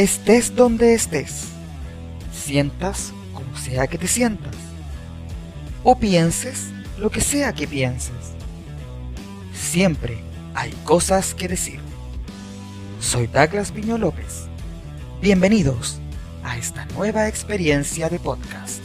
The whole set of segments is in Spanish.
Estés donde estés, sientas como sea que te sientas, o pienses lo que sea que pienses, siempre hay cosas que decir. Soy Douglas Viñó López. Bienvenidos a esta nueva experiencia de podcast.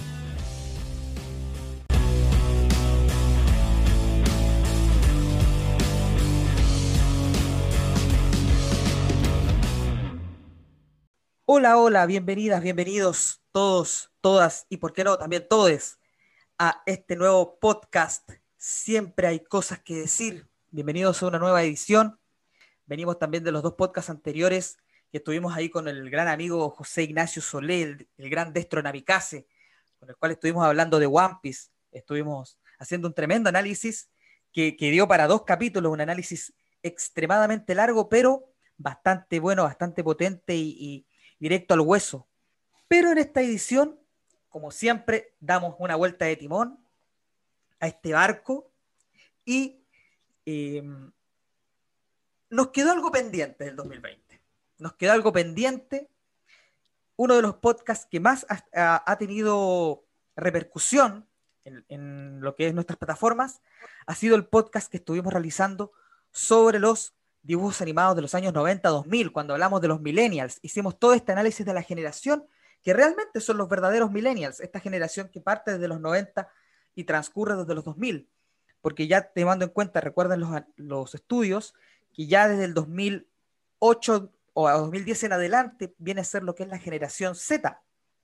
Hola, hola, bienvenidas, bienvenidos todos, todas y por qué no, también todes a este nuevo podcast. Siempre hay cosas que decir. Bienvenidos a una nueva edición. Venimos también de los dos podcasts anteriores que estuvimos ahí con el gran amigo José Ignacio Solé, el gran Destro Namikaze, con el cual estuvimos hablando de One Piece. Estuvimos haciendo un tremendo análisis que dio para 2 capítulos, un análisis extremadamente largo, pero bastante bueno, bastante potente y directo al hueso. Pero en esta edición, como siempre, damos una vuelta de timón a este barco y eh, nos quedó algo pendiente del 2020. Nos quedó algo pendiente. Uno de los podcasts que más ha tenido repercusión en lo que es nuestras plataformas ha sido el podcast que estuvimos realizando sobre los dibujos animados de los años 90-2000, cuando hablamos de los millennials. Hicimos todo este análisis de la generación que realmente son los verdaderos millennials, esta generación que parte desde los 90 y transcurre desde los 2000, porque ya tomando en cuenta, recuerden los estudios, que ya desde el 2008 o a 2010 en adelante viene a ser lo que es la generación Z.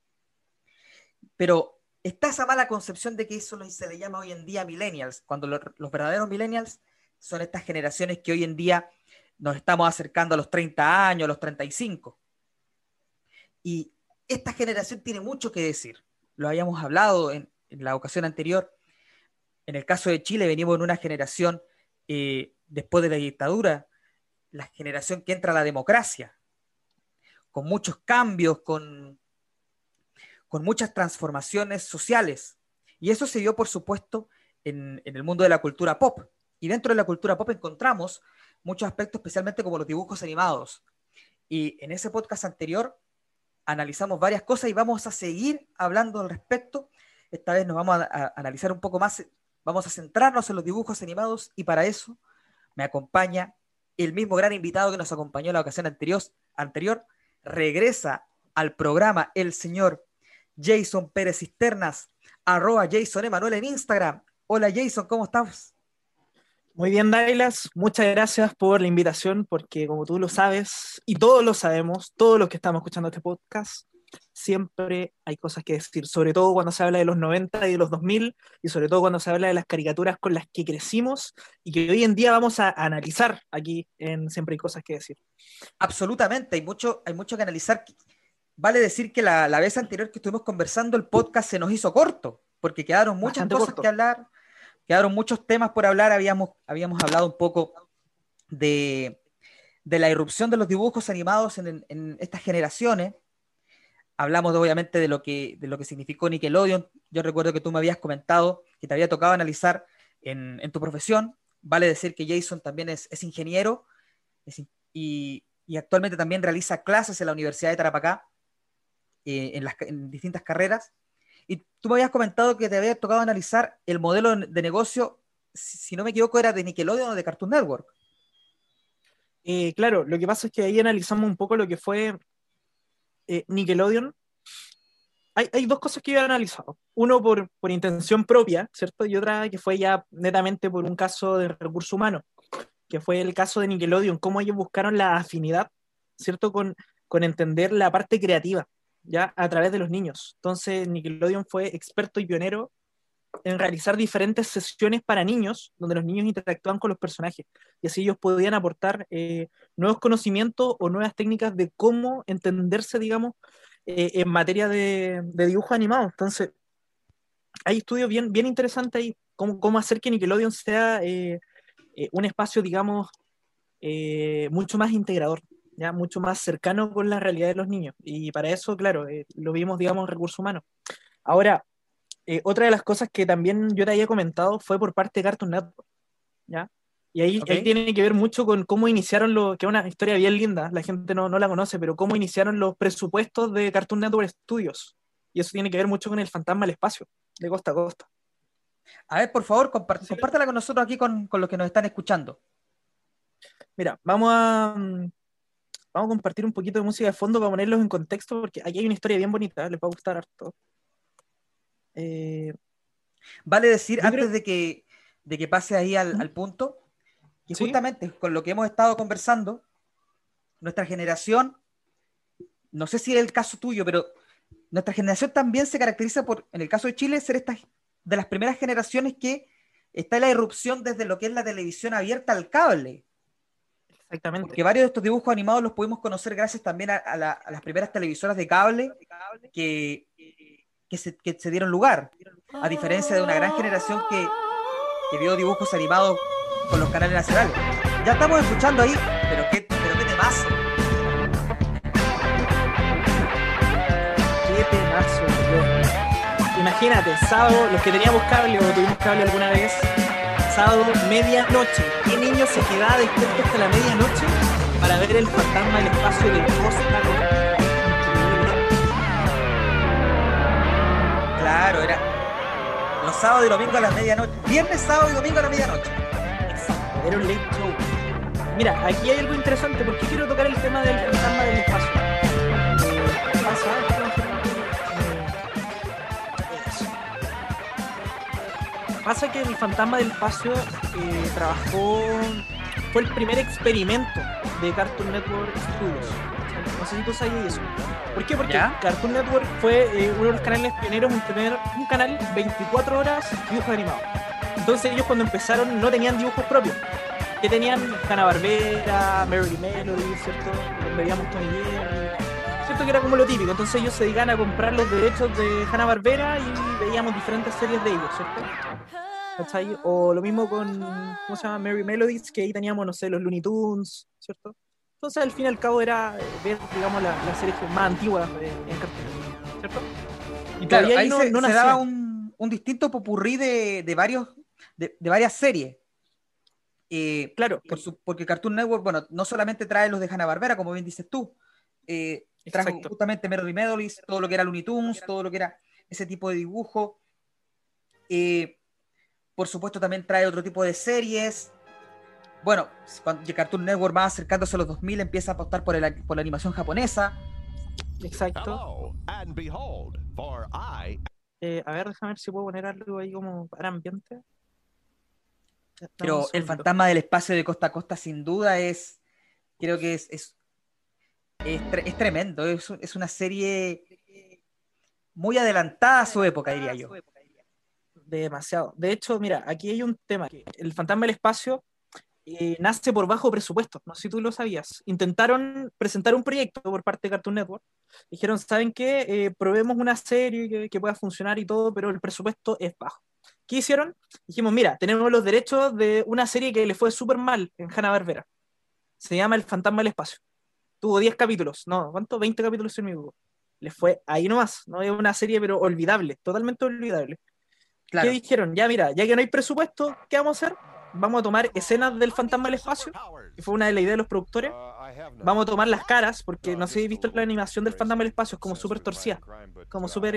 Pero está esa mala concepción de que eso se le llama hoy en día millennials, cuando los verdaderos millennials son estas generaciones que hoy en día nos estamos acercando a los 30 años, a los 35. Y esta generación tiene mucho que decir. Lo habíamos hablado en la ocasión anterior. En el caso de Chile venimos en una generación después de la dictadura, la generación que entra a la democracia, con muchos cambios, con muchas transformaciones sociales. Y eso se dio, por supuesto, en el mundo de la cultura pop. Y dentro de la cultura pop encontramos muchos aspectos, especialmente como los dibujos animados. Y en ese podcast anterior analizamos varias cosas y vamos a seguir hablando al respecto. Esta vez nos vamos a analizar un poco más, vamos a centrarnos en los dibujos animados y para eso me acompaña el mismo gran invitado que nos acompañó en la ocasión anterior. Regresa al programa el señor Jason Pérez Cisternas, @Jason Emanuel en Instagram. Hola Jason, ¿cómo estás? Muy bien, Douglas, muchas gracias por la invitación, porque como tú lo sabes, y todos lo sabemos, todos los que estamos escuchando este podcast, siempre hay cosas que decir, sobre todo cuando se habla de los 90 y de los 2000, y sobre todo cuando se habla de las caricaturas con las que crecimos, y que hoy en día vamos a analizar aquí en Siempre hay cosas que decir. Absolutamente, hay mucho que analizar. Vale decir que la vez anterior que estuvimos conversando el podcast se nos hizo corto, porque quedaron muchas Bastante cosas corto. que hablar, quedaron muchos temas por hablar, habíamos hablado un poco de la irrupción de los dibujos animados en estas generaciones, hablamos obviamente de lo que significó Nickelodeon. Yo recuerdo que tú me habías comentado que te había tocado analizar en tu profesión. Vale decir que Jason también es ingeniero y actualmente también realiza clases en la Universidad de Tarapacá en distintas carreras. Y tú me habías comentado que te había tocado analizar el modelo de negocio, si no me equivoco, era de Nickelodeon o de Cartoon Network. Claro, lo que pasa es que ahí analizamos un poco lo que fue Nickelodeon. Hay dos cosas que yo he analizado. Uno por intención propia, ¿cierto? Y otra que fue ya netamente por un caso de recurso humano, que fue el caso de Nickelodeon, cómo ellos buscaron la afinidad, ¿cierto? Con entender la parte creativa, ¿ya? A través de los niños. Entonces, Nickelodeon fue experto y pionero en realizar diferentes sesiones para niños, donde los niños interactúan con los personajes, y así ellos podían aportar nuevos conocimientos o nuevas técnicas de cómo entenderse, digamos, en materia de dibujo animado. Entonces, hay estudios bien interesantes ahí, cómo hacer que Nickelodeon sea un espacio, digamos, mucho más integrador, ya mucho más cercano con la realidad de los niños. Y para eso, claro, lo vimos, digamos, en recursos humanos. Ahora, otra de las cosas que también yo te había comentado fue por parte de Cartoon Network, ¿ya? Y ahí, ahí tiene que ver mucho con cómo iniciaron que es una historia bien linda, la gente no la conoce, pero cómo iniciaron los presupuestos de Cartoon Network Studios. Y eso tiene que ver mucho con el Fantasma del Espacio, de costa a costa. A ver, por favor, compártela con nosotros aquí con los que nos están escuchando. Mira, vamos a compartir un poquito de música de fondo para ponerlos en contexto, porque aquí hay una historia bien bonita, les va a gustar harto. Vale decir, antes de que pase ahí al punto, que ¿sí? Justamente con lo que hemos estado conversando, nuestra generación, no sé si es el caso tuyo, pero nuestra generación también se caracteriza por, en el caso de Chile, ser de las primeras generaciones que está en la irrupción desde lo que es la televisión abierta al cable. Exactamente. Porque varios de estos dibujos animados los pudimos conocer gracias también a las primeras televisoras de cable que se dieron lugar, a diferencia de una gran generación que vio dibujos animados con los canales nacionales. Ya estamos escuchando ahí, pero qué temazo. Qué temazo, Dios. Imagínate, sábado, los que teníamos cable o tuvimos cable alguna vez, sábado, medianoche. ¿Qué niño se quedaba despierto hasta la medianoche para ver el Fantasma del Espacio de costa? Claro, era los sábados y domingos a la medianoche. Viernes, sábado y domingo a la medianoche. Exacto, era un late show. Mira, aquí hay algo interesante, porque quiero tocar el tema del Fantasma del Espacio. Pasa que el Fantasma del Espacio fue el primer experimento de Cartoon Network Studios. No sé si tú sabías eso. ¿Por qué? Porque Cartoon Network fue uno de los canales pioneros en tener un canal 24 horas dibujos animados. Entonces ellos cuando empezaron no tenían dibujos propios. Que tenían Hanna-Barbera, Merry Melody, ¿cierto? Veíamos Tom y Jerry, ¿cierto? Que era como lo típico. Entonces ellos se dedicaban a comprar los derechos de Hanna-Barbera y veíamos diferentes series de ellos, ¿cierto? ¿Cachai? O lo mismo con, ¿cómo se llama? Merry Melodies, que ahí teníamos, no sé, los Looney Tunes, ¿cierto? Entonces al fin y al cabo era ver, digamos, las series más antiguas en Cartoon, ¿cierto? Y claro, ahí se daba un distinto popurrí de varias series. Claro. Porque Cartoon Network, bueno, no solamente trae los de Hanna-Barbera, como bien dices tú, trajo justamente Merry Melodies, todo lo que era Looney Tunes, todo lo que era ese tipo de dibujo. Por supuesto también trae otro tipo de series. Bueno, cuando Cartoon Network va acercándose a los 2000 empieza a apostar por la animación japonesa. Exacto. A ver, déjame ver si puedo poner algo ahí como para ambiente. Pero el Fantasma del Espacio de costa a costa sin duda creo que es tremendo. Es una serie muy adelantada a su época, diría yo. Demasiado. De hecho, mira, aquí hay un tema. El Fantasma del Espacio nace por bajo presupuesto. No sé si tú lo sabías. Intentaron presentar un proyecto por parte de Cartoon Network. Dijeron, ¿saben qué? Probemos una serie que pueda funcionar y todo, pero el presupuesto es bajo. ¿Qué hicieron? Dijimos, mira, tenemos los derechos de una serie que le fue súper mal en Hanna-Barbera. Se llama El Fantasma del Espacio. Tuvo 10 capítulos. No, ¿cuánto? 20 capítulos en mi grupo. Le fue ahí nomás. No es una serie, pero olvidable. Totalmente olvidable. Claro. ¿Qué dijeron? Ya mira, ya que no hay presupuesto, ¿qué vamos a hacer? Vamos a tomar escenas del Fantasma del Espacio, que fue una de las ideas de los productores. Vamos a tomar las caras, porque no sé si he visto la animación del Fantasma del Espacio, es como súper torcida, como súper,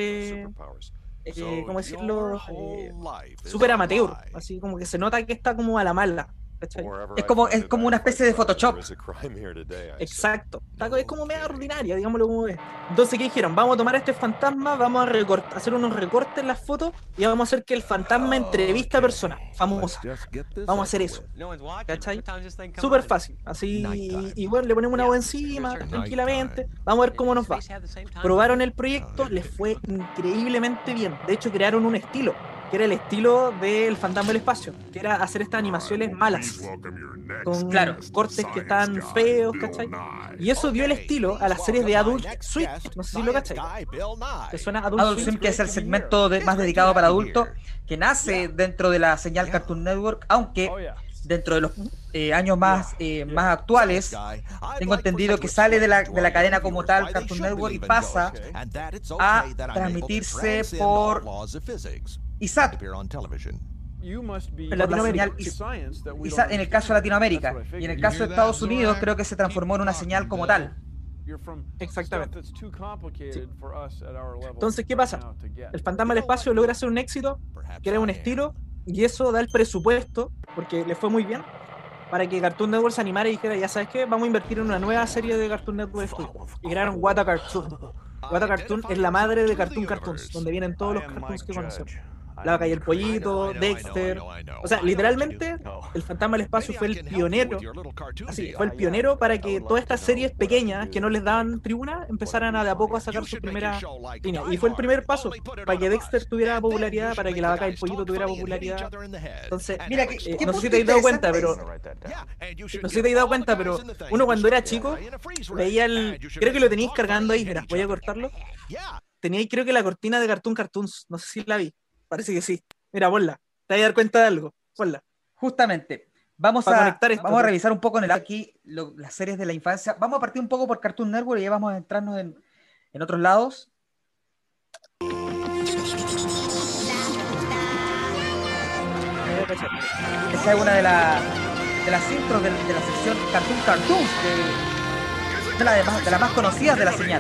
¿cómo decirlo? Súper amateur, así como que se nota que está como a la mala. ¿Cachai? Es como una especie de Photoshop. Exacto. Es como media ordinaria, digámoslo como es. Entonces, ¿qué dijeron? Vamos a tomar a este fantasma, vamos a hacer unos recortes en las fotos y vamos a hacer que el fantasma entrevista a personas famosas. Vamos a hacer eso. ¿Cachai? Súper fácil. Así, y bueno, le ponemos una voz encima, tranquilamente. Vamos a ver cómo nos va. Probaron el proyecto, les fue increíblemente bien. De hecho, crearon un estilo, que era el estilo del Fantasma del Espacio, que era hacer estas animaciones malas, con cortes que están feos, ¿cachai? Y eso dio el estilo a las series de Adult Swim, no sé si lo cachai. ¿Te suena Adult Swim? Que es el segmento más dedicado para adultos, que nace dentro de la señal Cartoon Network, aunque dentro de los años más actuales, tengo entendido que sale de la cadena como tal Cartoon Network y pasa a transmitirse por ISAT. En Latinoamérica. En el caso de Latinoamérica. Y en el caso de Estados Unidos creo que se transformó en una señal como tal. Exactamente. Sí. Entonces, ¿qué pasa? El Fantasma del Espacio logra hacer un éxito, crea un estilo, y eso da el presupuesto, porque le fue muy bien, para que Cartoon Network se animara y dijera, ya sabes qué, vamos a invertir en una nueva serie de Cartoon Network Studios. Y crearon What a Cartoon. What a Cartoon es la madre de Cartoon Cartoons, donde vienen todos los cartoons que conocemos. La Vaca y el Pollito, Dexter. O sea, literalmente, el Fantasma del Espacio fue el pionero. Así, fue el pionero para que todas estas series pequeñas que no les daban tribuna empezaran a de a poco a sacar su primera línea. Y fue el primer paso para que Dexter tuviera popularidad, para que La Vaca y el Pollito tuviera popularidad. Entonces, Mira, no sé si te has dado cuenta, pero uno cuando era chico veía creo que lo teníais cargando ahí, mira, voy a cortarlo. Teníais creo que la cortina de Cartoon Cartoons, no sé si la vi. Parece que sí. Mira, ponla. Te vas a dar cuenta de algo. Ponla. Justamente. Vamos Para a conectar esto, vamos a revisar un poco aquí las series de la infancia. Vamos a partir un poco por Cartoon Network y ya vamos a entrarnos en otros lados. Esa es una de las intros de la sección Cartoon Cartoons, de las más conocidas de la señal.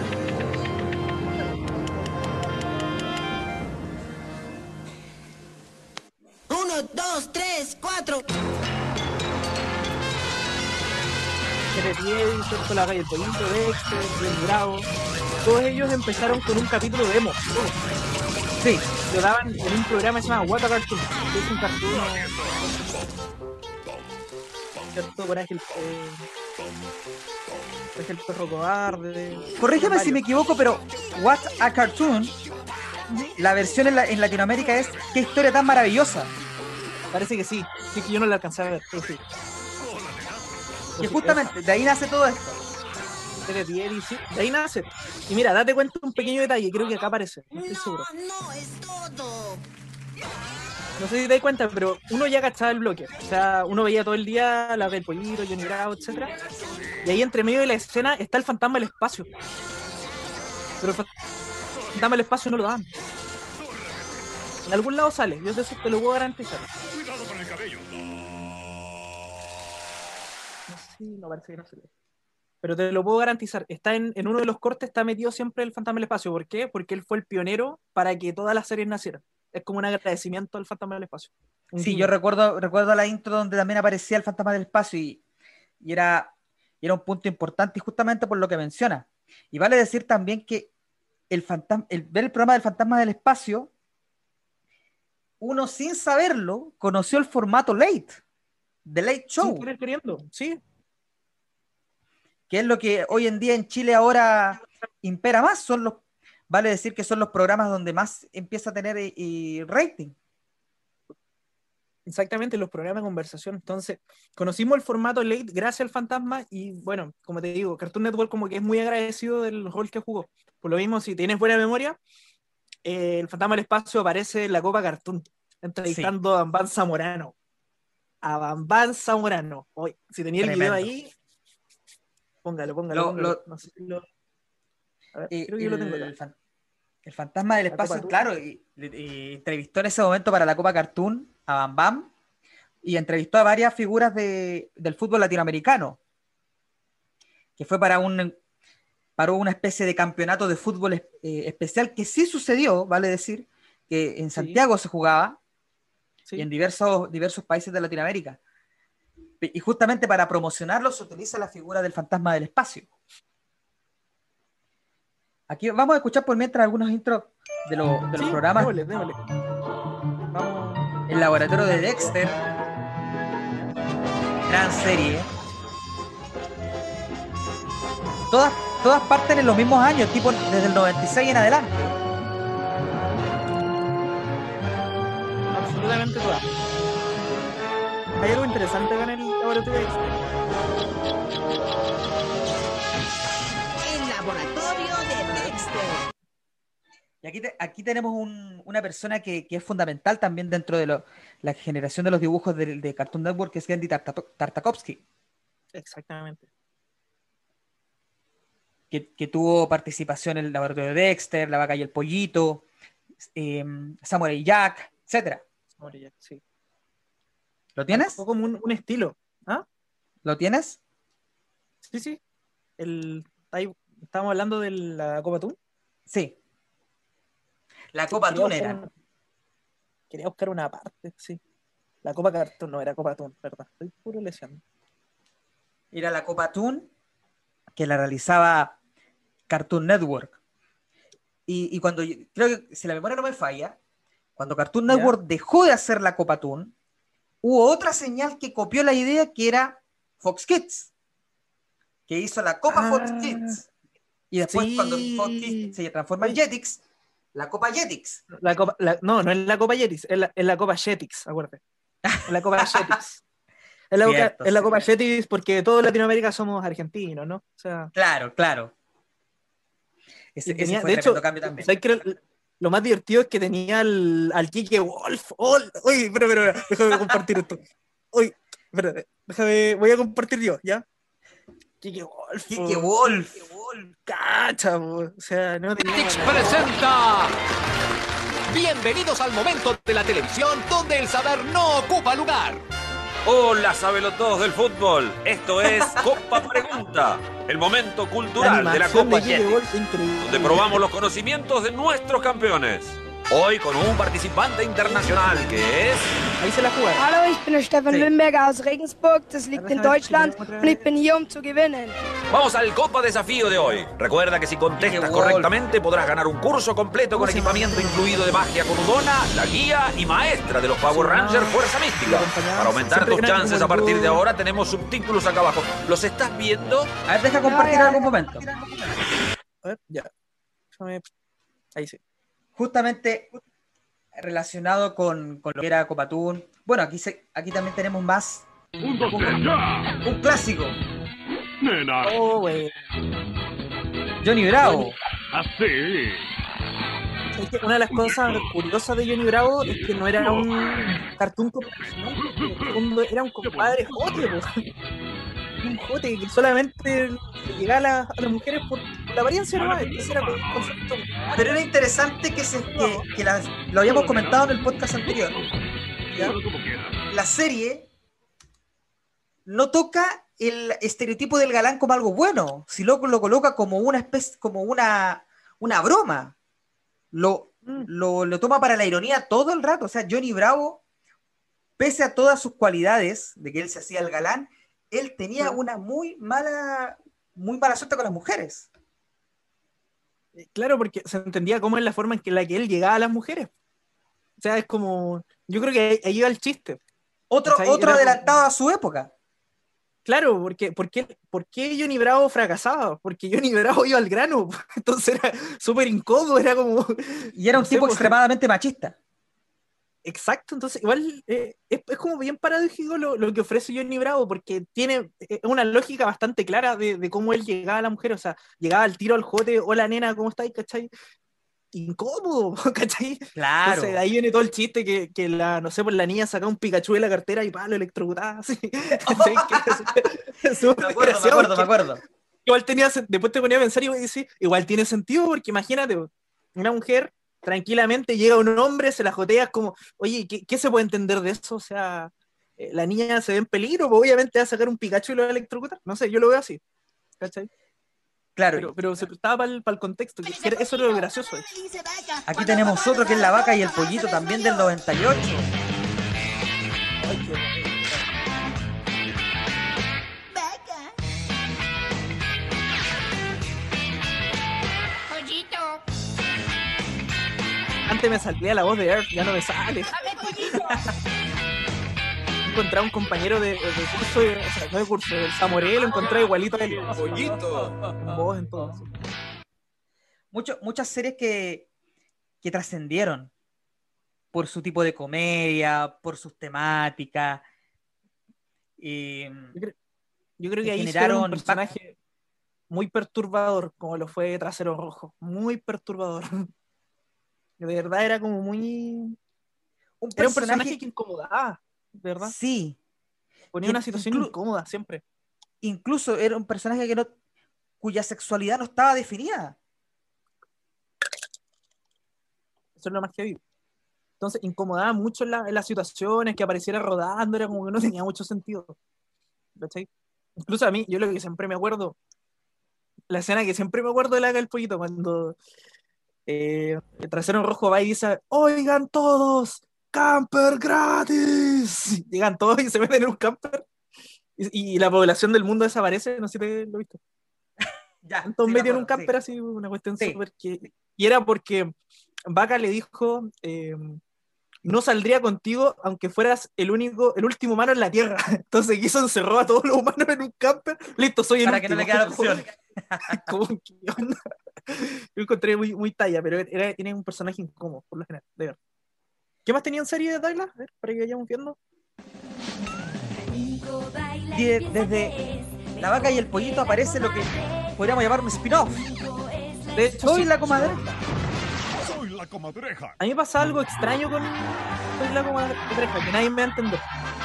Uno, dos, tres, cuatro. ¿Cierto? La Vaca y el Pollito, Dexter, Bien Bravo. Todos ellos empezaron con un capítulo demo. Sí, lo daban en un programa que se llama What a Cartoon, que es un cartoon, ¿cierto? Coraje el perro cobarde. Corrígeme si me equivoco, pero What a Cartoon, la versión en Latinoamérica es "Qué historia tan maravillosa". Parece que sí, sí que yo no la alcancé a ver, pero sí. Y justamente de ahí nace todo esto. Sí, de ahí nace. Y mira, date cuenta un pequeño detalle, creo que acá aparece, no estoy seguro. No es todo. No sé si te das cuenta, pero uno ya cachaba el bloque. O sea, uno veía todo el día La Vaca y el Pollito, Johnny Bravo, etc. Y ahí entre medio de la escena está el Fantasma del Espacio. Pero el Fantasma del Espacio no lo dan. En algún lado sale, yo eso te lo puedo garantizar. Cuidado con el cabello. No sé, no parece que no se ve. Pero te lo puedo garantizar. Está en uno de los cortes, está metido siempre el Fantasma del Espacio. ¿Por qué? Porque él fue el pionero para que todas las series nacieran. Es como un agradecimiento al Fantasma del Espacio. Sí, yo recuerdo la intro donde también aparecía el Fantasma del Espacio y era un punto importante, y justamente por lo que menciona. Y vale decir también que ver el programa del Fantasma del Espacio, uno sin saberlo conoció el formato Late, The Late Show. Sin querer queriendo, sí. Que es lo que hoy en día en Chile ahora impera más. Vale decir que son los programas donde más empieza a tener rating. Exactamente, los programas de conversación. Entonces, conocimos el formato Late gracias al Fantasma y, bueno, como te digo, Cartoon Network como que es muy agradecido del rol que jugó. Por lo mismo, si tienes buena memoria, el Fantasma del Espacio aparece en la Copa Cartoon, entrevistando a Bambán Zamorano. A Bambán Zamorano. Hoy, si tenía el video ahí, póngalo. No sé si a ver, creo que yo lo tengo acá. El Fantasma del Espacio, claro, y entrevistó en ese momento para la Copa Cartoon a Bam Bam y entrevistó a varias figuras del fútbol latinoamericano, que fue para una especie de campeonato de fútbol especial que sí sucedió, vale decir, que en Santiago se jugaba y en diversos países de Latinoamérica. Y justamente para promocionarlo se utiliza la figura del Fantasma del Espacio. Aquí vamos a escuchar por mientras algunos intros de los programas. Démosle. Vamos. El laboratorio de Dexter. Gran serie. Todas parten en los mismos años, tipo desde el 96 en adelante. Absolutamente todas. Hay algo interesante acá en el laboratorio de Dexter. El laboratorio de Dexter. Y aquí tenemos una persona que es fundamental también dentro de la generación de los dibujos de Cartoon Network, que es Genndy Tartakovsky. Exactamente. Que tuvo participación en el laboratorio de Dexter, La Vaca y el Pollito, Samurai Jack, etc. Samurai Jack, sí. ¿Lo tienes? Marcó como un estilo. ¿Ah? ¿Lo tienes? Sí, sí. Estábamos hablando de la Copa Tun. Sí. La Sí, Copa Tun era. Quería buscar una parte, sí. La Copa Cartoon no era Copa Tun, ¿verdad? Estoy puro leseando. Era la Copa Tun que la realizaba Cartoon Network. Y cuando, creo que si la memoria no me falla, cuando Cartoon ¿Ya? Network dejó de hacer la Copa Toon, hubo otra señal que copió la idea que era Fox Kids, que hizo la Copa Fox Kids. Y después cuando Fox Kids se transforma en Jetix, la Copa Jetix. No es la Copa Jetix, es la Copa Jetix, acuérdate. Es la Copa Jetix. Cierto, Es la sí. Copa Jetix porque todos Latinoamérica somos argentinos, ¿no? O sea, Claro. Ese fue de tremendo hecho, cambio también. ¿sabes qué? Lo más divertido es que tenía al Kike Wolf. Oye, pero, déjame compartir esto. Oye, espérate, voy a compartir yo, ¿ya? Kike Wolf. Kike Wolf. Cacha, o sea, no tenía Jetix nada. presenta. Bienvenidos al momento de la televisión donde el saber no ocupa lugar. Hola, sabelotodos del fútbol. Esto es Copa Pregunta, el momento cultural de la animación Copa Kike Jetix, Wolf, increíble. donde probamos los conocimientos de nuestros campeones. Hoy con un participante internacional que es... Ahí se la jugaron. Hallo, ich bin der Stefan Sí. Limberger aus Regensburg. Das liegt in Deutschland und ich bin hier, um zu gewinnen. Vamos al Copa Desafío de hoy. Recuerda que si contestas Wolf. correctamente podrás ganar un curso completo con equipamiento incluido de magia con Udona, la guía y maestra de los Power Rangers Fuerza Mística. Para aumentar tus chances a partir de ahora tenemos subtítulos acá abajo. ¿Los estás viendo? A ver, deja compartir ya. algún momento. A ver, ya. Ahí sí. Justamente relacionado con lo que era Copa Toon. Bueno, aquí también tenemos más un clásico. Nena, Oh, güey. Johnny Bravo. así. Es que una de las cosas curiosas de Johnny Bravo es que no era un cartoon profesional, en el fondo era un compadre jote, po. Un jote que solamente le llegaba a las mujeres por la apariencia nomás. Ese era como un concepto. Pero era interesante lo habíamos comentado en el podcast anterior. ¿Ya? La serie no toca el estereotipo del galán como algo bueno, sino lo coloca como una especie, como una broma. Lo toma para la ironía todo el rato. O sea, Johnny Bravo, pese a todas sus cualidades de que él se hacía el galán, él tenía una muy mala suerte con las mujeres. Claro, porque se entendía cómo es la forma en la que él llegaba a las mujeres. O sea, es como. Yo creo que ahí iba el chiste. Otro Era adelantado a su época. Claro, ¿por qué Johnny Bravo fracasaba? Porque Johnny Bravo iba al grano. Entonces era súper incómodo, era como. Y era un no sé, tipo pues, extremadamente machista. Exacto, entonces igual es como bien paradójico lo que ofrece Johnny Bravo, porque tiene una lógica bastante clara de cómo él llegaba a la mujer, o sea, llegaba al tiro al jote, hola nena, ¿cómo estáis? ¿Cachai? Incómodo, ¿cachai? Claro. Entonces de ahí viene todo el chiste que no sé, pues la niña sacaba un Pikachu de la cartera y lo electrocutaba, así. ¿Cachai? Que es súper Me acuerdo, desgraciado, me porque acuerdo. igual después te ponía a pensar y decís, igual tiene sentido, porque imagínate, una mujer tranquilamente llega un hombre, se la jotea, es como, oye, ¿qué se puede entender de eso? O sea, la niña se ve en peligro, pues obviamente va a sacar un Pikachu y lo va a electrocutar. No sé, yo lo veo así. ¿Cachai? Claro. Pero se prestaba para el contexto, eso era lo gracioso. Aquí tenemos otro que es La Vaca y el Pollito, también del 98. Ay, qué bueno. Vaca. Pollito. Antes me salía la voz de Earth, ya no me sale. Dame pollito. Encontré a un compañero de curso, o sea, no de curso, del Zamoré, lo encontré igualito a él. Con voz en todo. Muchas series que trascendieron por su tipo de comedia, por sus temáticas. Yo creo que que ahí generaron hicieron un personaje muy perturbador, como lo fue Trasero Rojo. Muy perturbador. De verdad era como muy... Era un personaje que incomodaba, de verdad. Sí. Ponía una situación incómoda siempre. Incluso era un personaje cuya sexualidad no estaba definida. Eso es lo más que vi. Entonces incomodaba mucho en las situaciones, que apareciera rodando, era como que no tenía mucho sentido. ¿Cachai? Incluso a mí, yo lo que siempre me acuerdo, la escena que siempre me acuerdo de la del pollito, cuando el trasero rojo va y dice, oigan todos, camper gratis. Llegan todos y se meten en un camper y la población del mundo desaparece, no sé si lo viste. Ya, Entonces sí, metió en un sí. camper así, una cuestión Sí. súper que... Y era porque Vaca le dijo, no saldría contigo aunque fueras el último humano en la Tierra. Entonces quiso encerró a todos los humanos en un camper. Listo, soy el Para último. que no le quedara opción. Como, ¿qué onda? Yo encontré muy talla, pero tiene un personaje incómodo, por lo general, de ver. ¿Qué más tenía en serie de Dayla? A ver, para que vayamos viendo. Desde La Vaca y el Pollito aparece lo que podríamos llamar un spin-off. De hecho, Soy sí. la comadreja. Soy la comadreja. A mí me pasa algo extraño con Soy la comadreja, que nadie me va a entender.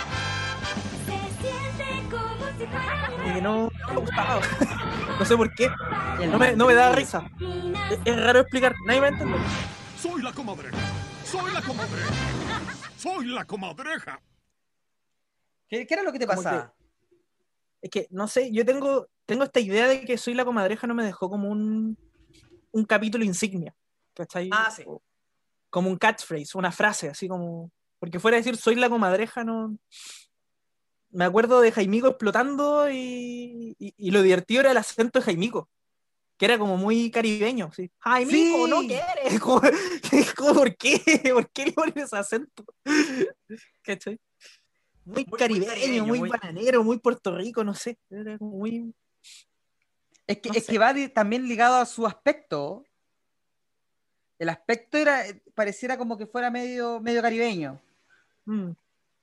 Y que no me gustaba. No sé por qué. No me da risa. Es raro explicar, nadie me va a entender. Soy la comadreja. Soy la comadreja. Soy la comadreja. ¿Qué era lo que te Como pasaba? Es que, no sé, yo tengo esta idea de que Soy la comadreja no me dejó como un capítulo insignia. ¿Cachai? Ah, sí. Como un catchphrase, una frase, así como... Porque fuera a decir Soy la comadreja, no... Me acuerdo de Jaimico explotando y lo divertido era el acento de Jaimico, que era como muy caribeño, ¿sí? Jaimico, Sí. no quieres. Como, ¿por qué? ¿Por qué le ponen ese acento? ¿Cachai? Muy caribeño, muy bananero, muy Puerto Rico, no sé. Era como muy... Es que, no es sé. que va también ligado a su aspecto. El aspecto pareciera como que fuera medio caribeño. Mm,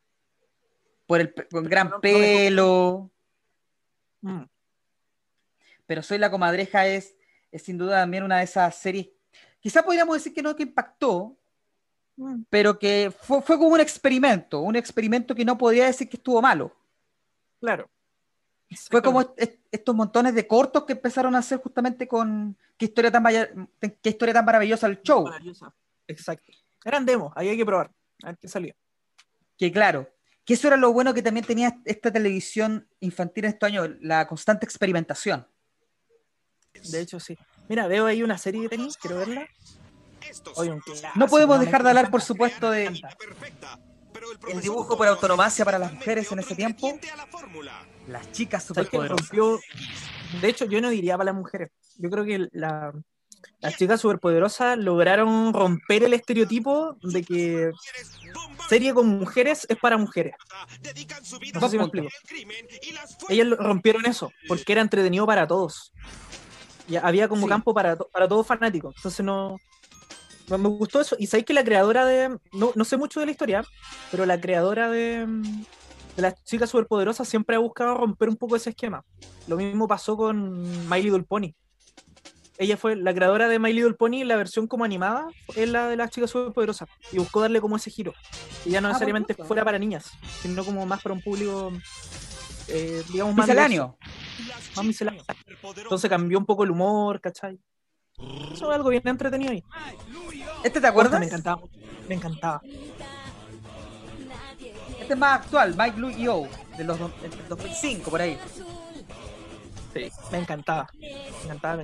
Con gran no pelo. mm. Pero Soy la comadreja es sin duda también una de esas series. Quizá podríamos decir que no que impactó, pero que fue como un experimento que no podría decir que estuvo malo. Claro. Fue como estos montones de cortos que empezaron a hacer justamente con qué historia tan maravillosa el show. Maravillosa. Exacto. Eran demos, ahí hay que probar. A ver qué salía. Que claro, que eso era lo bueno que también tenía esta televisión infantil en estos años, la constante experimentación. De hecho, sí. Mira, veo ahí una serie que tenéis, quiero verla. Hoy No podemos dejar de hablar, por supuesto, de el dibujo por autonomía para las mujeres en ese tiempo. Las chicas superpoderosas. De hecho, yo no diría para las mujeres. Yo creo que las chicas superpoderosas lograron romper el estereotipo de que serie con mujeres es para mujeres. No sé si me explico. Ellas rompieron eso, porque era entretenido para todos. Y había como campo para todos fanáticos. Entonces me gustó eso. Y sabéis que la creadora de... No sé mucho de la historia, pero la creadora de las chicas superpoderosas siempre ha buscado romper un poco ese esquema. Lo mismo pasó con My Little Pony. Ella fue la creadora de My Little Pony, la versión como animada es la de las chicas superpoderosas. Y buscó darle como ese giro. Y ya no necesariamente fuera para niñas, sino como más para un público, digamos, más misceláneo. Más misceláneo. Entonces cambió un poco el humor, ¿cachai? Eso es algo bien entretenido ahí. ¿Te acuerdas? Me encantaba. Me encantaba. Este es más actual, Mike, Blue y O, del 2005, por ahí. Sí, me encantaba. Me encantaba.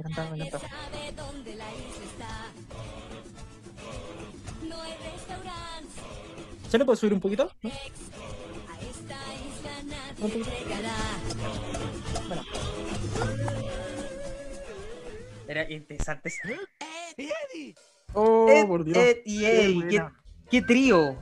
¿Se le puede subir un poquito? ¿No? ¿Un poquito? Bueno. Era interesante. Oh, por Dios. Ed y Eddie, qué trío.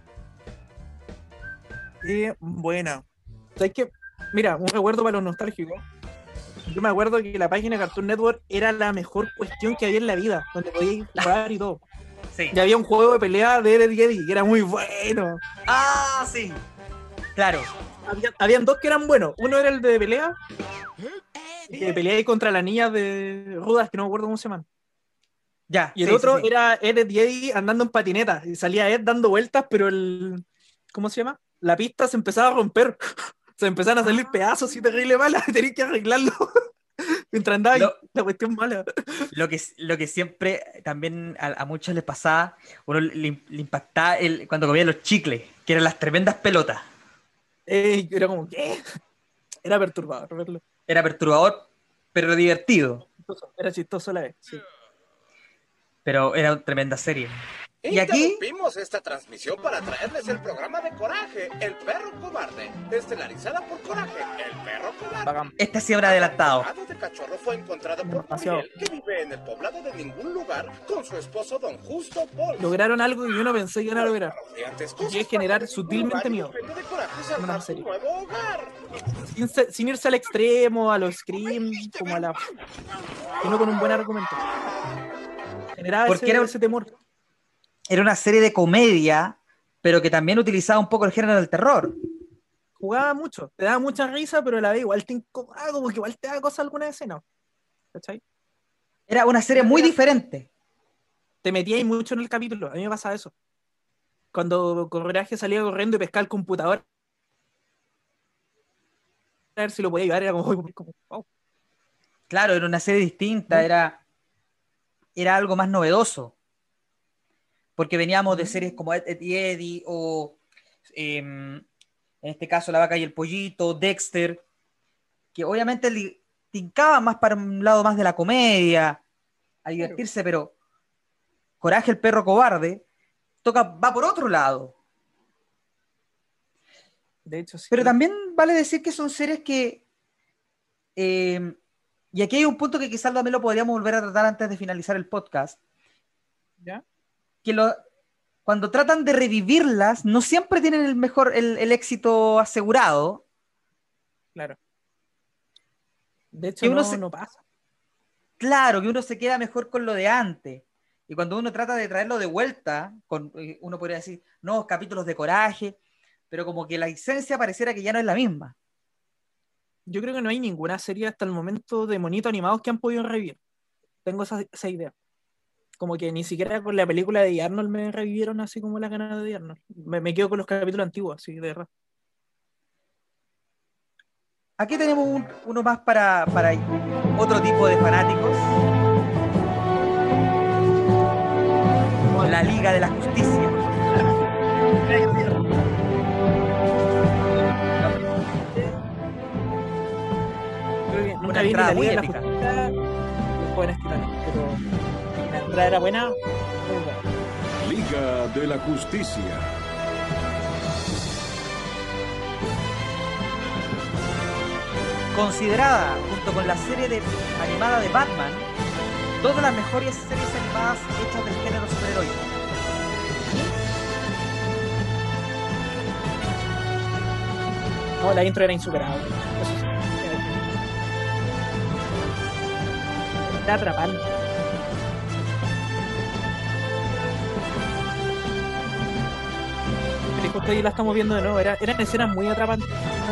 Buena. ¿Sabes qué? Mira, un recuerdo para los nostálgicos. Yo me acuerdo que la página de Cartoon Network era la mejor cuestión que había en la vida, donde podías jugar y todo. Sí. Y había un juego de pelea de Ed y Eddie que era muy bueno. Ah, sí. Claro. Habían dos que eran buenos. Uno era el de pelea, que peleáis contra las niñas de rudas, que no me acuerdo cómo se llaman. Ya. Y el otro era Ed y Eddie andando en patineta. Y salía Ed dando vueltas, pero ¿cómo se llama? La pista se empezaba a romper. Se empezaban a salir pedazos y terrible malas. Tenías que arreglarlo. Mientras andaba Lo- la cuestión mala. Lo que siempre también a muchos les pasaba, uno le impactaba cuando comía los chicles, que eran las tremendas pelotas. Era como, ¿qué? Era perturbador verlo. Era perturbador, pero divertido. Era chistoso a la vez, sí. Pero era una tremenda serie. Y aquí, Interrumpimos esta transmisión para traerles el programa de Coraje, el perro cobarde, estelarizada por Coraje, el perro cobarde. Bacán. este sí habrá adelantado. El de cachorro fue encontrado por Demasiado. Miguel, que vive en el poblado de ningún lugar con su esposo Don Justo Paul. Lograron algo que yo no pensé que iban a lograr. Y es generar sutilmente miedo. Una Una serie. nuevo hogar. Sin irse al extremo, a los scream, como a la. Sino con un buen argumento. Generaba Porque era- ese temor. Era una serie de comedia, pero que también utilizaba un poco el género del terror. Jugaba mucho, te daba mucha risa, pero a la vez igual te incomodaba, como que igual te da cosa alguna escena. ¿Cachai? Era una serie muy diferente. Te metías ahí mucho en el capítulo. A mí me pasaba eso. Cuando Coraje salía corriendo y pescaba el computador, a ver si lo podía llevar, era como wow. Claro, era una serie distinta, era algo más novedoso. Porque veníamos de series como Ed, Edd y Eddy, o en este caso La Vaca y el Pollito, Dexter, que obviamente tincaba más para un lado más de la comedia, a divertirse, pero Coraje, el perro cobarde, va por otro lado. De hecho, sí. Pero también vale decir que son series que... y aquí hay un punto que quizás también lo podríamos volver a tratar antes de finalizar el podcast. ¿Ya? Que cuando tratan de revivirlas, no siempre tienen el éxito asegurado. Claro. De hecho, Que uno no pasa. Claro, que uno se queda mejor con lo de antes. Y cuando uno trata de traerlo de vuelta, uno podría decir, nuevos capítulos de Coraje, pero como que la esencia pareciera que ya no es la misma. Yo creo que no hay ninguna serie hasta el momento de monitos animados que han podido revivir. Tengo esa idea. Como que ni siquiera con la película de Arnold me revivieron así como las ganas de Arnold. Me quedo con los capítulos antiguos, así de verdad. Aquí tenemos uno más para otro tipo de fanáticos. La Liga de la Justicia. Creo que nunca Una vi ni entrada la muy Liga de la épica. Justicia, los Jóvenes Titanes, pero la entrada era buena, muy buena. Liga de la Justicia. Considerada, junto con la serie animada de Batman, dos de las mejores series animadas hechas del género superheroico. No, la intro era insuperable. Eso sí. Era atrapante. Pero justo ahí la estamos viendo de nuevo. Eran escenas muy atrapantes.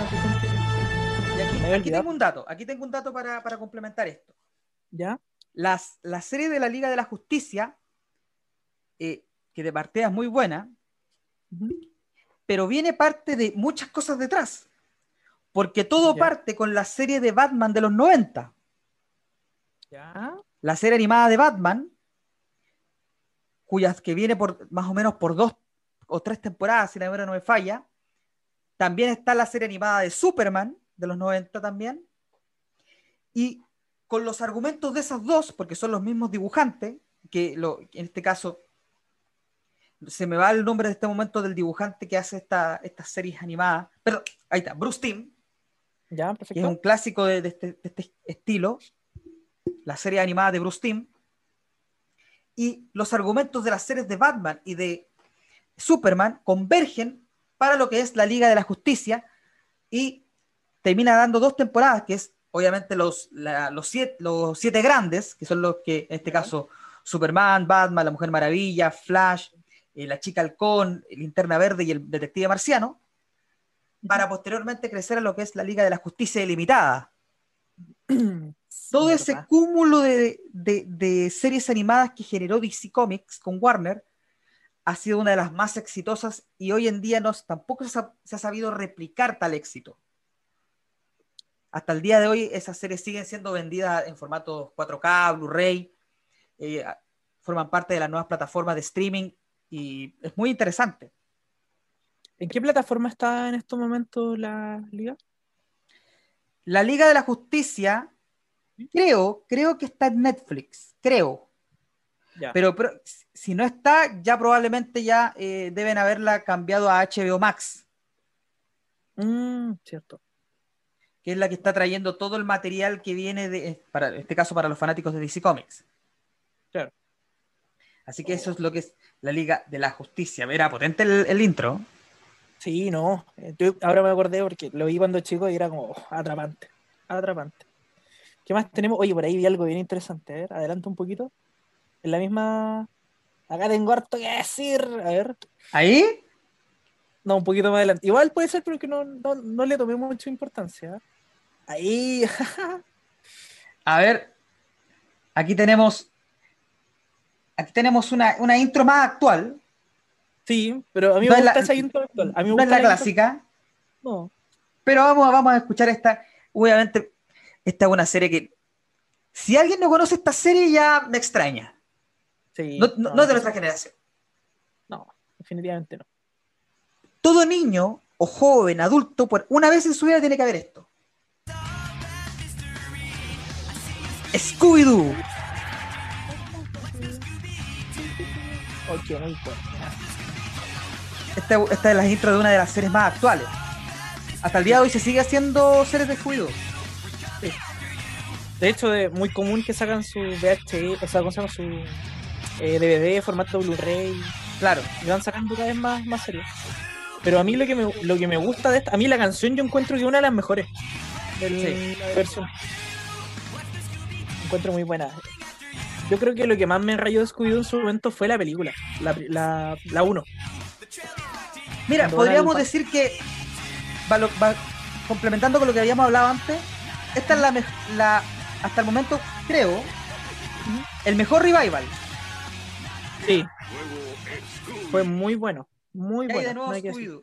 Y Me había olvidado. aquí tengo un dato para complementar esto. ¿Ya? La serie de la Liga de la Justicia, que de partida es muy buena, pero viene parte de muchas cosas detrás. Porque todo Ya. parte con la serie de Batman de los 90. ¿Ya? La serie animada de Batman, que viene por más o menos por 2 o 3 temporadas, si la memoria no me falla. También está la serie animada de Superman, de los 90 también. Y con los argumentos de esas dos, porque son los mismos dibujantes, en este caso, se me va el nombre de este momento del dibujante que hace estas series animadas. Perdón, ahí está, Bruce Timm, ¿Ya? que es Perfecto. un clásico de este estilo, la serie animada de Bruce Timm, y los argumentos de las series de Batman y de Superman convergen para lo que es la Liga de la Justicia y termina dando 2 temporadas, que es obviamente los 7 grandes, que son los que en este caso Superman, Batman, la Mujer Maravilla, Flash, la Chica Halcón, Linterna Verde y el Detective Marciano, para posteriormente crecer a lo que es la Liga de la Justicia Ilimitada. Todo ese ¿Verdad? cúmulo de series animadas que generó DC Comics con Warner ha sido una de las más exitosas y hoy en día tampoco se ha sabido replicar tal éxito. Hasta el día de hoy esas series siguen siendo vendidas en formato 4K, Blu-ray, forman parte de las nuevas plataformas de streaming y es muy interesante. ¿En qué plataforma está en estos momentos la liga? La Liga de la Justicia, creo que está en Netflix, creo. Ya. Pero si no está, ya probablemente ya deben haberla cambiado a HBO Max. Cierto. Que es la que está trayendo todo el material que viene en este caso para los fanáticos de DC Comics. Claro. Así que eso es lo que es la Liga de la Justicia. Era potente el intro. Sí, no. Yo ahora me acordé porque lo vi cuando chico y era como atrapante. ¿Qué más tenemos? Oye, por ahí vi algo bien interesante. A ver, adelanta un poquito. En la misma... Acá tengo harto que decir. A ver. ¿Ahí? No, un poquito más adelante. Igual puede ser, pero que no le tomé mucha importancia. Ahí. A ver. Aquí tenemos una intro más actual. Sí, pero a mí me gusta esa intro actual. A mí me gusta no es la clásica. No. Pero vamos a escuchar esta. Obviamente, esta es una serie que... Si alguien no conoce esta serie, ya me extraña. Sí, no es de nuestra generación. No, definitivamente no. Todo niño o joven, adulto, por una vez en su vida tiene que ver esto. Scooby-Doo. Ok, muy bueno. Esta es la intro de una de las series más actuales. Hasta el día de hoy se sigue haciendo series de Scooby-Doo. Sí. De hecho, es muy común que sacan su VHS, o sea, ¿cómo se llama? Su DVD, formato Blu-ray. Claro. Y van sacando cada vez más series. Pero a mí lo que me gusta de esta, a mí la canción yo encuentro que es una de las mejores de la versión. Encuentro muy buena. Yo creo que lo que más me rayó de Scooby-Doo en su momento fue la película, la 1. Mira, Cuando podríamos decir que, complementando con lo que habíamos hablado antes, esta es hasta el momento, creo, el mejor revival. Sí. Fue muy bueno. Muy bueno. De nuevo no hay que Scooby-Doo.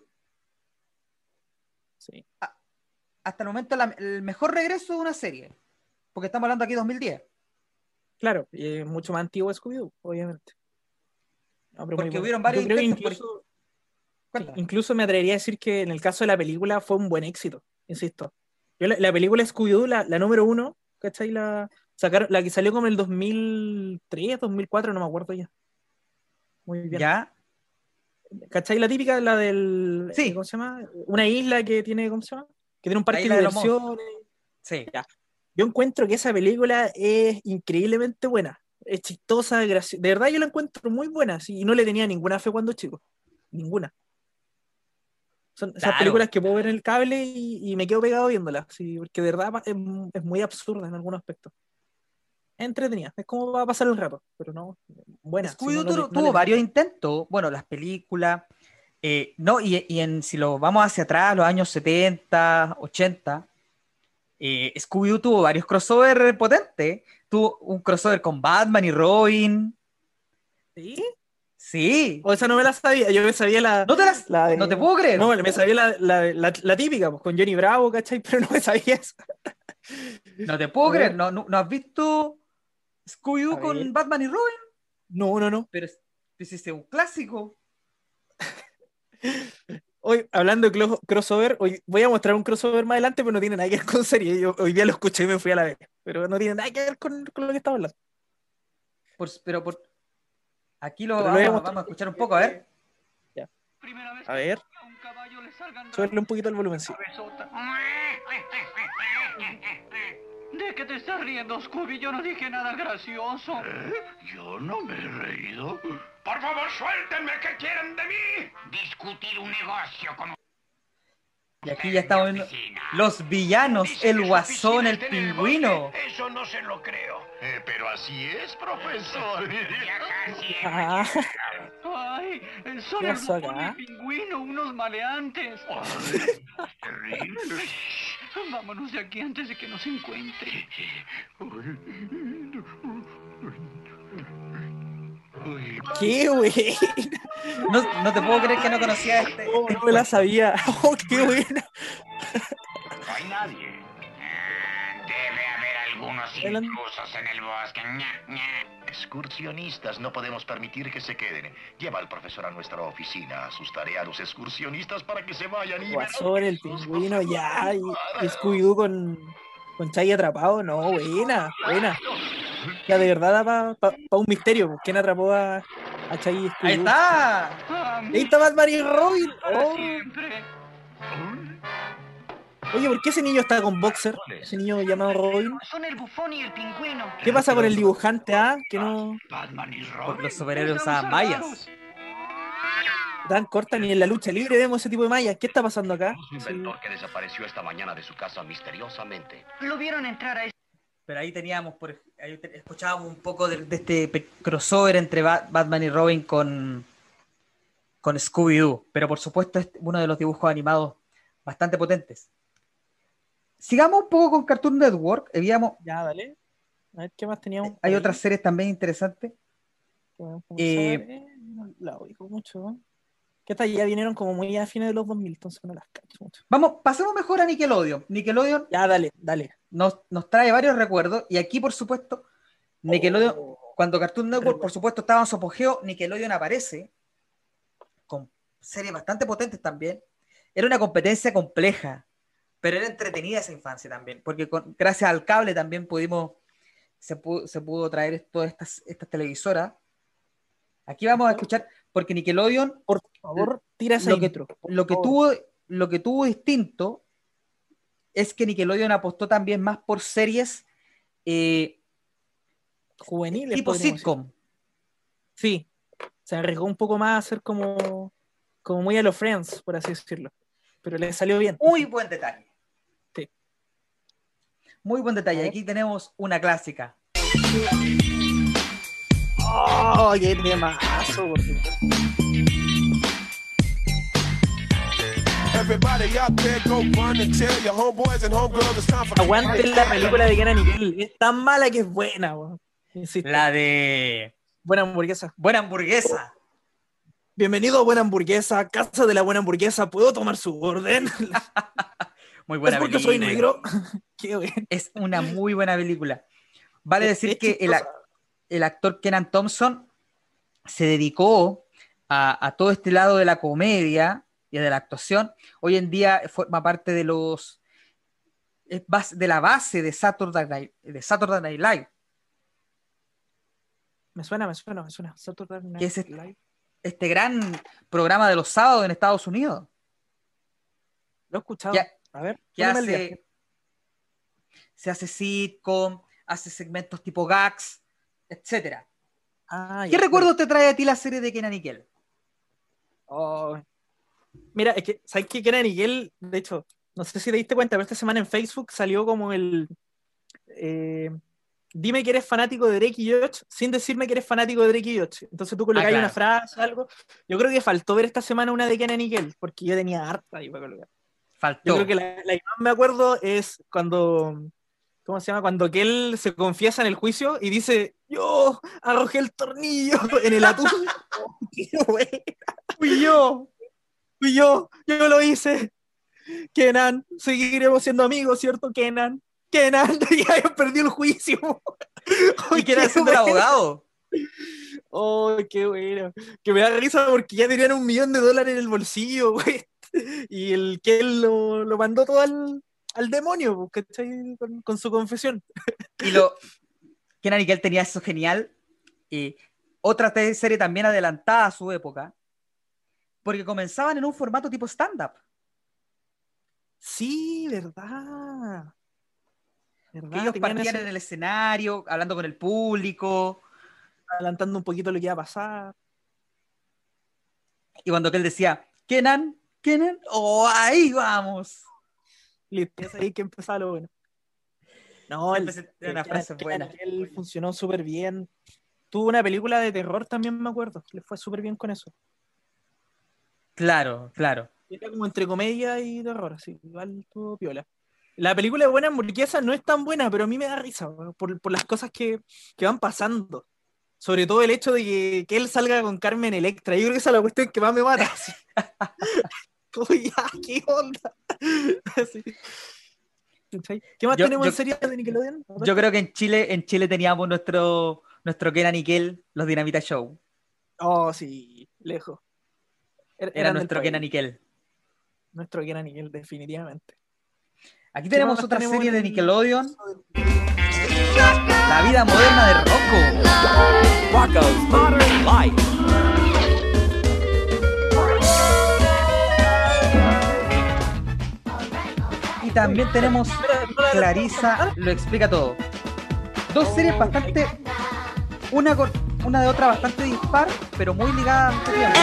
Sí. Hasta el momento el mejor regreso de una serie. Porque estamos hablando aquí de 2010. Claro, y es mucho más antiguo Scooby-Doo, obviamente. No, pero porque hubieron varios intentos. Incluso me atrevería a decir que en el caso de la película fue un buen éxito, insisto. Yo la película Scooby-Doo, la número 1, ¿cachai? La que salió como en el 2003, 2004, no me acuerdo ya. Muy bien. ¿Ya? ¿Cachai? La típica, la del... Sí. ¿Cómo se llama? Una isla que tiene, ¿cómo se llama? Que tiene un parque de diversiones. Sí. Ya. Yo encuentro que esa película es increíblemente buena. Es chistosa, graciosa. De verdad yo la encuentro muy buena. Sí, y no le tenía ninguna fe cuando chico. Ninguna. Son esas películas que puedo ver en el cable y me quedo pegado viéndolas. Sí, porque de verdad es muy absurda en algunos aspectos. Es entretenida. Es como va a pasar el rato. Pero no, buena. Scooby-Doo tuvo varios intentos. Bueno, las películas. Si lo vamos hacia atrás, los años 70, 80... Scooby-Doo tuvo varios crossover potentes. Tuvo un crossover con Batman y Robin. ¿Sí? Sí. O esa no me la sabía. Yo me sabía no te puedo creer. No, me sabía la típica, pues, con Johnny Bravo, ¿cachai? Pero no me sabía eso. No te puedo creer. ¿No has visto Scooby-Doo con Batman y Robin? No. Pero ese es un clásico. Hoy, hablando de crossover, hoy voy a mostrar un crossover más adelante, pero no tiene nada que ver con serie. Yo hoy día lo escuché y me fui a la vez. Pero no tiene nada que ver con lo que estaba hablando. Aquí vamos a escuchar un poco, a ver. Ya. A ver. Súbele un poquito el volumen, sí. ¿De qué te estás riendo, Scooby? Yo no dije nada gracioso. Yo no me he reído. Por favor, suéltenme. ¿Qué quieren de mí? Discutir un negocio con... Y aquí ya estamos viendo los villanos, el guasón, el pingüino. Eso no se lo creo. Pero así es, profesor. Ay, son el guasón y el pingüino, unos maleantes. Terrible. Vámonos de aquí antes de que nos encuentre. ¡Qué güey! No te puedo creer que no conocía no me la sabía. ¡Oh, qué buena! No hay nadie. algunos intrusos en el bosque. Excursionistas, no podemos permitir que se queden. Lleva al profesor a nuestra oficina. Asustaré a los excursionistas para que se vayan y... Sobre el pingüino ya, y Scooby-Doo con Chai atrapado, no, buena. Ya de verdad da para un misterio. ¿Quién atrapó a Chai y Scooby-Doo? ¡Ahí está! Ahí está Batman y Robin. Oye, ¿por qué ese niño está con boxer? Ese niño llamado Robin. Son el bufón y el pingüino. ¿Qué pasa con el dibujante, que no Batman y Robin. Porque los superhéroes usaban mallas. tan corta ni en la lucha libre vemos ese tipo de mallas? ¿Qué está pasando acá? Un inventor que desapareció esta mañana de su casa misteriosamente. Lo vieron entrar a Pero ahí teníamos, escuchábamos un poco de este crossover entre Batman y Robin con Scooby-Doo. Pero por supuesto es uno de los dibujos animados bastante potentes. Sigamos un poco con Cartoon Network. Ya, dale. A ver, ¿qué más teníamos? Hay otras series también interesantes. La oigo mucho, ¿no? Que estas ya vinieron como muy a fines de los 2000, entonces no las cacho mucho. Pasemos mejor a Nickelodeon. Nickelodeon ya, dale. Nos trae varios recuerdos. Y aquí, por supuesto, Nickelodeon, cuando Cartoon Network, por supuesto, estaba en su apogeo, Nickelodeon aparece con series bastante potentes también. Era una competencia compleja, pero era entretenida esa infancia también, porque gracias al cable también se pudo traer todas estas televisoras. Aquí vamos a escuchar, porque Nickelodeon, por favor, tira esa intro. Lo que tuvo distinto es que Nickelodeon apostó también más por series juveniles, tipo sitcom. Sí, se arriesgó un poco más a hacer como muy a los Friends, por así decirlo. Pero le salió bien. Muy buen detalle. Sí. Muy buen detalle. Aquí tenemos una clásica. ¡Oh, qué temazo! Aguanten la película de Kenan y Kel. Es tan mala que es buena, weón. La de... Buena hamburguesa. Buena hamburguesa. Bienvenido a Buena Hamburguesa, casa de la Buena Hamburguesa. ¿Puedo tomar su orden? Muy buena película. ¿Es porque soy negro? Qué bueno. Es una muy buena película. Vale decir que el actor Kenan Thompson se dedicó a todo este lado de la comedia y de la actuación. Hoy en día forma parte de la base de Saturday Night Live. Me suena. Saturday Night que es este gran programa de los sábados en Estados Unidos. Lo he escuchado. A ver, se hace sitcom, hace segmentos tipo gags, etcétera. ¿Qué recuerdos te trae a ti la serie de Kenan y Kel? Mira, es que, ¿sabes qué? Kenan y Kel, de hecho, no sé si te diste cuenta, pero esta semana en Facebook salió como el... dime que eres fanático de Drake y Josh sin decirme que eres fanático de Drake y Josh. Entonces tú colocas una frase o algo. Yo creo que faltó ver esta semana una de Kenan y Kel, porque yo tenía harta ahí para colocar. Faltó. Yo creo que la que más me acuerdo es cuando... ¿Cómo se llama? Cuando Kel se confiesa en el juicio y dice: yo arrojé el tornillo en el atún. ¡Qué buena! Fui yo lo hice. Kenan, seguiremos siendo amigos, ¿cierto, Kenan? Kenan, ya perdió el juicio. ¿Y Kenan siendo el abogado? ¡Oh, qué bueno! Que me da risa porque ya tenían $1 millón en el bolsillo, güey. Y el Kel lo mandó todo al demonio, ¿cachai? Con su confesión. Y Kenan y Kel tenía eso genial. Y otra serie también adelantada a su época, porque comenzaban en un formato tipo stand-up. Sí, verdad. Que ellos partían en el escenario, hablando con el público, adelantando un poquito lo que iba a pasar. Y cuando Kel decía, Kenan, ahí vamos. Listo, es ahí que empezaba lo bueno. No, una frase buena. Él funcionó súper bien. Tuvo una película de terror también, me acuerdo. Le fue súper bien con eso. Claro. Era como entre comedia y terror, así. Igual tuvo piola. La película de Buena Hamburguesa no es tan buena, pero a mí me da risa por las cosas que van pasando. Sobre todo el hecho de que él salga con Carmen Electra. Yo creo que esa es la cuestión que más me mata. Como ya, ¿qué onda? Sí. ¿Qué más tenemos en series de Nickelodeon? Yo creo que en Chile teníamos nuestro Kenan y Kel, los Dinamita Show. Oh, sí, lejos. Era nuestro Kenan y Kel. Nuestro Kenan y Kel, definitivamente. Aquí tenemos otra serie de Nickelodeon. La vida moderna de Rocco. Rocco's Modern Life. Y también tenemos Clarissa lo explica todo. Dos series bastante, una de otra bastante dispar, pero muy ligadas.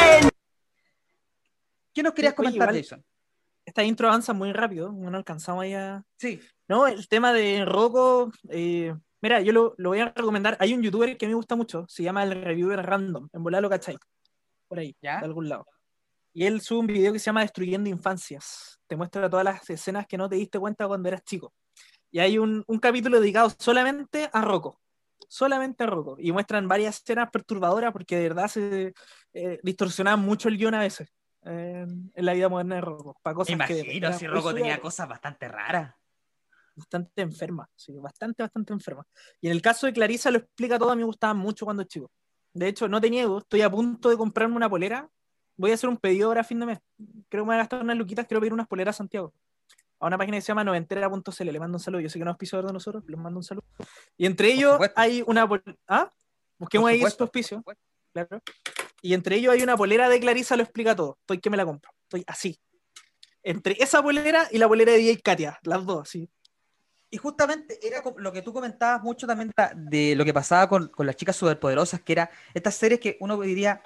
¿Qué nos querías comentar, igual, Jason? Esta intro avanza muy rápido, no alcanzamos ya. Sí. No, el tema de Rocco, mira, yo lo voy a recomendar. Hay un youtuber que a mí me gusta mucho, se llama el Reviewer Random, en volá lo cachai, por ahí, ¿ya? de algún lado. Y él sube un video que se llama Destruyendo Infancias. Te muestra todas las escenas que no te diste cuenta cuando eras chico. Y hay un capítulo dedicado solamente a Rocco. Solamente a Rocco. Y muestran varias escenas perturbadoras porque de verdad se distorsionaban mucho el guión a veces en la vida moderna de Rocco. Para cosas me imagino, que si Rocco tenía cosas bastante raras. Bastante enferma, sí, bastante enferma. Y en el caso de Clarissa lo explica todo, a mí me gustaba mucho cuando chico. De hecho, no te niego, estoy a punto de comprarme una polera. Voy a hacer un pedido ahora a fin de mes. Creo que me voy a gastar unas luquitas, quiero pedir unas poleras a Santiago. A una página que se llama noventera.cl, le mando un saludo. Yo sé que no es auspicio de nosotros, les mando un saludo. Y entre ellos hay una busquemos ahí su auspicio. Claro. Y entre ellos hay una polera de Clarissa lo explica todo. Estoy que me la compro. Estoy así. Entre esa polera y la polera de DJ Katia, las dos, sí. Y justamente era lo que tú comentabas mucho también de lo que pasaba con las chicas superpoderosas, que era estas series que uno diría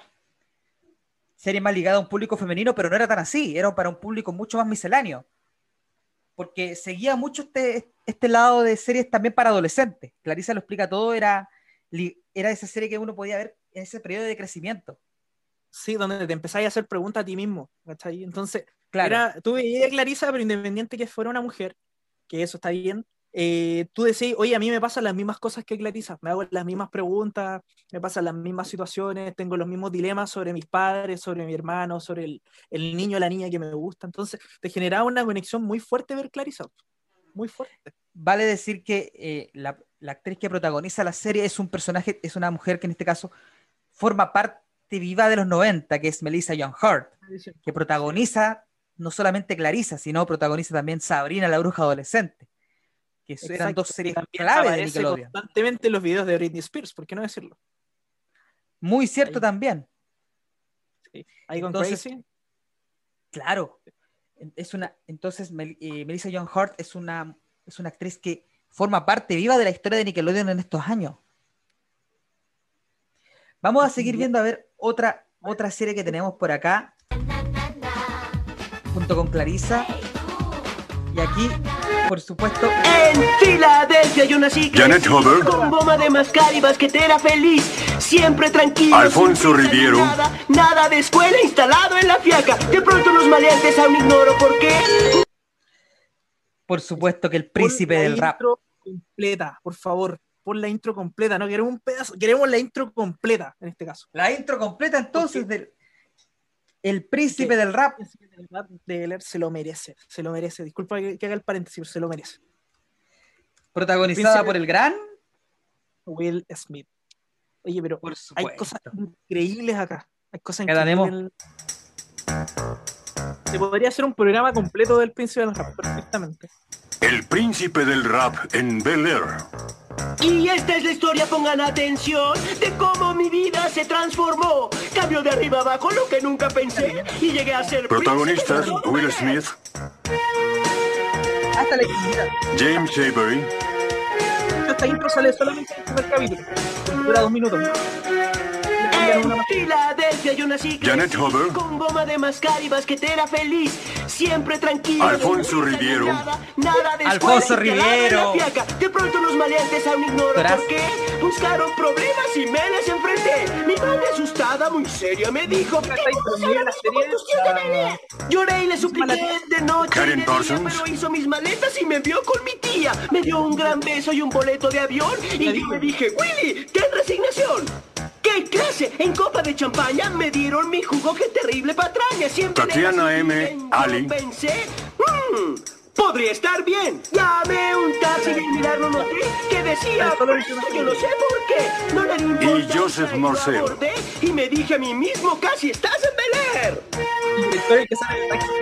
series más ligadas a un público femenino, pero no era tan así, era para un público mucho más misceláneo, porque seguía mucho este lado de series también para adolescentes. Clarissa lo explica todo, era esa serie que uno podía ver en ese periodo de crecimiento. Sí, donde te empezás a hacer preguntas a ti mismo, ¿cachai? Entonces, claro, tú veías a Clarissa, pero independiente que fuera una mujer, que eso está bien, tú decís, oye, a mí me pasan las mismas cosas que Clarissa, me hago las mismas preguntas, me pasan las mismas situaciones, tengo los mismos dilemas sobre mis padres, sobre mi hermano, sobre el niño o la niña que me gusta. Entonces te generaba una conexión muy fuerte ver Clarissa, muy fuerte. Vale decir que la actriz que protagoniza la serie es un personaje, es una mujer que en este caso forma parte viva de los 90, que es Melissa Joan Hart, que protagoniza no solamente Clarissa, sino protagoniza también Sabrina la bruja adolescente, que eran dos series clave de Nickelodeon. Constantemente en los videos de Britney Spears, ¿por qué no decirlo? Muy cierto ahí. También. Sí. Ahí con Crazy. Claro. Entonces Melissa Joan Hart es una actriz que forma parte viva de la historia de Nickelodeon en estos años. Vamos a seguir viendo a ver otra serie que tenemos por acá junto con Clarissa. Y aquí, por supuesto, en Filadelfia yo nací Janet Hubbard, con goma de mascar y basquetera feliz, siempre tranquilo. Alfonso Riviero, nada de escuela instalado en la fiaca. De pronto los maleantes aún ignoro por qué. Por supuesto que el príncipe del rap. Intro completa, por favor, pon la intro completa, no queremos un pedazo, queremos la intro completa en este caso. La intro completa entonces el príncipe del rap. Se lo merece, disculpa que haga el paréntesis, pero se lo merece. Protagonizada por el gran Will Smith. Oye, pero hay cosas increíbles acá. Hay cosas increíbles. Se podría hacer un programa completo del príncipe del rap, perfectamente. El príncipe del rap en Bel Air. Y esta es la historia, pongan atención, de cómo mi vida se transformó. Cambio de arriba abajo lo que nunca pensé y llegué a ser protagonistas: Will Smith, hasta la intimidad, James Avery. Esta intro sale solamente en el primer capítulo, dura 2 minutos. En Filadelfia yo nací Janet Hubbard, con goma de mascar y basquetera feliz, siempre tranquilo. Alfonso Riviero, nada de Alfonso Riviero. De pronto los maleantes aún ignoro por qué buscaron problemas y me les enfrenté. Mi madre asustada, muy seria, me dijo: lloré y le supliqué de noche Karen y de día, Parsons, pero hizo mis maletas y me envió con mi tía. Me dio un gran beso y un boleto de avión y yo me dije: Willy, ten resignación. ¡Qué clase! En copa de champaña me dieron mi jugo, qué terrible patraña. Siempre Tatiana M. Ali. Pensé, podría estar bien. Llamé un taxi y al mirarlo noté que decía preso, yo no sé por qué. No le di importancia Y Joseph y lo Marcel. abordé y me dije a mí mismo, casi estás en Bel Air. Y la historia que sale de taxi.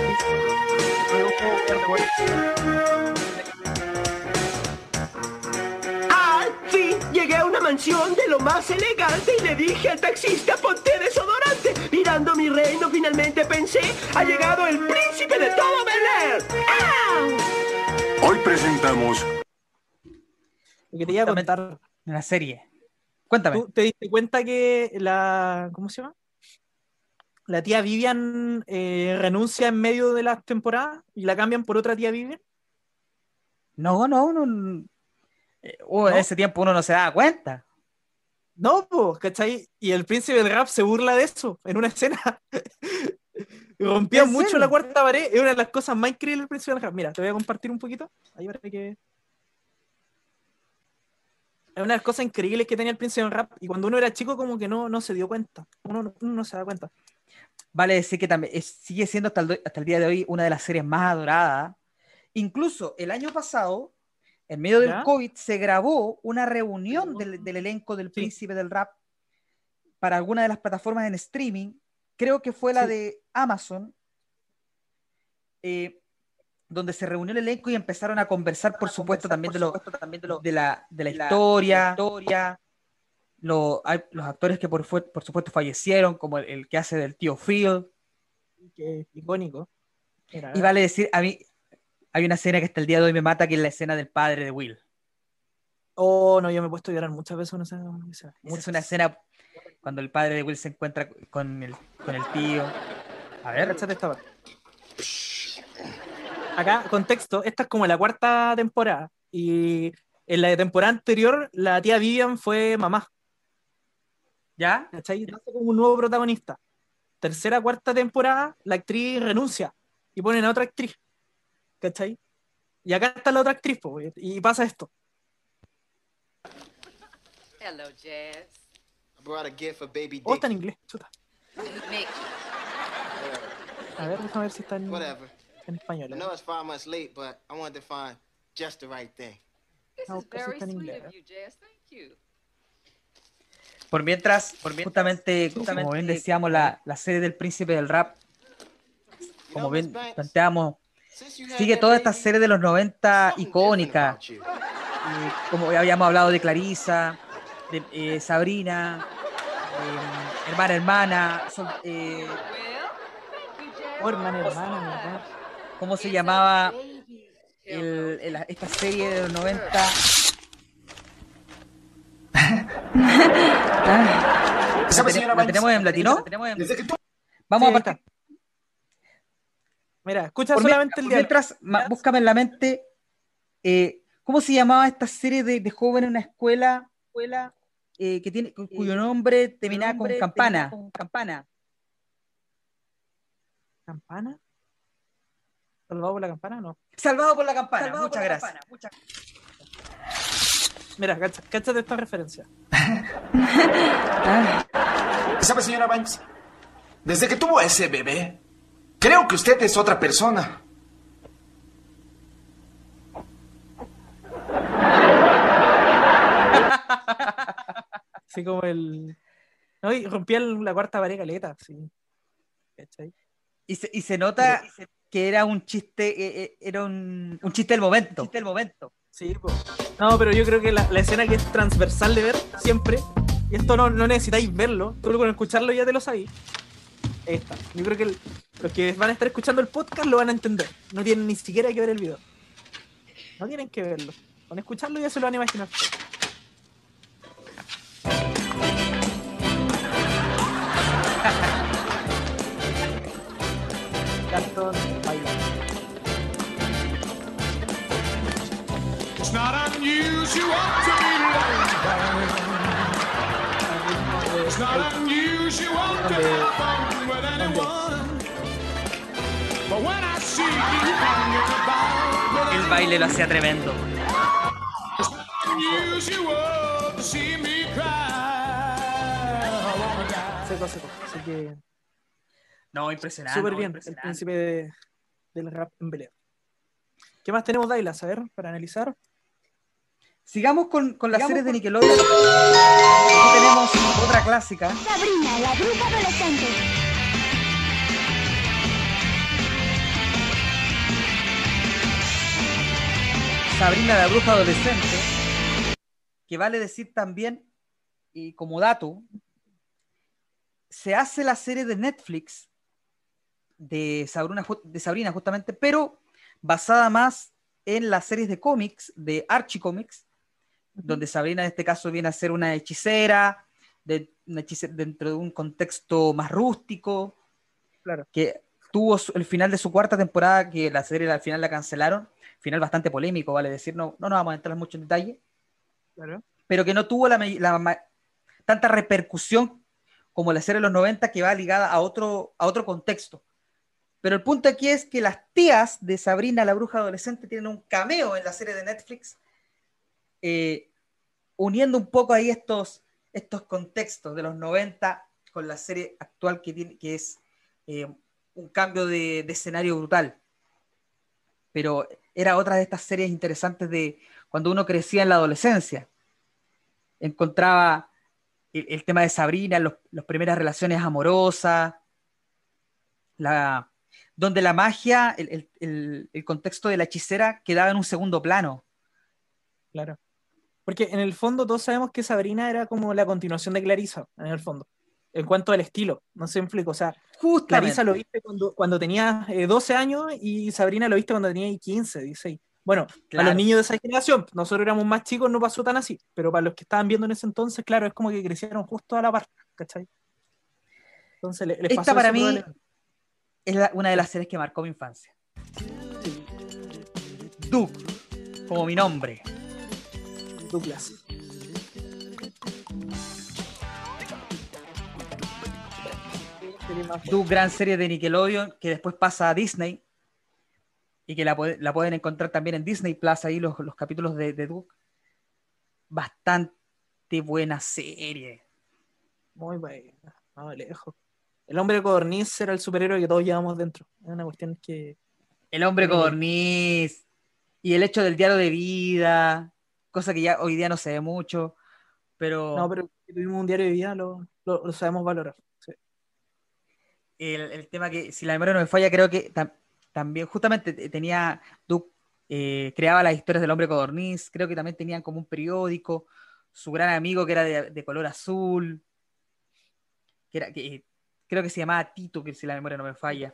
Al fin llegué a una mansión de lo más elegante y le dije al taxista, ponte desodorante. Mirando mi reino, finalmente pensé, ha llegado el príncipe de todo Bel Air. ¡Ah! Hoy presentamos Lo que te iba a contar. Una serie. Cuéntame. ¿Tú te diste cuenta que ¿cómo se llama? La tía Vivian renuncia en medio de las temporadas y la cambian por otra tía Vivian? No. ¿No? En ese tiempo uno no se daba cuenta. No, pues, ¿cachai? Y el príncipe del rap se burla de eso en una escena. Rompía ¿En mucho serio? la cuarta pared. Es una de las cosas más increíbles del príncipe del rap. Mira, te voy a compartir un poquito. Ahí para que... Es una de las cosas increíbles que tenía el príncipe del rap. Y cuando uno era chico, como que no se dio cuenta. Uno no se da cuenta. Vale decir que también sigue siendo hasta el día de hoy una de las series más adoradas. Incluso el año pasado, en medio del COVID, se grabó una reunión del elenco del Príncipe del Rap para alguna de las plataformas en streaming. Creo que fue la de Amazon, donde se reunió el elenco y empezaron a conversar, por supuesto, también de la historia. Los actores que por supuesto fallecieron, como el que hace del tío Phil. Que es icónico. Y vale decir, a mí hay una escena que hasta el día de hoy me mata, que es la escena del padre de Will. Oh, no, yo me he puesto a llorar muchas veces en esa escena. Esa es una escena cuando el padre de Will se encuentra con el tío. A ver, échate esta parte. Acá, contexto, esta es como la cuarta temporada. Y en la de temporada anterior, la tía Vivian fue mamá. ¿Ya? ¿Cachai? Nace como un nuevo protagonista. Tercera, cuarta temporada, la actriz renuncia y ponen a otra actriz. ¿Cachai? Y acá está la otra actriz, po, y pasa esto. Hello, Jazz. I brought a gift for baby Oh, Dick. está en inglés, chuta. Nick. A ver, déjame ver si está en español. I know it's 5 months late, but I wanted to find just the right thing. This No, is casi very está en sweet inglés. of you, Jazz. Thank you. Por mientras justamente, como bien decíamos, la serie del Príncipe del Rap, como bien planteamos, sigue toda esta serie de los 90 icónica. Como ya habíamos hablado de Clarissa, de Sabrina, hermana, hermana. ¿Cómo se llamaba esta serie de los 90? ¿La tenemos en latino? Vamos a partir. Mira, escucha solamente el diálogo. Mientras, búscame en la mente, ¿cómo se llamaba esta serie de jóvenes en una escuela cuyo nombre terminaba con Campana? ¿Campana? ¿Salvado por la campana? No. Salvado por la campana. Muchas gracias. Mira, cáchate esta referencia. ¿Sabe, señora Banks? Desde que tuvo a ese bebé, creo que usted es otra persona. Así como no, y rompía la cuarta pared caleta, sí. ¿Cachai? Y se nota que era un chiste, era un chiste del momento. Sí, pues. No, pero yo creo que la escena que es transversal de ver siempre, y esto no necesitáis verlo, solo con escucharlo ya te lo sabéis. Esta. Yo creo que los que van a estar escuchando el podcast lo van a entender. No tienen ni siquiera que ver el video. No tienen que verlo. Con escucharlo ya se lo van a imaginar. Carlton baila. It's not unusual to be lonely. It's not unusual to have fun with anyone. But when I see you hanging about, El baile lo hacía tremendo. it's not unusual to see me cry. Seco. Así que No, impresionante. súper bien. El príncipe del rap en Bel Air. ¿Qué más tenemos, Dailas? A ver, para analizar. Sigamos con las series de Nickelodeon. Aquí tenemos otra clásica. Sabrina, la bruja adolescente. Sabrina la bruja adolescente, que vale decir también, y como dato, se hace la serie de Netflix de Sabrina justamente, pero basada más en las series de cómics, de Archie Comics, donde Sabrina en este caso viene a ser una hechicera, dentro de un contexto más rústico, claro, que tuvo el final de su cuarta temporada, que la serie al final la cancelaron, final bastante polémico, vale decir, no nos vamos a entrar mucho en detalle, claro, pero que no tuvo tanta repercusión como la serie de los 90, que va ligada a otro contexto. Pero el punto aquí es que las tías de Sabrina la bruja adolescente tienen un cameo en la serie de Netflix, uniendo un poco ahí estos contextos de los 90 con la serie actual que es un cambio de escenario brutal. Pero era otra de estas series interesantes de cuando uno crecía en la adolescencia. Encontraba el tema de Sabrina, las primeras relaciones amorosas, donde la magia, el contexto de la hechicera quedaba en un segundo plano. Claro. Porque en el fondo todos sabemos que Sabrina era como la continuación de Clarissa, en el fondo. En cuanto al estilo, no sé, me explico. O sea, justamente. Clarissa lo viste cuando tenía 12 años y Sabrina lo viste cuando tenía 15, 16. Bueno, Claro. Para los niños de esa generación, nosotros éramos más chicos, no pasó tan así. Pero para los que estaban viendo en ese entonces, claro, es como que crecieron justo a la par, ¿cachai? Entonces les pasó esta para ese mí problema. es una de las series que marcó mi infancia. Duke, como mi nombre. Douglas. Duke, gran serie de Nickelodeon, que después pasa a Disney y que la pueden encontrar también en Disney Plus, ahí los capítulos de Duke. Bastante buena serie. Muy buena, no, lejos. El hombre codorniz era el superhéroe que todos llevamos dentro. Es una cuestión que... El hombre codorniz y el hecho del diario de vida, cosa que ya hoy día no se ve mucho, pero... No, pero si tuvimos un diario de vida, lo sabemos valorar. Sí. El tema que, si la memoria no me falla, creo que también justamente tenía Duke, creaba las historias del hombre codorniz, creo que también tenían como un periódico, su gran amigo que era de color azul, que creo que se llamaba Tito, que si la memoria no me falla.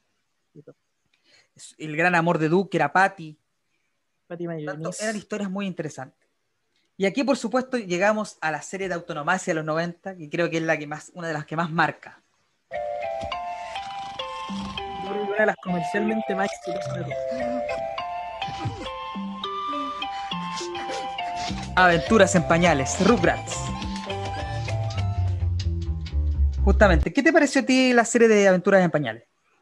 El gran amor de Duke, que era Patty. Eran historias muy interesantes. Y aquí, por supuesto, llegamos a la serie de Autonomacia de los 90, que creo que es una de las que más marca. Yo creo que una de las comercialmente más exitosas de todas. Aventuras en pañales, Rugrats. Justamente, ¿qué te pareció a ti la serie de Aventuras en pañales?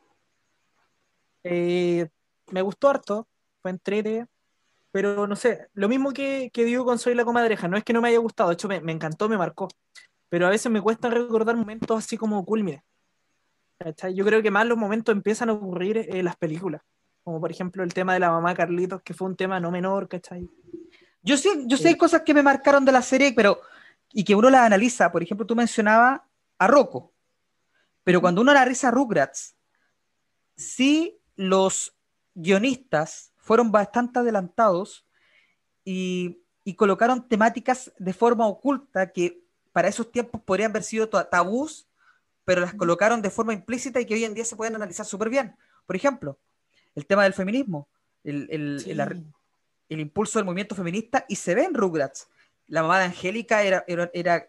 Me gustó harto, fue entrete, pero no sé, lo mismo que digo con Soy la comadreja, no es que no me haya gustado, de hecho me encantó, me marcó, pero a veces me cuesta recordar momentos así como culmines. ¿Cachai? Yo creo que más los momentos empiezan a ocurrir en las películas, como por ejemplo el tema de la mamá Carlitos, que fue un tema no menor, ¿cachai? Yo sé hay cosas que me marcaron de la serie, y que uno las analiza. Por ejemplo, tú mencionabas a Rocco, pero cuando uno analiza Rugrats, sí, los guionistas fueron bastante adelantados y colocaron temáticas de forma oculta que para esos tiempos podrían haber sido tabús, pero las colocaron de forma implícita y que hoy en día se pueden analizar súper bien. Por ejemplo, el tema del feminismo, el impulso del movimiento feminista, y se ve en Rugrats. La mamá de Angélica era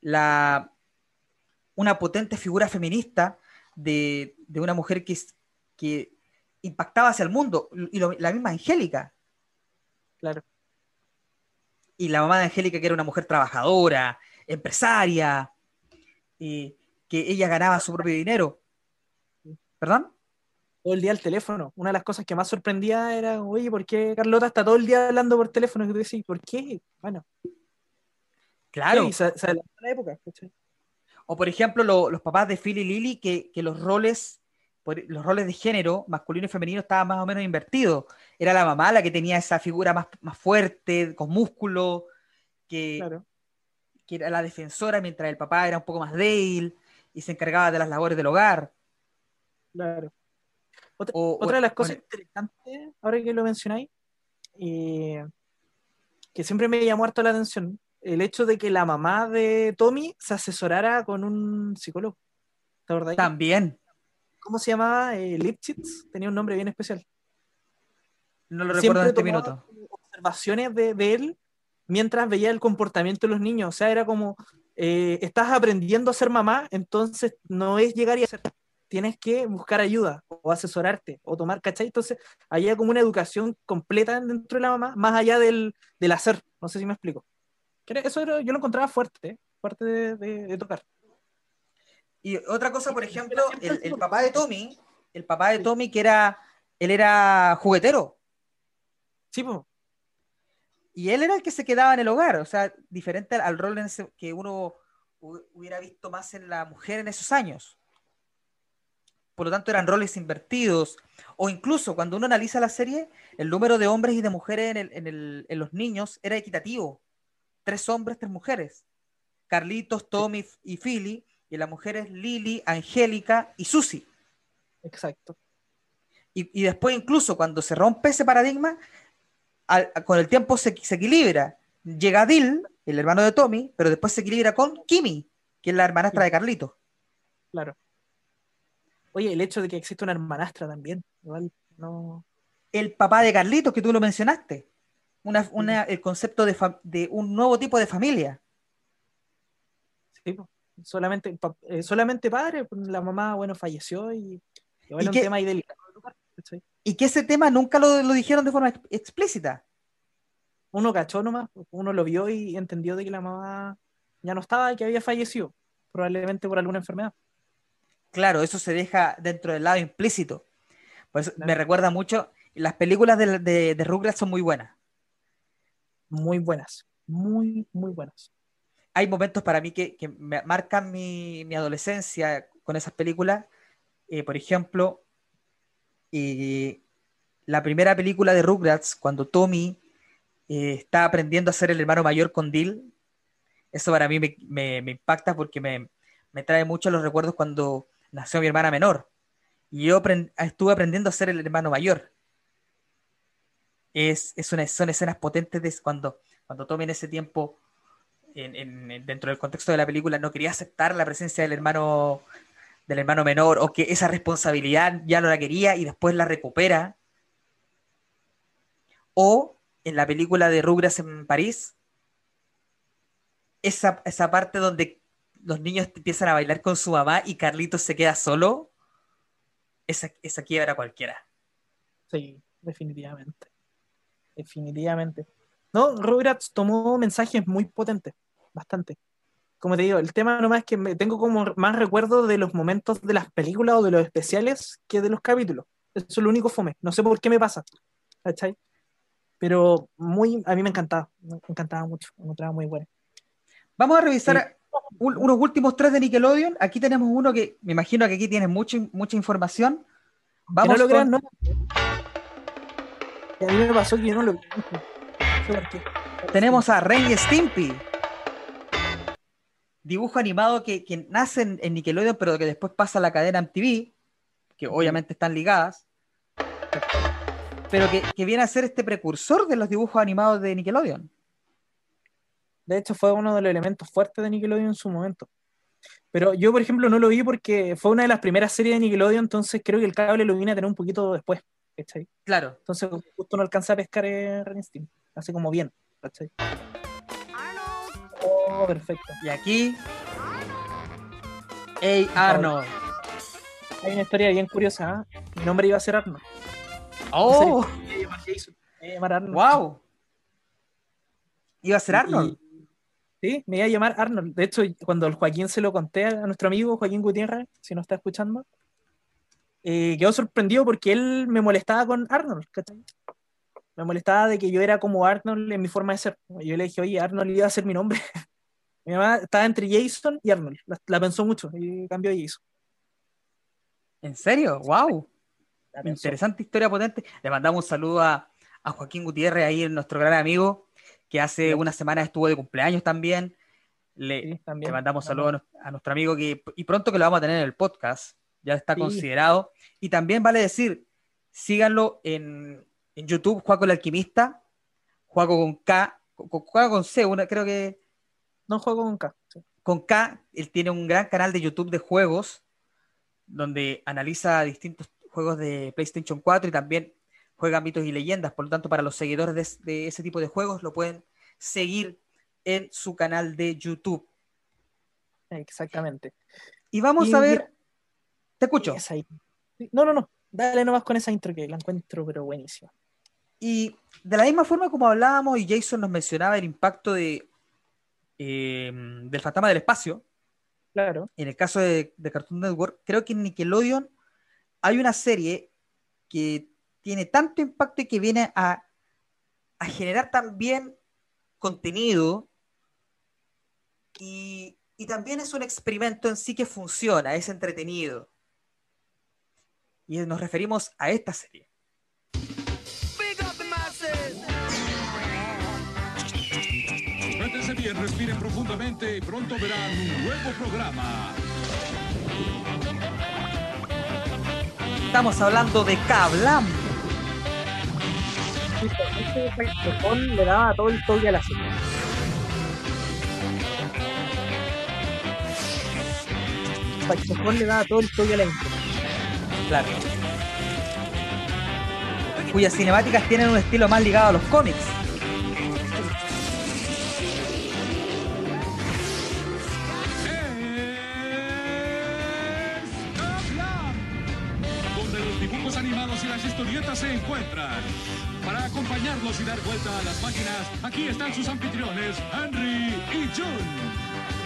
una potente figura feminista de una mujer que impactaba hacia el mundo, y la misma Angélica. Claro. Y la mamá de Angélica, que era una mujer trabajadora, empresaria, que ella ganaba su propio dinero. ¿Perdón? Todo el día al teléfono. Una de las cosas que más sorprendía era, oye, ¿por qué Carlota está todo el día hablando por teléfono? Y tú decís, ¿por qué? Bueno. Claro. Sí, se adelantó la época. ¿Cachai? O por ejemplo, los papás de Phil y Lily, que los roles de género, masculino y femenino, estaban más o menos invertidos. era la mamá la que tenía esa figura más fuerte, con músculo, que era la defensora, mientras el papá era un poco más débil y se encargaba de las labores del hogar. Claro. Otra de las cosas interesantes, ahora que lo mencionáis, que siempre me llamó harto la atención, el hecho de que la mamá de Tommy se asesorara con un psicólogo. ¿Te acordás? También. ¿Cómo se llamaba? Lipschitz, tenía un nombre bien especial. No lo recuerdo en este minuto. Observaciones de él mientras veía el comportamiento de los niños. O sea, era como, estás aprendiendo a ser mamá, entonces no es llegar y hacer, tienes que buscar ayuda o asesorarte o tomar, ¿cachai? Entonces había como una educación completa dentro de la mamá, más allá del hacer. No sé si me explico. Eso yo lo encontraba fuerte de tocar. Y otra cosa, por ejemplo, el papá de Tommy, que él era juguetero. Sí, pues. Y él era el que se quedaba en el hogar, o sea, diferente al rol que uno hubiera visto más en la mujer en esos años. Por lo tanto, eran roles invertidos. O incluso, cuando uno analiza la serie, el número de hombres y de mujeres en los niños era equitativo. 3 hombres, 3 mujeres. Carlitos, Tommy y Philly. Y las mujeres Lily, Angélica y Susie. Exacto. Y después, incluso cuando se rompe ese paradigma, con el tiempo se equilibra. Llega Dil, el hermano de Tommy, pero después se equilibra con Kimi, que es la hermanastra de Carlitos. Claro. Oye, el hecho de que existe una hermanastra también, igual no. El papá de Carlitos, que tú lo mencionaste. El concepto de un nuevo tipo de familia. Sí, pues. Solamente padre, la mamá, bueno, falleció y bueno, un tema ahí delicado. Y que ese tema nunca lo dijeron de forma explícita. Uno cachó nomás, uno lo vio y entendió de que la mamá ya no estaba y que había fallecido, probablemente por alguna enfermedad. Claro, eso se deja dentro del lado implícito. Por eso me recuerda mucho, las películas de Rugrats son muy buenas. Muy buenas, muy buenas. Hay momentos para mí que me marcan mi adolescencia con esas películas. Por ejemplo, la primera película de Rugrats, cuando Tommy está aprendiendo a ser el hermano mayor con Dil, eso para mí me impacta porque me trae mucho los recuerdos cuando nació mi hermana menor. Y yo estuve aprendiendo a ser el hermano mayor. Son escenas potentes de cuando Tommy en ese tiempo, dentro del contexto de la película, no quería aceptar la presencia del hermano menor, o que esa responsabilidad ya no la quería y después la recupera. O en la película de Rugrats en París, esa parte donde los niños empiezan a bailar con su mamá y Carlitos se queda solo, esa quiebra cualquiera. Sí, definitivamente. No, Rugrats tomó mensajes muy potentes, bastante. Como te digo, el tema nomás es que tengo como más recuerdo de los momentos de las películas o de los especiales que de los capítulos. Eso es lo único fome. No sé por qué me pasa, ¿cachai? Pero a mí me encantaba mucho, me encontraba muy bueno. Vamos a revisar unos últimos 3 de Nickelodeon. Aquí tenemos uno que me imagino que aquí tienes mucha información. Vamos, no lo crean, no. Y a mí me pasó que yo no lo vi. Tenemos a Ren y Stimpy, dibujo animado que nace en Nickelodeon, pero que después pasa a la cadena MTV, que obviamente están ligadas, pero que viene a ser este precursor de los dibujos animados de Nickelodeon. De hecho, fue uno de los elementos fuertes de Nickelodeon en su momento. Pero yo, por ejemplo, no lo vi porque fue una de las primeras series de Nickelodeon, entonces creo que el cable lo vine a tener un poquito después, ¿cachai? Claro. Entonces justo no alcancé a pescar Ren y Stimpy, así como bien, ¿cachai? Oh, perfecto. Y aquí, hey Arnold. Hay una historia bien curiosa, ¿eh? Mi nombre iba a ser Arnold. ¡Oh! Me iba a llamar Arnold. ¡Wow! ¿Iba a ser Arnold? Sí, me iba a llamar Arnold. De hecho, cuando el Joaquín se lo conté a nuestro amigo Joaquín Gutiérrez, si no está escuchando, quedó sorprendido porque él me molestaba con Arnold, ¿cachai? Me molestaba de que yo era como Arnold en mi forma de ser. Yo le dije, oye, Arnold iba a ser mi nombre. Mi mamá estaba entre Jason y Arnold. La pensó mucho y cambió a Jason. ¿En serio? ¡Wow! interesante historia potente. Le mandamos un saludo a Joaquín Gutiérrez, ahí nuestro gran amigo, que hace unas semanas estuvo de cumpleaños también. Le mandamos saludos a nuestro amigo y pronto que lo vamos a tener en el podcast, ya está considerado. Y también vale decir, síganlo en YouTube, Juaco el Alquimista, Juaco con K, Juaco con C, creo que... No, Juaco con K. Sí. Con K, él tiene un gran canal de YouTube de juegos, donde analiza distintos juegos de PlayStation 4 y también juega mitos y leyendas. Por lo tanto, para los seguidores de ese tipo de juegos, lo pueden seguir en su canal de YouTube. Exactamente. Y vamos a ver... Te escucho. No. Dale nomás con esa intro que la encuentro, pero buenísima. Y de la misma forma como hablábamos y Jason nos mencionaba el impacto del Fantasma del Espacio. Claro. En el caso de Cartoon Network, creo que en Nickelodeon hay una serie que tiene tanto impacto y que viene a generar también contenido y también es un experimento en sí que funciona, es entretenido. Y nos referimos a esta serie. Suéltense bien, respiren profundamente y pronto verán un nuevo programa. Estamos hablando de Kablam. Este saxofón le daba todo el toque a la serie. El saxofón le daba todo el toque a la intro. Claro. Cuyas cinemáticas tienen un estilo más ligado a los cómics. Donde los dibujos animados y las historietas se encuentran. Para acompañarlos y dar vuelta a las páginas, aquí están sus anfitriones, Henry y June.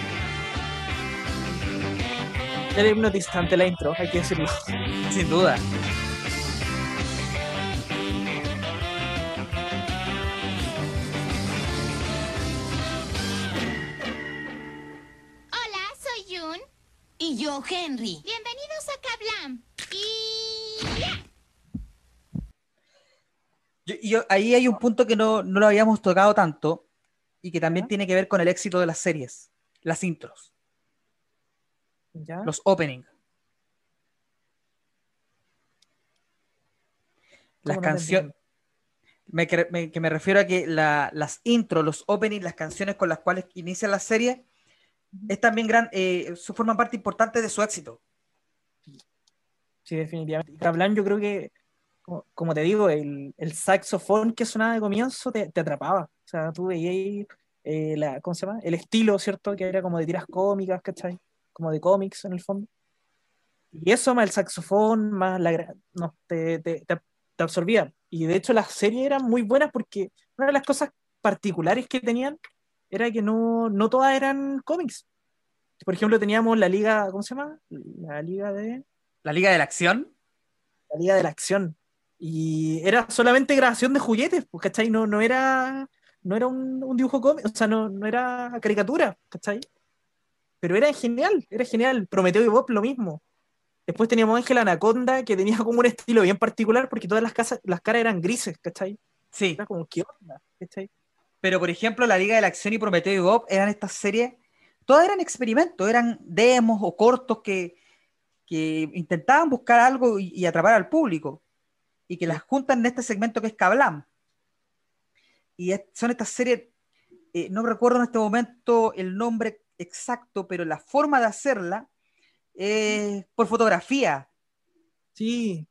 Era hipnotizante la intro, hay que decirlo. Sin duda. Hola, soy Jun. Y yo, Henry. Bienvenidos a Kablam. Ahí hay un punto que no lo habíamos tocado tanto y que también tiene que ver con el éxito de las series, las intros. ¿Ya? Los openings. Las canciones. Que me refiero a que las intros, los openings, las canciones con las cuales inicia la serie, es también forman parte importante de su éxito. Sí, definitivamente. Kablam, yo creo que, como te digo, el saxofón que sonaba de comienzo te atrapaba. O sea, tú veías ¿cómo se llama? El estilo, ¿cierto? Que era como de tiras cómicas, ¿cachai? Como de cómics en el fondo. Y eso más el saxofón, más te absorbían. Y de hecho las series eran muy buenas porque una de las cosas particulares que tenían era que no todas eran cómics. Por ejemplo, teníamos la liga, ¿cómo se llama? La liga de la acción. La liga de la acción. Y era solamente grabación de juguetes, ¿cachai? No era un dibujo cómic, o sea, no era caricatura, ¿cachai? Pero era genial. Prometeo y Bob lo mismo. Después teníamos Ángel Anaconda, que tenía como un estilo bien particular, porque todas las caras eran grises, ¿cachai? Sí. Era como, ¿qué onda? ¿Cachai? Pero, por ejemplo, la Liga de la Acción y Prometeo y Bob eran estas series, todas eran experimentos, eran demos o cortos que intentaban buscar algo y atrapar al público, y que las juntan en este segmento que es Kablam. Y son estas series, no recuerdo en este momento el nombre exacto, pero la forma de hacerla por fotografía. Sí.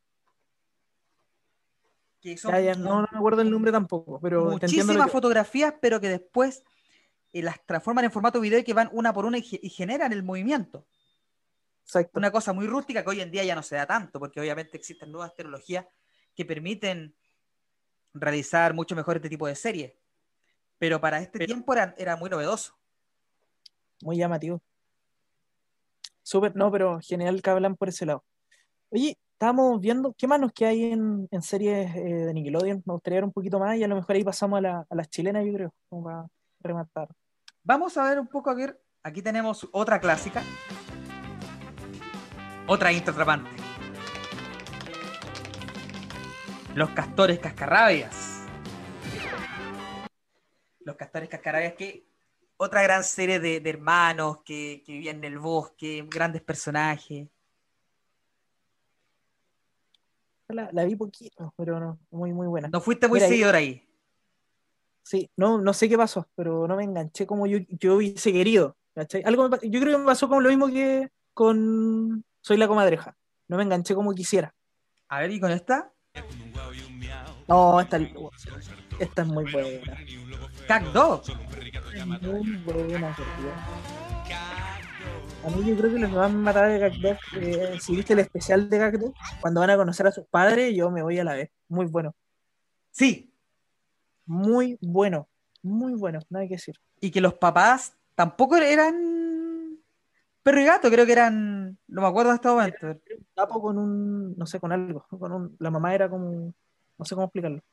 Que son no me acuerdo el nombre tampoco, pero muchísimas fotografías, pero que después las transforman en formato video y que van una por una y generan el movimiento. Exacto. Una cosa muy rústica que hoy en día ya no se da tanto, porque obviamente existen nuevas tecnologías que permiten realizar mucho mejor este tipo de series. Pero para este tiempo era muy novedoso. Muy llamativo. Súper, pero genial que hablan por ese lado. Oye, estábamos viendo, ¿qué más nos queda ahí en series de Nickelodeon? Me gustaría ver un poquito más y a lo mejor ahí pasamos a las chilenas, yo creo, como para rematar. Vamos a ver un poco, aquí tenemos otra clásica. Otra intro atrapante. Los Castores Cascarrabias. Los Castores Cascarrabias, que otra gran serie de hermanos que vivían en el bosque, grandes personajes. La vi poquito, pero no, muy buena. No fuiste muy Mira, seguidor ahí. Sí, no sé qué pasó, pero no me enganché como yo hubiese querido. ¿Cachai? Yo creo que me pasó como lo mismo que con Soy la Comadreja. No me enganché como quisiera. A ver, ¿y con esta? No, esta es muy buena. Cat-Dog. Muy buena, tío. A mí yo creo que lo que más me mataba de Cat-Dog, si viste el especial de Cat-Dog, cuando van a conocer a sus padres, yo me voy a la vez. Muy bueno. Sí. Muy bueno, nada que decir. Y que los papás tampoco eran perro y gato, creo que eran, no me acuerdo en este momento. Era un sapo con un, no sé, con algo. La mamá era como, no sé cómo explicarlo.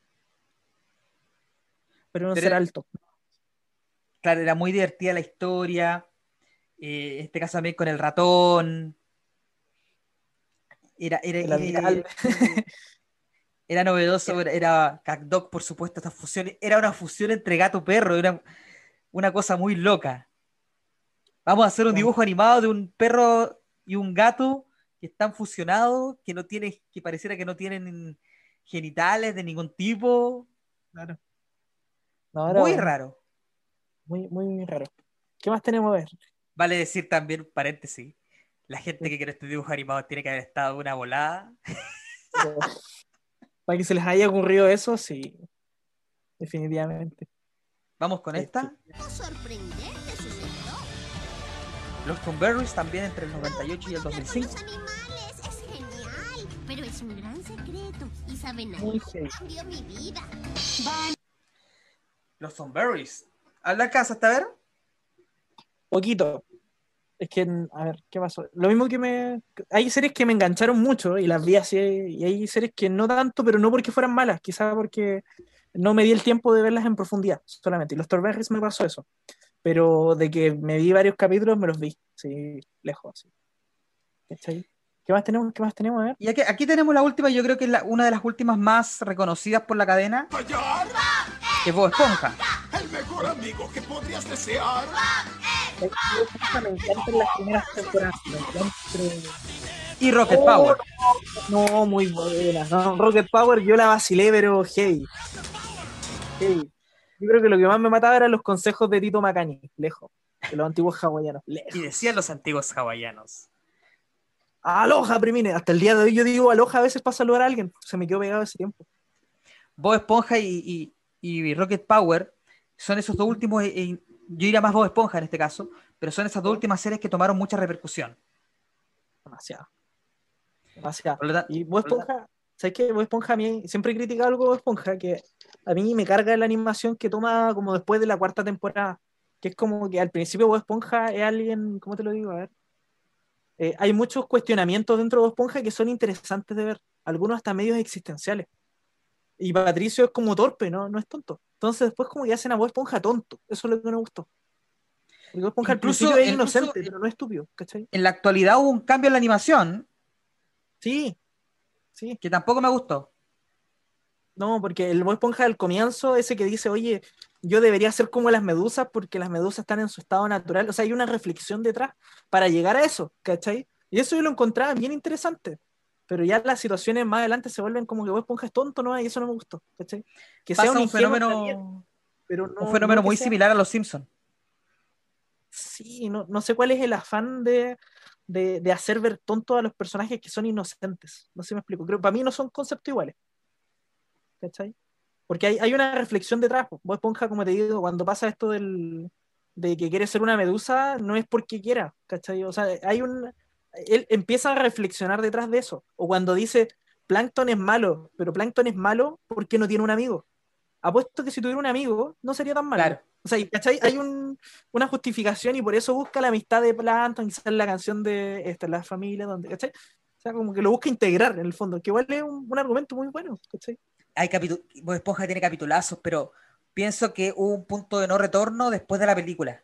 Pero era un ser alto. Claro, era muy divertida la historia. Este caso también con el ratón. Era novedoso, era Cat-Dog, por supuesto, esta fusión. Era una fusión entre gato y perro, era una cosa muy loca. Vamos a hacer un dibujo animado de un perro y un gato que están fusionados, que pareciera que no tienen genitales de ningún tipo. Claro. Muy raro. Muy raro. ¿Qué más tenemos a ver? Vale decir también, paréntesis, la gente que quiere este dibujo animado tiene que haber estado una volada. Para que se les haya ocurrido eso, sí. Definitivamente. Vamos con esta. Los Thornberrys también entre el 98 y el 2005. Los animales es genial, pero es un gran secreto. Y saben algo, cambió mi vida. Los Thornberrys. ¿Habla casa hasta ver? Poquito. Es que, a ver, ¿qué pasó? Lo mismo hay series que me engancharon mucho y las vi así, y hay series que no tanto, pero no porque fueran malas, quizás porque no me di el tiempo de verlas en profundidad solamente. Y los Thornberrys me pasó eso. Pero de que me vi varios capítulos, me los vi, sí, lejos. Sí. ¿Cachai? ¿Qué más tenemos? A ver. Y aquí tenemos la última, yo creo que es una de las últimas más reconocidas por la cadena, que es Bob Esponja. El mejor amigo que podrías desear. Me encantan las primeras temporadas. Y Rocket Power. No, muy buenas. No, Rocket Power yo la vacilé, pero hey. Yo creo que lo que más me mataba eran los consejos de Tito Macani, lejos, de los antiguos hawaianos. Lejos. Y decían los antiguos hawaianos. Aloha, primine. Hasta el día de hoy yo digo aloha a veces para saludar a alguien. Se me quedó pegado ese tiempo. Bob Esponja y Rocket Power son esos dos últimos, yo iría más Bob Esponja en este caso, pero son esas dos últimas series que tomaron mucha repercusión. Demasiado. Y Bob Esponja, ¿sabes qué? Bob Esponja, a mí siempre he criticado algo de Bob Esponja, que a mí me carga la animación que toma como después de la cuarta temporada, que es como que al principio Bob Esponja es alguien, ¿cómo te lo digo? A ver. Hay muchos cuestionamientos dentro de Bob Esponja que son interesantes de ver, algunos hasta medios existenciales. Y Patricio es como torpe, no es tonto. Entonces después como que hacen a Bob Esponja tonto. Eso es lo que no me gustó. Porque Bob Esponja al principio es inocente, pero no es estúpido, ¿cachai? En la actualidad hubo un cambio en la animación. Sí. Que tampoco me gustó. No, porque el Bob Esponja del comienzo, ese que dice, oye, yo debería ser como las medusas porque las medusas están en su estado natural. O sea, hay una reflexión detrás para llegar a eso, ¿cachai? Y eso yo lo encontraba bien interesante. Pero ya las situaciones más adelante se vuelven como que Bob Esponja es tonto, ¿no? Y eso no me gustó, ¿cachai? Que pasa sea un fenómeno, pero no, un fenómeno muy similar a los Simpsons. Sí, no sé cuál es el afán de hacer ver tonto a los personajes que son inocentes. No sé si me explico. Creo que para mí no son conceptos iguales. ¿Cachai? Porque hay una reflexión detrás. Bob Esponja, como te digo, cuando pasa esto de que quiere ser una medusa, no es porque quiera, ¿cachai? O sea, él empieza a reflexionar detrás de eso. O cuando dice, Plankton es malo, pero Plankton es malo porque no tiene un amigo. Apuesto que si tuviera un amigo, no sería tan malo. Claro. O sea, ¿cachai? Hay una justificación y por eso busca la amistad de Plankton, quizás la canción de la familia, donde, ¿cachai? O sea, como que lo busca integrar en el fondo, que igual es un argumento muy bueno, ¿cachai? Bob Esponja tiene capitulazos, pero pienso que hubo un punto de no retorno después de la película.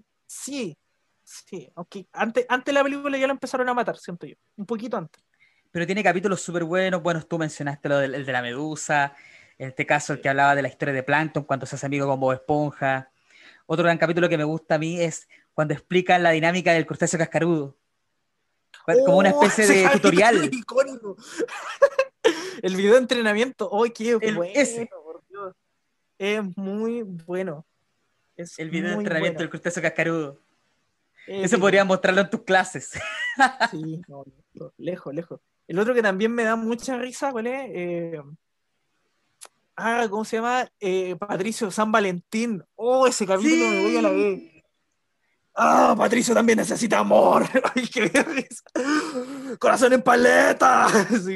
Sí, aunque antes de la película ya lo empezaron a matar, siento yo, un poquito antes. pero tiene capítulos súper buenos. Bueno, tú mencionaste el de la medusa, en este caso el que hablaba de la historia de Plankton cuando se hace amigo con Bob Esponja. Otro gran capítulo que me gusta a mí es cuando explican la dinámica del crustáceo cascarudo. Como una especie de tutorial. Icónico. El video de entrenamiento. ¡Oh, qué bueno! Ese. Por Dios. Es muy bueno. El video de entrenamiento del crustáceo cascarudo. Eso Sí. podrías mostrarlo en tus clases. Sí, no, lejos. El otro que también me da mucha risa, ¿cuál es? ¿Cómo se llama? Patricio San Valentín. ¡Oh, ese capítulo me voy a la vez! ¡Ah, Patricio también necesita amor! ¡Ay, qué risa! ¡Corazón en paleta! Así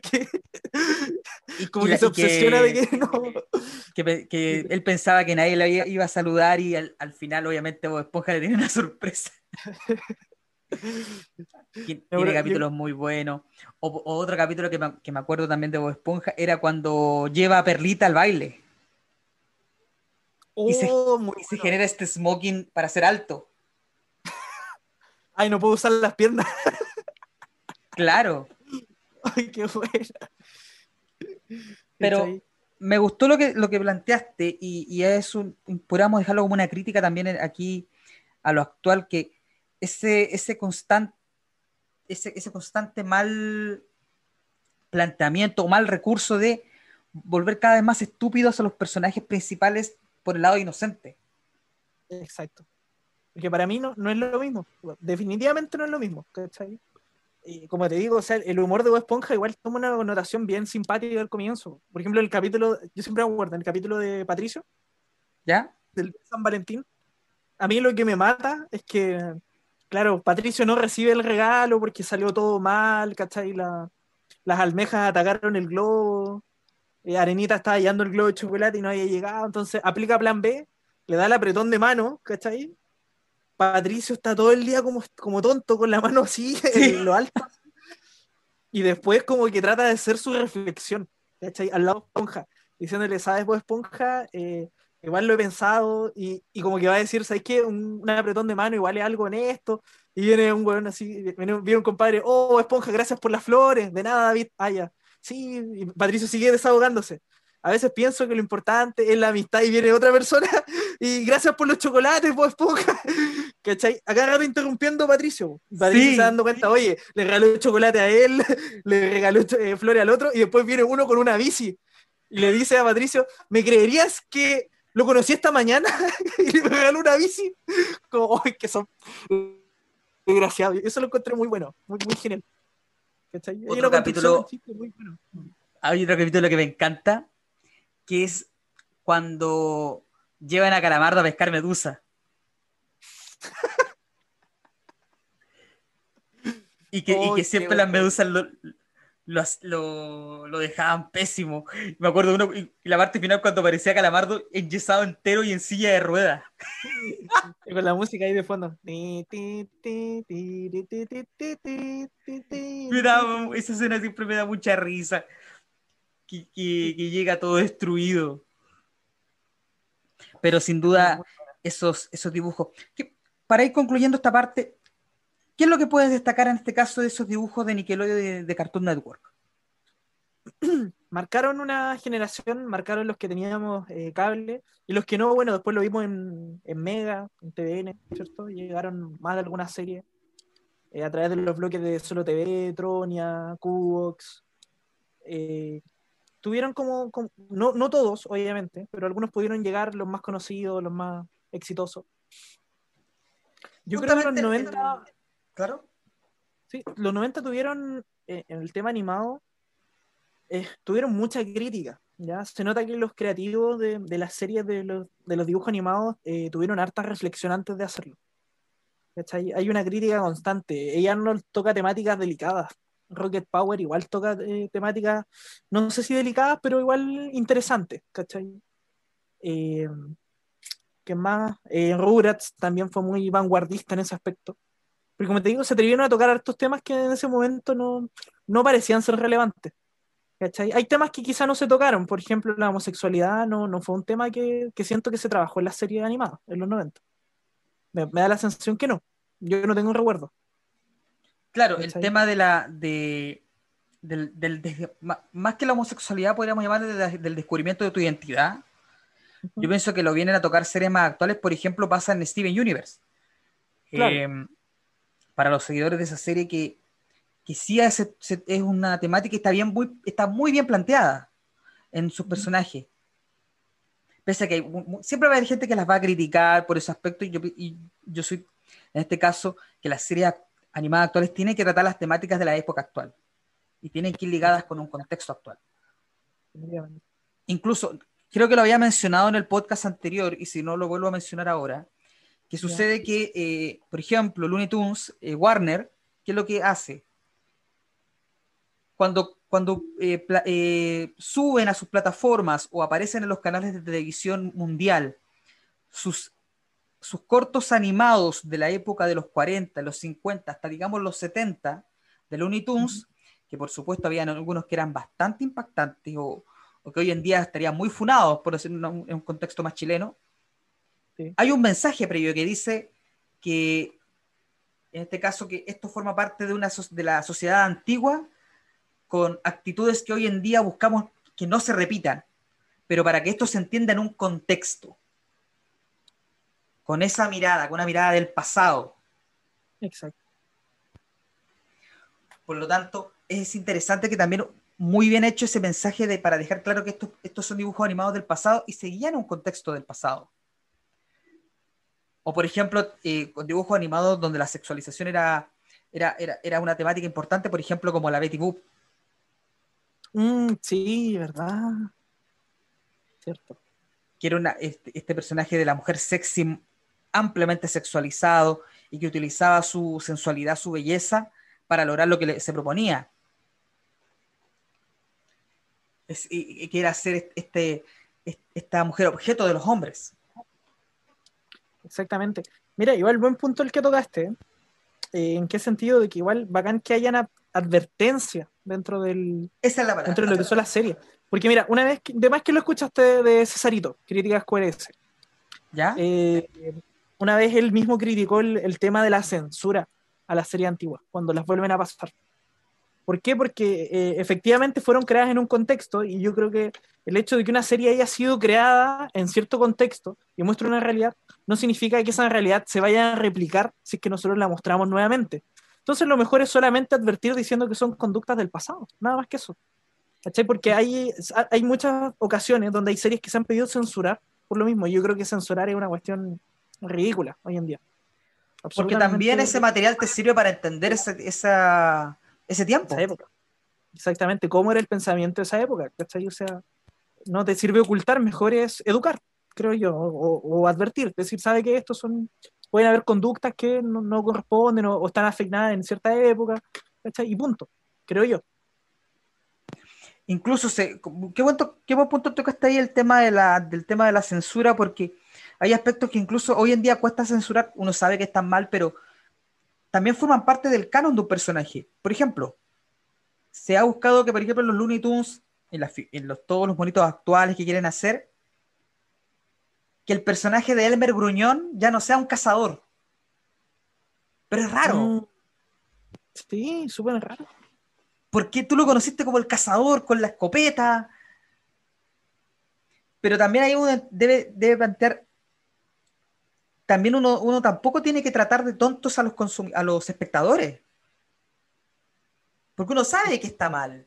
como que se obsesiona de que no. Que él pensaba que nadie le iba a saludar y al final, obviamente, Bob Esponja le tiene una sorpresa. Tiene capítulos muy buenos. O otro capítulo que me acuerdo también de Bob Esponja era cuando lleva a Perlita al baile. Y se genera este smoking para ser alto. Ay, no puedo usar las piernas. Claro. Ay, qué buena. Pero me gustó lo que planteaste y podríamos dejarlo como una crítica también aquí a lo actual, que ese constante mal planteamiento o mal recurso de volver cada vez más estúpidos a los personajes principales por el lado inocente. Exacto. Porque para mí no es lo mismo. Definitivamente no es lo mismo, ¿cachai? Y como te digo, o sea, el humor de Bob Esponja igual toma una connotación bien simpática al comienzo. Por ejemplo, el capítulo, yo siempre me acuerdo, el capítulo de Patricio, ¿ya? Del San Valentín. A mí lo que me mata es que, claro, Patricio no recibe el regalo porque salió todo mal, ¿cachai? Las almejas atacaron el globo, Arenita estaba hallando el globo de chocolate y no había llegado, entonces aplica plan B, le da el apretón de mano, ¿cachai? Patricio está todo el día como tonto, con la mano así, en lo alto. Y después como que trata de hacer su reflexión, ¿cachai? Al lado de Esponja, diciéndole, ¿sabes vos, Esponja? Igual lo he pensado, y como que va a decir, ¿sabes qué? Un apretón de mano igual es algo honesto. Y viene un weón así, viene un compadre, oh, Esponja, gracias por las flores. De nada, David. Ah, ya. Sí, y Patricio sigue desahogándose. A veces pienso que lo importante es la amistad y viene otra persona y gracias por los chocolates, Bob Esponja. ¿Cachai? Acá rato interrumpiendo a Patricio. Patricio se está dando cuenta, oye, le regaló chocolate a él, le regaló flores al otro y después viene uno con una bici y le dice a Patricio, ¿me creerías que lo conocí esta mañana y le regaló una bici? Como, ¡ay, que son desgraciados! Eso lo encontré muy bueno, muy genial. ¿Cachai? Otro capítulo, hay otro capítulo que me encanta, que es cuando llevan a Calamardo a pescar medusa. y que siempre las medusas lo dejaban pésimo. Me acuerdo uno, y la parte final cuando aparecía Calamardo enyesado entero y en silla de ruedas. Con la música ahí de fondo. Esa escena siempre me da mucha risa. Que llega todo destruido. Pero sin duda, esos dibujos. Para ir concluyendo esta parte, ¿qué es lo que puedes destacar en este caso de esos dibujos de Nickelodeon de Cartoon Network? Marcaron una generación, marcaron los que teníamos cable, y los que no, bueno, después lo vimos en Mega, en TVN, ¿cierto? Llegaron más de algunas series a través de los bloques de Solo TV, Tronia, Cubox. Tuvieron no todos, obviamente, pero algunos pudieron llegar, los más conocidos, los más exitosos. Yo creo que los 90... Claro. Sí, los 90 tuvieron, en el tema animado, tuvieron mucha crítica, ¿ya? Se nota que los creativos de las series de los dibujos animados tuvieron harta reflexión antes de hacerlo. ¿Cachai? Hay una crítica constante. Ella no toca temáticas delicadas. Rocket Power igual toca temáticas, no sé si delicadas, pero igual interesantes, ¿cachai? ¿Qué más? Rugrats también fue muy vanguardista en ese aspecto. Porque como te digo, se atrevieron a tocar estos temas que en ese momento no parecían ser relevantes. ¿Cachai? Hay temas que quizá no se tocaron, por ejemplo, la homosexualidad no fue un tema que siento que se trabajó en las series animadas en los 90. Me da la sensación que no. Yo no tengo un recuerdo. Claro, ¿cachai? El tema de más que la homosexualidad, podríamos llamarle del descubrimiento de tu identidad. Yo pienso que lo vienen a tocar series más actuales, por ejemplo, pasa en Steven Universe. Claro. Para los seguidores de esa serie que sí es una temática que está muy bien planteada en sus personajes. Pese a que siempre va a haber gente que las va a criticar por ese aspecto, y yo soy, en este caso, que las series animadas actuales tienen que tratar las temáticas de la época actual y tienen que ir ligadas con un contexto actual. Incluso, creo que lo había mencionado en el podcast anterior, y si no lo vuelvo a mencionar ahora, que sucede que, por ejemplo, Looney Tunes, Warner, ¿qué es lo que hace? Cuando suben a sus plataformas o aparecen en los canales de televisión mundial sus cortos animados de la época de los 40, los 50, hasta digamos los 70 de Looney Tunes, que por supuesto habían algunos que eran bastante impactantes o que hoy en día estarían muy funados, por decirlo en un contexto más chileno. Sí. Hay un mensaje previo que dice que, en este caso, que esto forma parte de la sociedad antigua, con actitudes que hoy en día buscamos que no se repitan, pero para que esto se entienda en un contexto, con esa mirada, con una mirada del pasado. Exacto. Por lo tanto, es interesante que también, muy bien hecho ese mensaje para dejar claro que estos son dibujos animados del pasado y seguían un contexto del pasado. O por ejemplo, con dibujos animados donde la sexualización era una temática importante, por ejemplo, como la Betty Boop. Sí, verdad. Cierto. Que era este personaje de la mujer sexy, ampliamente sexualizado, y que utilizaba su sensualidad, su belleza, para lograr lo que se proponía. Y que era ser esta mujer objeto de los hombres. Exactamente. Mira, igual buen punto el que tocaste. ¿En qué sentido? De que igual bacán que hayan advertencia dentro del Esa es la palabra, dentro de lo que son las series. Porque mira, una vez, de más que lo escuchaste de Cesarito, Críticas QRS, ¿ya? Una vez él mismo criticó el tema de la censura a las series antiguas, cuando las vuelven a pasar. ¿Por qué? Porque efectivamente fueron creadas en un contexto, y yo creo que el hecho de que una serie haya sido creada en cierto contexto y muestre una realidad, no significa que esa realidad se vaya a replicar si es que nosotros la mostramos nuevamente. Entonces lo mejor es solamente advertir diciendo que son conductas del pasado, nada más que eso. ¿Cachai? Porque hay muchas ocasiones donde hay series que se han pedido censurar por lo mismo. Yo creo que censurar es una cuestión ridícula hoy en día. Porque también ese material te sirve para entender ese tiempo. Esa época. Exactamente, cómo era el pensamiento de esa época, ¿cachai? O sea, no te sirve ocultar, mejor es educar, creo yo, o advertir, decir, sabe que pueden haber conductas que no corresponden o están afectadas en cierta época, ¿cachai? Y punto, creo yo. Incluso, qué buen punto tocaste ahí el tema del tema de la censura, porque hay aspectos que incluso hoy en día cuesta censurar, uno sabe que están mal, pero también forman parte del canon de un personaje. Por ejemplo, se ha buscado que, por ejemplo, en los Looney Tunes, todos los monitos actuales que quieren hacer, que el personaje de Elmer Gruñón ya no sea un cazador. Pero es raro. Sí, súper raro. Porque tú lo conociste como el cazador con la escopeta. Pero también ahí uno debe plantear. También uno tampoco tiene que tratar de tontos a los espectadores. Porque uno sabe que está mal.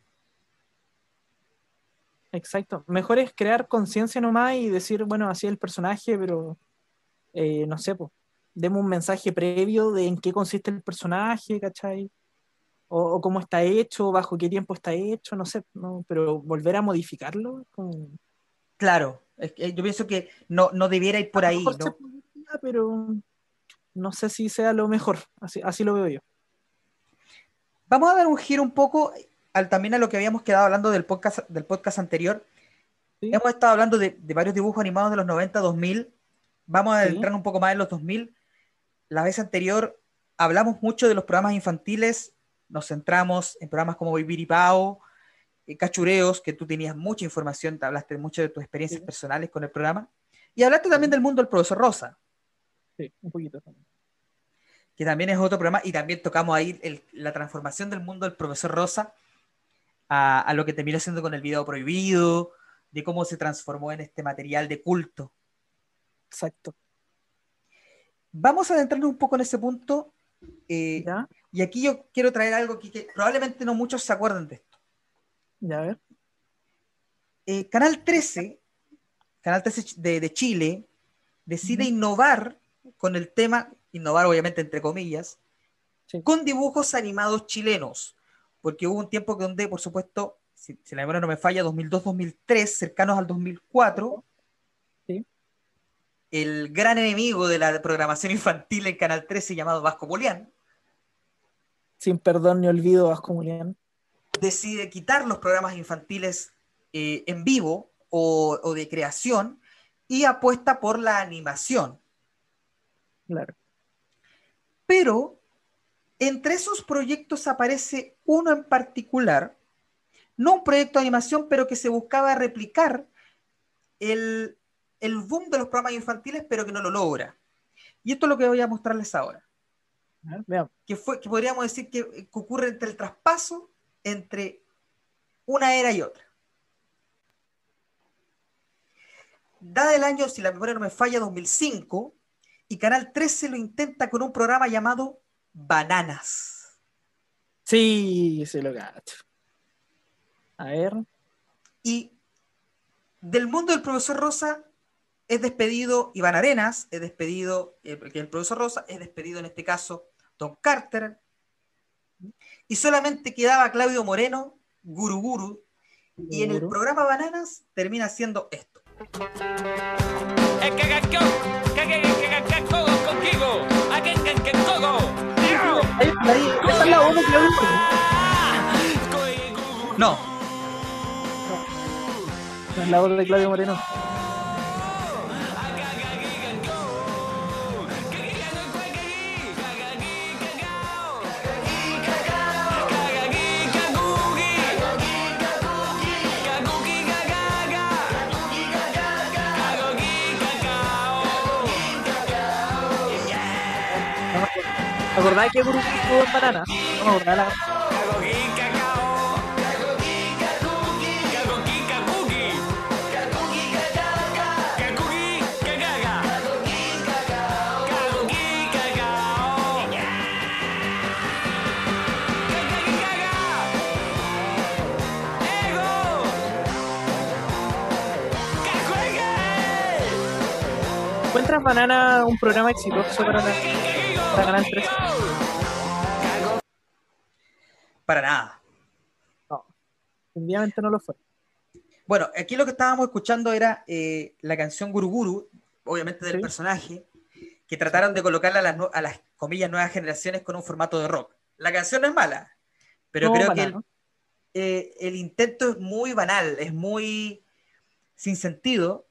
Exacto. Mejor es crear conciencia nomás y decir, bueno, así es el personaje, pero no sé, pues, demos un mensaje previo de en qué consiste el personaje, ¿cachai? O cómo está hecho, bajo qué tiempo está hecho, no sé, no, pero volver a modificarlo. Claro, yo pienso que no debiera ir por ahí, ¿no? Pero no sé si sea lo mejor, así lo veo yo. Vamos a dar un giro un poco también a lo que habíamos quedado hablando del podcast anterior. ¿Sí? Hemos estado hablando de varios dibujos animados de los 90, 2000. Vamos a adentrar un poco más en los 2000. La vez anterior hablamos mucho de los programas infantiles, nos centramos en programas como Biribao, Cachureos, que tú tenías mucha información, te hablaste mucho de tus experiencias personales con el programa, y hablaste también del mundo del profesor Rosa. Sí, un poquito también. Que también es otro programa, y también tocamos ahí la transformación del mundo del profesor Rosa a lo que terminó siendo con el video prohibido, de cómo se transformó en este material de culto. Exacto. Vamos a adentrarnos un poco en ese punto, y aquí yo quiero traer algo que probablemente no muchos se acuerdan de esto. Ya, a ver. Canal 13 de Chile decide innovar con el tema, innovar obviamente entre comillas, con dibujos animados chilenos, porque hubo un tiempo donde, por supuesto, si la memoria no me falla, 2002-2003, cercanos al 2004, el gran enemigo de la programación infantil en Canal 13 llamado Vasco Polián, sin perdón ni olvido, Vasco Polián, decide quitar los programas infantiles en vivo o de creación y apuesta por la animación. Claro. Pero entre esos proyectos aparece uno en particular, no un proyecto de animación, pero que se buscaba replicar el boom de los programas infantiles, pero que no lo logra. Y esto es lo que voy a mostrarles ahora. Veamos. Que podríamos decir que ocurre entre el traspaso entre una era y otra. Dada el año, si la memoria no me falla, 2005, y Canal 13 lo intenta con un programa llamado Bananas. Sí, se lo gacho. A ver. Y del mundo del profesor Rosa es despedido Iván Arenas, es despedido, porque el profesor Rosa, es despedido en este caso Don Carter, y solamente quedaba Claudio Moreno, Guru Guru, y en el programa Bananas termina haciendo esto. Esa es la voz de Claudio. No. No es la voz de Claudio Moreno. ¿Te acordás que Guru estuvo en Banana? No me acordaba la... ¿Encuentras Banana un programa exitoso para Canal 13? Para nada. No, definitivamente no lo fue. Bueno, aquí lo que estábamos escuchando era la canción Guru Guru, obviamente del personaje, que trataron de colocarla a las comillas nuevas generaciones con un formato de rock. La canción no es mala, pero creo que el intento es muy banal, es muy sin sentido.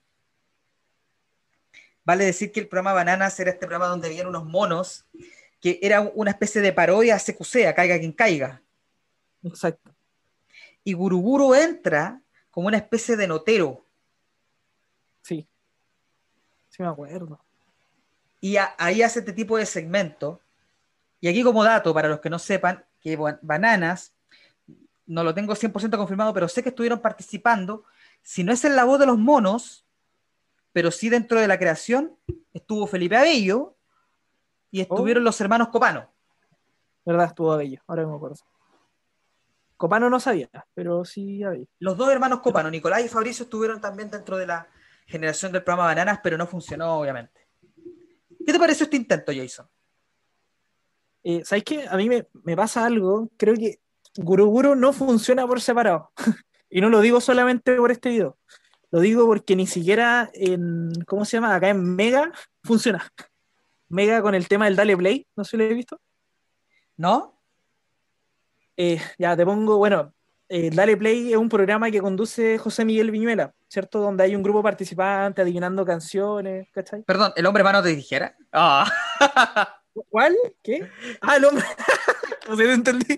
Vale decir que el programa Bananas era este programa donde habían unos monos, que era una especie de parodia a CQC, a Caiga Quien Caiga. Exacto. Y Guru Guru entra como una especie de notero. Sí. Sí me acuerdo. Y ahí hace este tipo de segmento. Y aquí como dato, para los que no sepan, que Bananas, no lo tengo 100% confirmado, pero sé que estuvieron participando, si no es en la voz de los monos, pero sí dentro de la creación, estuvo Felipe Abello y estuvieron los hermanos Copano. ¿Verdad? Estuvo Abello, ahora me acuerdo. Copano no sabía, pero sí Abello. Los dos hermanos Copano, Nicolás y Fabricio, estuvieron también dentro de la generación del programa Bananas, pero no funcionó, obviamente. ¿Qué te pareció este intento, Jason? ¿Sabes qué? A mí me pasa algo. Creo que Guru Guru no funciona por separado. Y no lo digo solamente por este video. Lo digo porque ni siquiera en, ¿cómo se llama? Acá en Mega funciona. Mega con el tema del Dale Play, no sé si lo he visto. ¿No? Ya te pongo, bueno, Dale Play es un programa que conduce José Miguel Viñuela, ¿cierto? Donde hay un grupo participante adivinando canciones, ¿cachai? Perdón, ¿el hombre mano de tijera? Ah. ¿Cuál? ¿Qué? Ah, el hombre. No sé, no entendí.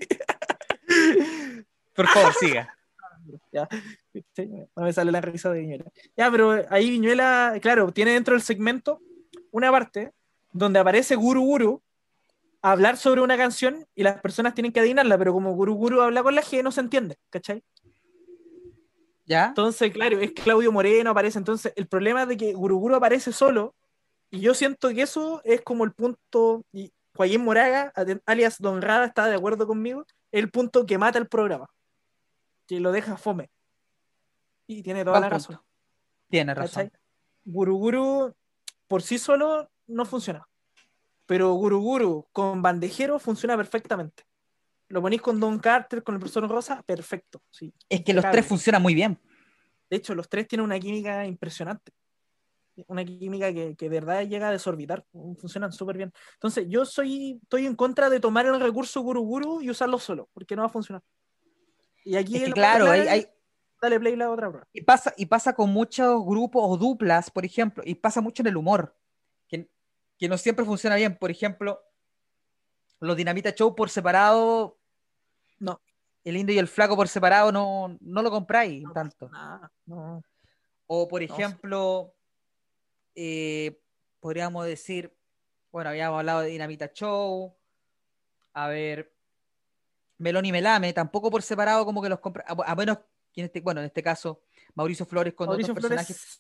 Por favor, siga. Ya. Sí, no me sale la risa de Viñuela. Ya, pero ahí Viñuela, claro, tiene dentro del segmento una parte donde aparece Guru Guru hablar sobre una canción y las personas tienen que adivinarla, pero como Guru Guru habla con la G no se entiende, ¿cachai? ¿Ya? Entonces, claro, es Claudio Moreno aparece, entonces el problema es de que Guru Guru aparece solo y yo siento que eso es como el punto, y Joaquín Moraga, alias Don Rada, está de acuerdo conmigo, es el punto que mata el programa, que lo deja fome. Y tiene toda la razón. Tiene razón. ¿Cachai? Guru Guru por sí solo no funciona. Pero Guru Guru con bandejero funciona perfectamente. Lo ponís con Don Carter, con el profesor Rosa, perfecto. Sí, es que los tres funcionan muy bien. De hecho, los tres tienen una química impresionante. Una química que de verdad llega a desorbitar. Funcionan súper bien. Entonces, estoy en contra de tomar el recurso Guru Guru y usarlo solo, porque no va a funcionar. Y aquí, es que claro, dale play la otra prueba. Y pasa con muchos grupos o duplas, por ejemplo, y pasa mucho en el humor, que no siempre funciona bien. Por ejemplo, los Dinamita Show por separado, no. El Indio y el Flaco por separado no lo compráis tanto. No. O por ejemplo, podríamos decir, bueno, habíamos hablado de Dinamita Show, a ver, Melón y Melame, tampoco por separado como que los compra, a menos que en este caso, Mauricio Flores con otros personajes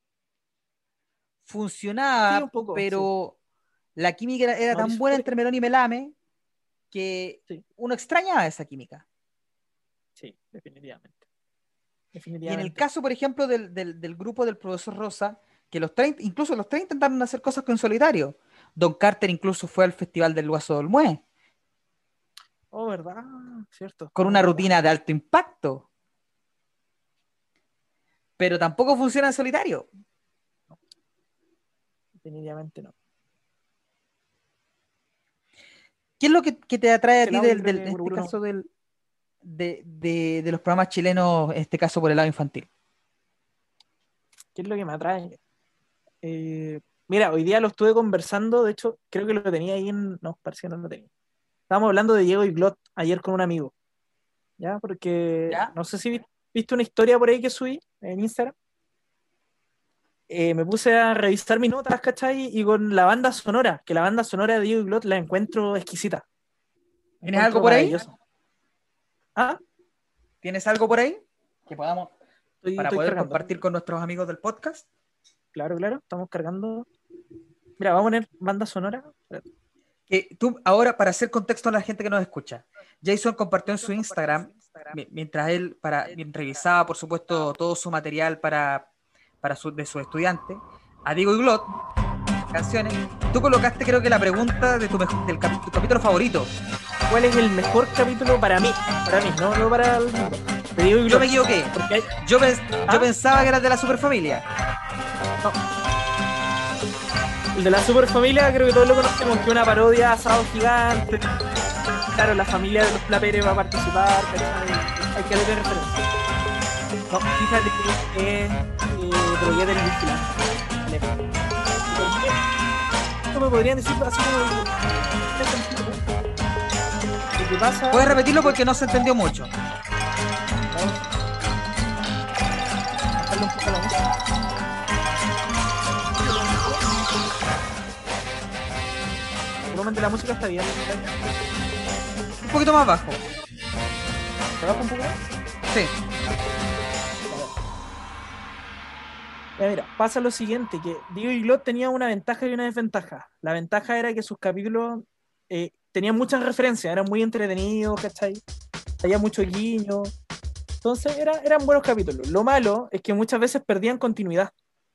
funcionaba, sí, un poco, pero sí. La química era tan buena entre Melón y Melame que uno extrañaba esa química. Sí, definitivamente. Y en el caso, por ejemplo, del grupo del profesor Rosa, que incluso los tres intentaron hacer cosas con solitario. Don Carter incluso fue al Festival del Guaso del Mue. Oh, ¿verdad? Cierto. Con una rutina de alto impacto. Pero tampoco funciona en solitario. No. Definitivamente no. ¿Qué es lo que te atrae a ti en este caso de los programas chilenos, en este caso por el lado infantil? ¿Qué es lo que me atrae? Mira, hoy día lo estuve conversando, de hecho, creo que lo tenía ahí no, parece que no lo tenía. Estábamos hablando de Diego y Glot ayer con un amigo. ¿Ya? Porque no sé si viste una historia por ahí que subí en Instagram. Me puse a revisar mis notas, ¿cachai? Y con la banda sonora, que la banda sonora de Diego y Glot la encuentro exquisita. ¿Tienes algo por ahí? ¿Ah? ¿Tienes algo por ahí? Que podamos para poder cargando. Compartir con nuestros amigos del podcast. Claro, estamos cargando. Mira, vamos a poner banda sonora. Tú, ahora, para hacer contexto a la gente que nos escucha, Jason compartió en su Instagram, mientras él revisaba, por supuesto, todo su material de su estudiante, a Diego y Glot, canciones. Tú colocaste, creo que la pregunta de tu capítulo favorito. ¿Cuál es el mejor capítulo para mí? Para mí, no para el mundo. Yo me equivoqué. Yo pensaba que era el de la Superfamilia. No. El de la Superfamilia creo que todos lo conocemos, que es una parodia a Asado Gigante. Claro, la familia de los Plaperes va a participar, hay que darle referencia. No, fíjate que es Drogué del Vigilante. Esto me podrían decir así como... ¿Qué pasa? ¿Puedes repetirlo porque no se entendió mucho? Bajarle un poco la música. El volumen de la música está bien. Un poquito más bajo. ¿Se baja un poco más? Sí. Mira, pasa lo siguiente, que Diego y Glot tenía una ventaja y una desventaja. La ventaja era que sus capítulos tenían muchas referencias, eran muy entretenidos, ¿cachai? Había mucho guiño. Entonces eran buenos capítulos. Lo malo es que muchas veces perdían continuidad.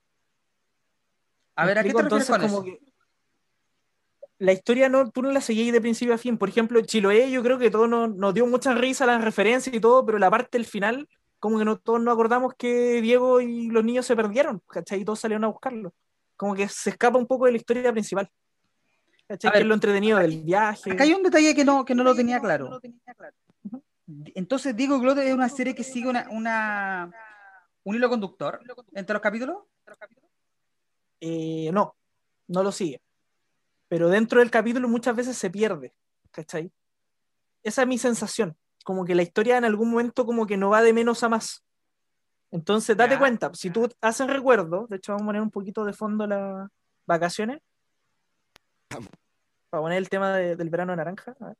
A ver, ¿a qué te refieres con eso? Que la historia tú no la seguías de principio a fin. Por ejemplo, Chiloé, yo creo que todos nos dio mucha risa las referencias y todo, pero la parte del final, como que todos nos acordamos que Diego y los niños se perdieron, ¿cachai? Y todos salieron a buscarlo. Como que se escapa un poco de la historia principal. ¿Cachai? Que es lo entretenido del viaje. Acá hay un detalle que no lo tenía claro. Entonces, Diego y Glot es una serie que sigue un hilo conductor entre los capítulos. No lo sigue. Pero dentro del capítulo muchas veces se pierde, ¿cachai? Esa es mi sensación. Como que la historia en algún momento como que no va de menos a más. Entonces, date cuenta, si tú haces recuerdo, de hecho vamos a poner un poquito de fondo las vacaciones. Para poner el tema del verano naranja. A ver.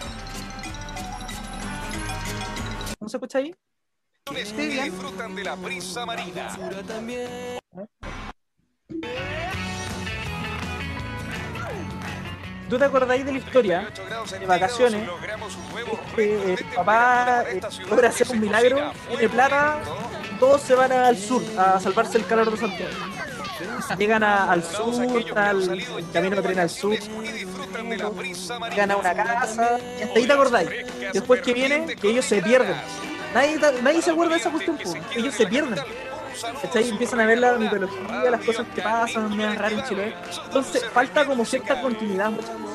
¿Cómo se escucha ahí? Que disfrutan de la brisa marina. ¿Tú te acordáis de la historia de vacaciones? El papá logra hacer un milagro, tiene plata, todos se van al sur a salvarse el calor de Santiago. Llegan al sur, al camino de tren al sur, llegan a una casa, y hasta ahí te acordáis. Después que viene, que ellos se pierden. Nadie se acuerda de esa cuestión, ellos se pierden. ¿Cachai? Empiezan a ver la mitología, las cosas que pasan, me raras en Chile. Entonces falta como cierta continuidad muchas veces.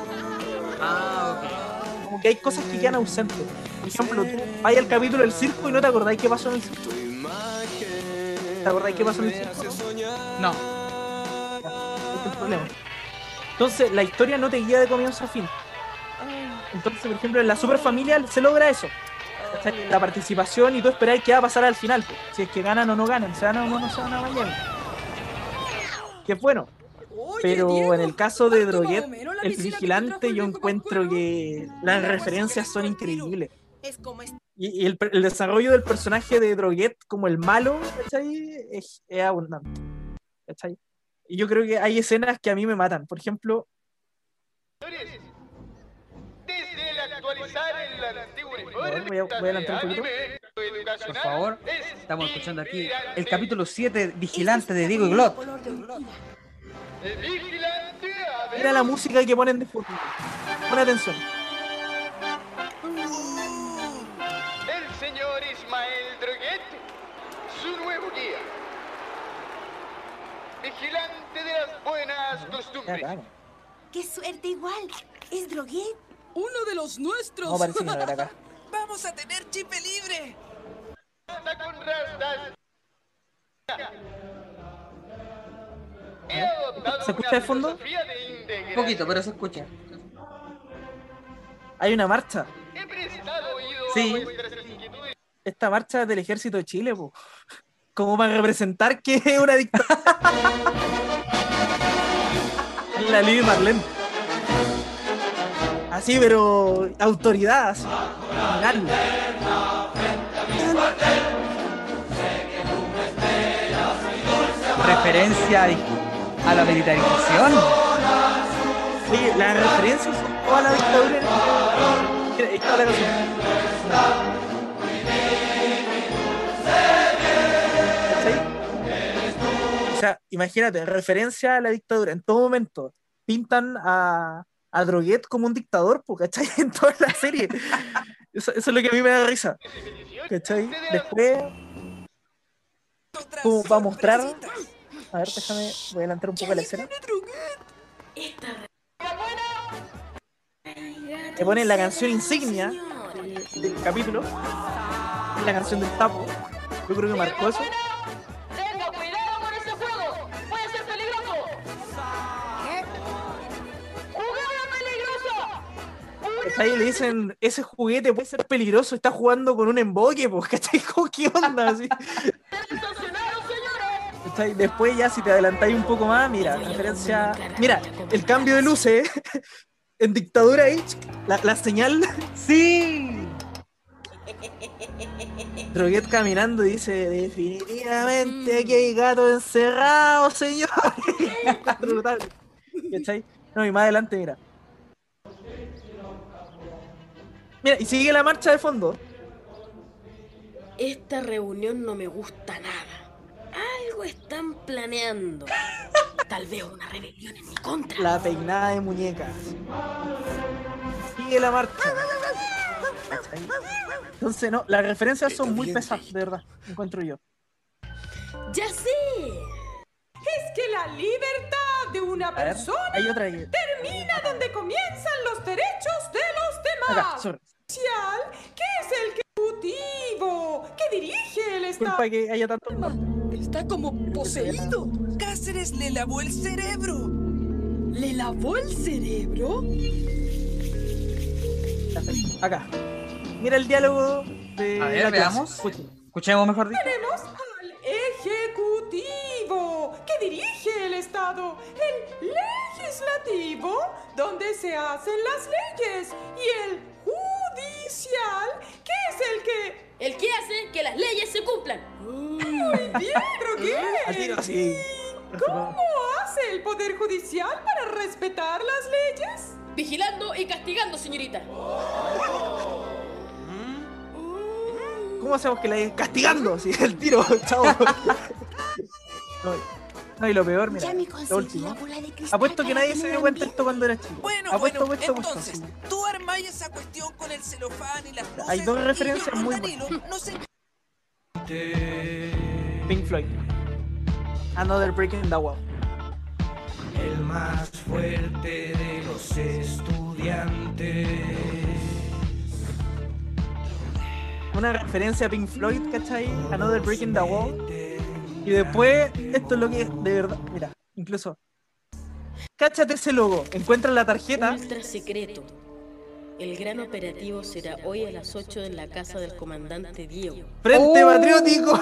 Como que hay cosas que quedan ausentes. Por ejemplo, tú vas al capítulo del circo y no te acordáis qué pasó en el circo. ¿Te acordáis qué pasó en el circo? No. Este es el problema. Entonces la historia no te guía de comienzo a fin. Entonces, por ejemplo, en la Superfamilia se logra eso. La participación y tú esperáis qué va a pasar al final, pues. Si es que ganan o no ganan, se van o no se van a bañar. Que es bueno. Pero Diego, en el caso de Droguet, el vigilante, yo encuentro que las referencias son increíbles. Y el desarrollo del personaje de Droguet como el malo, ¿cachai? Es abundante, ¿cachai? Y yo creo que hay escenas que a mí me matan. Por ejemplo, desde el actualizar el antiguo uniforme, voy a adelantar un poquito. Por favor, estamos escuchando aquí el capítulo 7, Vigilante de Diego y Glot. Mira la música que ponen de fondo. Pon atención. El señor Ismael Droguet, su nuevo guía. Vigilante de las buenas costumbres. ¡Qué suerte igual! ¡Es Droguet! ¡Uno de los nuestros! No, parece que no era acá. ¡Vamos a tener chip libre! Con rastas. ¿Se escucha de fondo? Un poquito, pero se escucha. Hay una marcha. Sí. Esta marcha es del ejército de Chile, po. Como para representar que es una dictadura. La Lili Marlene. Así, pero autoridad, así. Referencia a la militarización. Oye, las referencias son toda la dictadura. Mira, ahí está la canción. O sea, imagínate, referencia a la dictadura. En todo momento pintan a Droguet como un dictador, ¿cachai? En toda la serie. Eso es lo que a mí me da risa. ¿Cachai? Después, como para mostrar. A ver, déjame, voy a adelantar un poco la escena. Te ponen la canción insignia del capítulo, la canción del Tapo. Yo creo que marcó eso. ¡Tenga cuidado con ese juego! ¡Puede ser peligroso! ¡Juguete peligroso! ¿Cachai? Le dicen, ese juguete puede ser peligroso, está jugando con un emboque, pues, ¿cachai? ¿Qué onda? Así. ¿Cachai? Después ya, si te adelantáis un poco más, mira, referencia... Mira, el cambio de luces, en dictadura ahí, la señal... ¡Sí! Droguet caminando dice, definitivamente aquí hay gatos encerrados, señor. Brutal. ¿Cachai? No, y más adelante, mira. Mira, y sigue la marcha de fondo. Esta reunión no me gusta nada. Algo están planeando. Tal vez una rebelión en mi contra. La peinada de muñecas. Sigue la marcha. ¿Cachai? Entonces, no, las referencias son muy pesadas, de verdad, encuentro yo. ¡Ya sé! Es que la libertad de una persona hay otra ahí. termina donde comienzan los derechos de los demás. Acá, sorry. ¿Qué es el ejecutivo? ¿Qué dirige el Estado? Disculpa que haya tanto... Está como poseído. Cáceres le lavó el cerebro. ¿Le lavó el cerebro? Acá. Mira el diálogo de... A ver, veamos. Escuchemos mejor dicho. Tenemos al ejecutivo que dirige el Estado, el legislativo, donde se hacen las leyes, y el judicial, que es el que... El que hace que las leyes se cumplan. Muy bien, Roger. Así. ¿Cómo hace el Poder Judicial para respetar las leyes? Vigilando y castigando, señorita. ¿Cómo hacemos que la castigando? Si el tiro, chao. No, y lo peor, mira, lo último. Apuesto que nadie se dio cuenta de esto cuando era chico. Bueno, entonces, tú armáis esa cuestión con el celofán y las luces. Hay dos referencias muy buenas. No sé. Pink Floyd. Another Brick in the Wall. El más fuerte de los estudiantes. Una referencia a Pink Floyd, ¿cachai? Another Brick in the Wall. Y después, esto es lo que es de verdad. Mira, incluso. Cáchate ese logo. Encuentras la tarjeta. Ultra secreto. El gran operativo será hoy a las 8 en la casa del comandante Diego. Frente Patriótico.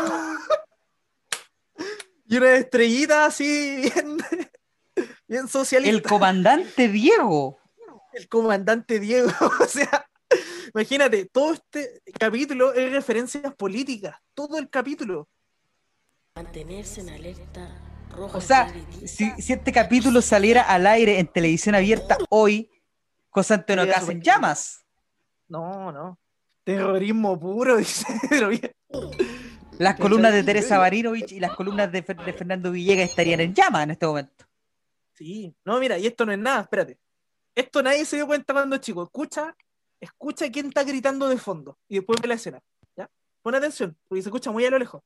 Y una estrellita así, bien socialista. El comandante Diego. El comandante Diego. O sea, imagínate, todo este capítulo es referencias políticas. Todo el capítulo. Mantenerse en alerta roja. O sea, si este capítulo saliera al aire en televisión abierta hoy, Constantino Casa en llamas. No. Terrorismo puro, dice. Las columnas de Teresa Barinovich y las columnas de Fernando Villegas estarían en llamas en este momento. Sí. No, mira, y esto no es nada, espérate. Esto nadie se dio cuenta cuando es chico. Escucha quién está gritando de fondo. Y después ve la escena. ¿Ya? Pon atención, porque se escucha muy a lo lejos.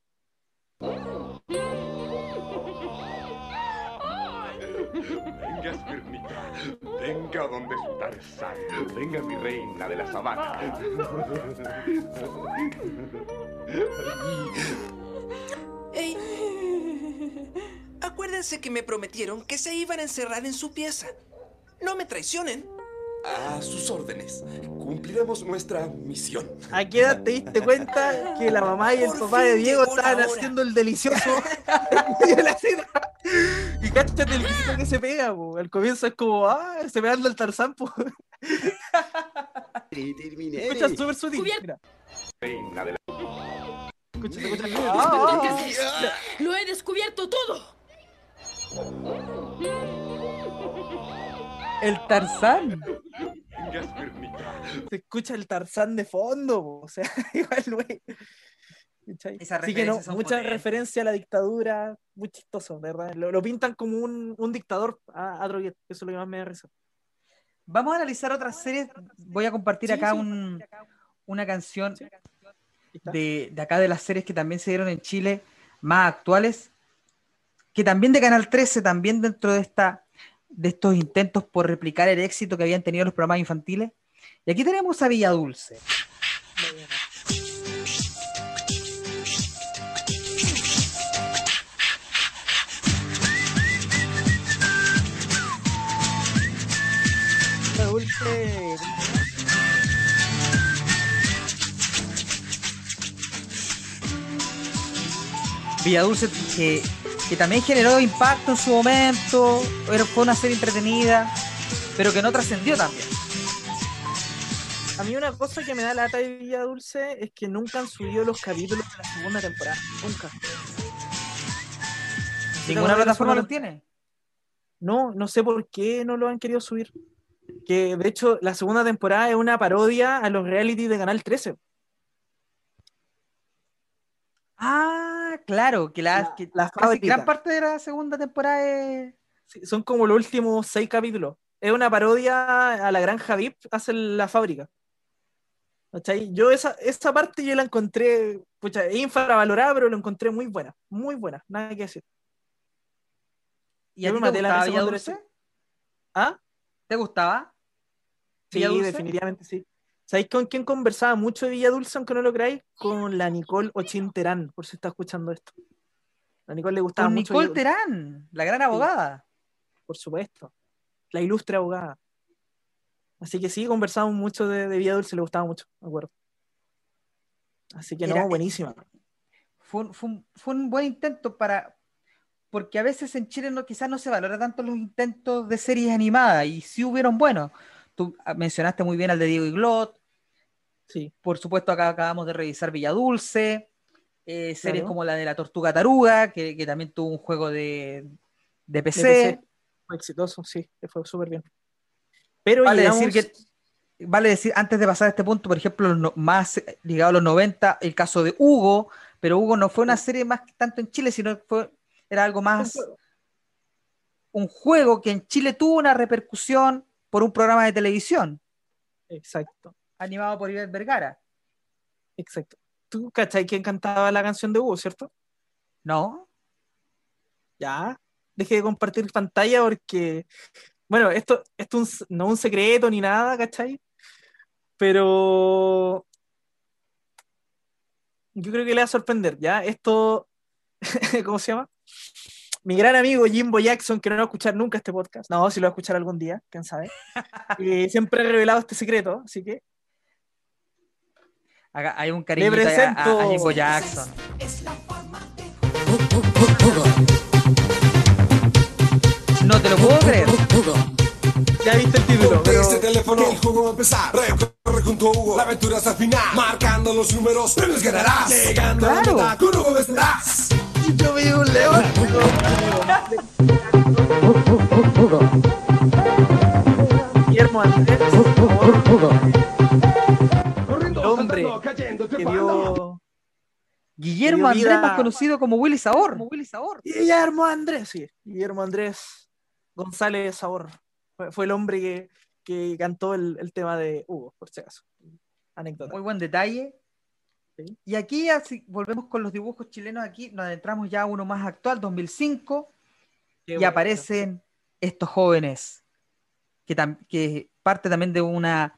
Venga, Esmirnita, venga donde su Tarzán, venga mi reina de la sabana. Ey, acuérdense que me prometieron que se iban a encerrar en su pieza. No me traicionen. A sus órdenes. Cumpliremos nuestra misión. ¿A qué edad te diste cuenta que la mamá y el papá de Diego estaban haciendo el delicioso en medio de la cena? Y cáchate el grito que se pega, po. Al comienzo es como, se pegando el Tarzán, po. Escucha súper sutil. Mira. Reina de la... Escucha. ¡Lo he descubierto todo! El Tarzán. Se escucha el Tarzán de fondo, po. O sea, igual güey. Así que no, mucha referencia a la dictadura, muy chistoso, ¿verdad? Lo pintan como un dictador a Droguet, eso es lo que más me da risa. Vamos a analizar otras series. Voy a compartir acá una canción de acá de las series que también se dieron en Chile, más actuales, que también de Canal 13, también dentro de estos intentos por replicar el éxito que habían tenido los programas infantiles. Y aquí tenemos a Villa Dulce. Dulce. Villa Dulce, que también generó impacto en su momento, fue una serie entretenida, pero que no trascendió también. A mí una cosa que me da lata de Villa Dulce es que nunca han subido los capítulos de la segunda temporada. Nunca. ¿Ninguna plataforma lo tiene? No sé por qué no lo han querido subir. Que de hecho la segunda temporada es una parodia a los reality de Canal 13. Ah, claro, que casi gran parte de la segunda temporada es... Sí, son como los últimos 6 capítulos. Es una parodia a la Granja VIP, hace La Fábrica. ¿Cachai? Yo esa parte yo la encontré, pucha, infravalorada, pero la encontré muy buena, nada que decir. ¿Y a ti te gustaba Villa Dulce? ¿Ah? ¿Te gustaba? Sí, definitivamente sí. ¿Sabéis con quién conversaba mucho de Villa Dulce, aunque no lo creáis? Con la Nicole Ochín Terán, por si está escuchando esto. A Nicole le gustaba mucho. Nicole Terán, la gran abogada. Sí, por supuesto. La ilustre abogada. Así que sí, conversamos mucho de Villa Dulce, le gustaba mucho, me acuerdo. Así que buenísima. Fue un buen intento porque a veces en Chile quizás no se valora tanto los intentos de series animadas, y sí hubieron buenos. Tú mencionaste muy bien al de Diego y Glot. Sí. Por supuesto, acá acabamos de revisar Villa Dulce, series Claro. como la de la Tortuga Taruga, que también tuvo un juego de PC. De PC. Fue exitoso, sí, que fue súper bien. Pero Vale llegamos... decir, antes de pasar a este punto, por ejemplo, más ligado a los 90, el caso de Hugo, pero Hugo no fue una serie más tanto en Chile, sino que era algo más, un juego que en Chile tuvo una repercusión por un programa de televisión. Exacto. Animado por Ivette Vergara. Exacto. ¿Tú cachai quién cantaba la canción de Hugo, cierto? No. Ya. Dejé de compartir pantalla porque, bueno, esto no es un secreto ni nada, ¿cachai? Pero yo creo que le va a sorprender, ¿ya? Esto, ¿cómo se llama? Mi gran amigo Jimbo Jackson, que no va a escuchar nunca este podcast, no, si lo va a escuchar algún día, quién sabe, siempre he revelado este secreto, así que Acá hay un cariño le presento a Jimbo Jackson. No te lo puedo creer. Ya viste el título, pero... Este teléfono, el juego va a empezar. Recorre junto a Hugo, la aventura hasta el final. Marcando los números, premios ganarás. Llegando a la meta, con Hugo vencerás. Yo vi un león. Guillermo Andrés, el hombre que dio... Guillermo que dio Andrés, vida- más conocido como Willy Sabor. Guillermo Andrés, sí. Guillermo Andrés González Sabor. Fue el hombre que cantó el tema de Hugo, por si acaso. Anécdota. Muy buen detalle. Sí. Y aquí volvemos con los dibujos chilenos. Aquí nos adentramos ya a uno más actual, 2005, Qué y bueno. aparecen estos jóvenes que parte también de una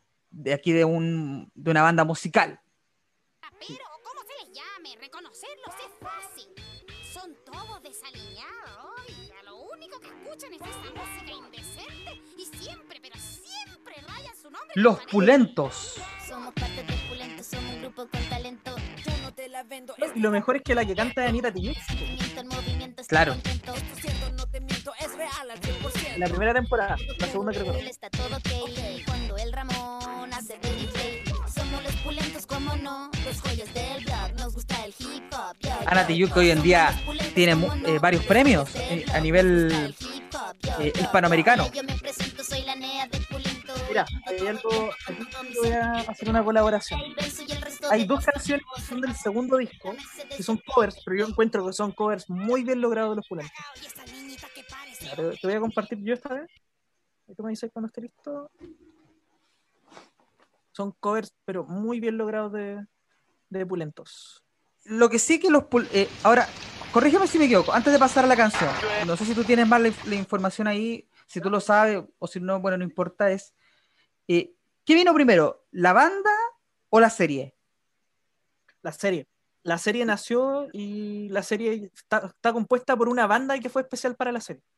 banda musical. Pero, ¿cómo se les llame? Reconocerlos es fácil. Son todos desaliñados. Oiga, lo único que escuchan es esa música indecente y siempre, pero siempre rayan su nombre. Los Pulentos. Somos parte de Pulentos, somos un grupo con talento. Yo no te la vendo. Y lo mejor es que la que canta es Anita Tijoux. Claro. La primera temporada, la segunda creo que no. Está todo ok. Cuando el Ramón hace baby play, somos los Pulentos, como no. Los joyas del blog, nos gusta el hip hop. Ana Tijoux, que hoy en día tiene varios premios a nivel hispanoamericano. Yo me presento, soy la nea de Pulento. Mira, hay algo. Aquí yo voy a hacer una colaboración. Hay dos canciones que son del segundo disco, que son covers, pero yo encuentro que son covers muy bien logrados de los Pulentos. Ya, te voy a compartir yo esta vez. Y tú me dices cuando esté listo. Son covers, pero muy bien logrados de Pulentos. Lo que sí que ahora, corrígeme si me equivoco, antes de pasar a la canción, no sé si tú tienes más la información ahí, si tú lo sabes, o si no, bueno, no importa, ¿qué vino primero, la banda o la serie? La serie. La serie nació y la serie está compuesta por una banda que fue especial para la serie.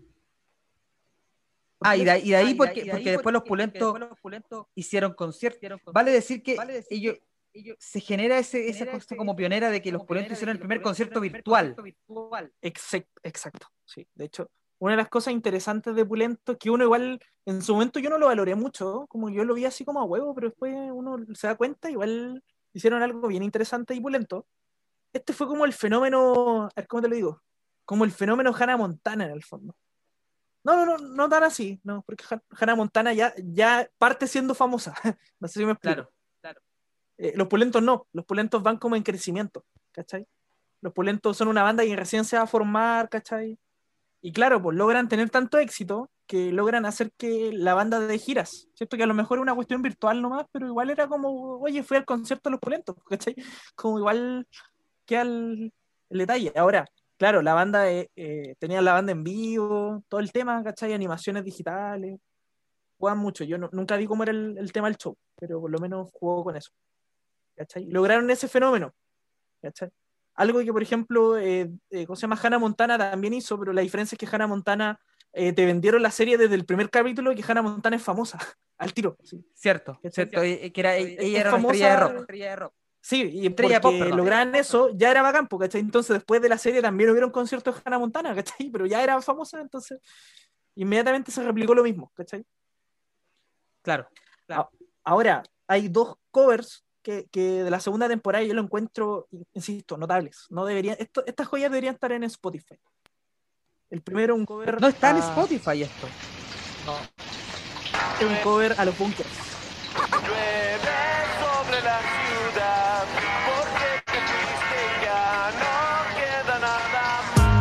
Y de ahí porque después los Pulentos hicieron conciertos. Vale decir que ellos se genera esa cosa como pionera de que los Pulentos hicieron el primer concierto virtual. Exacto, sí. De hecho, una de las cosas interesantes de Pulento, que uno igual, en su momento yo no lo valoré mucho, como yo lo vi así como a huevo, pero después uno se da cuenta, igual hicieron algo bien interesante y Pulento. Este fue como el fenómeno, a ver cómo te lo digo, como el fenómeno Hannah Montana en el fondo. No tan así, no, porque Hannah Montana ya parte siendo famosa. No sé si me explico. Claro. Los Pulentos no, los Pulentos van como en crecimiento, ¿cachai? Los Pulentos son una banda que recién se va a formar, ¿cachai? Y claro, pues logran tener tanto éxito que logran hacer que la banda de giras, ¿cierto? Que a lo mejor es una cuestión virtual nomás, pero igual era como, oye, fui al concierto de los Pulentos, ¿cachai? Como igual queda el detalle. Ahora, claro, la banda tenía la banda en vivo, todo el tema, ¿cachai? Animaciones digitales, jugaban mucho. Yo nunca vi cómo era el tema del show, pero por lo menos jugó con eso, ¿cachai? Lograron ese fenómeno, ¿cachai? Algo que, por ejemplo, ¿cómo se llama? Hannah Montana también hizo, pero la diferencia es que Hannah Montana te vendieron la serie desde el primer capítulo y que Hannah Montana es famosa, al tiro. ¿Sí? Cierto, que era, ella era una estrella de rock. Sí, y Estrella porque pop, perdón. lograban eso, ya era bacán, ¿cachai? Entonces después de la serie también hubieron conciertos de Hannah Montana, ¿cachai? Pero ya era famosa, entonces inmediatamente se replicó lo mismo, ¿cachai? Claro. Ahora, hay 2 covers que de la segunda temporada yo lo encuentro, insisto, notables. No deberían, estas joyas deberían estar en Spotify. El primero, un cover. No está en Spotify esto. No. Es un cover a los Bunkers. Llueve sobre la ciudad, porque qué triste ya no queda nada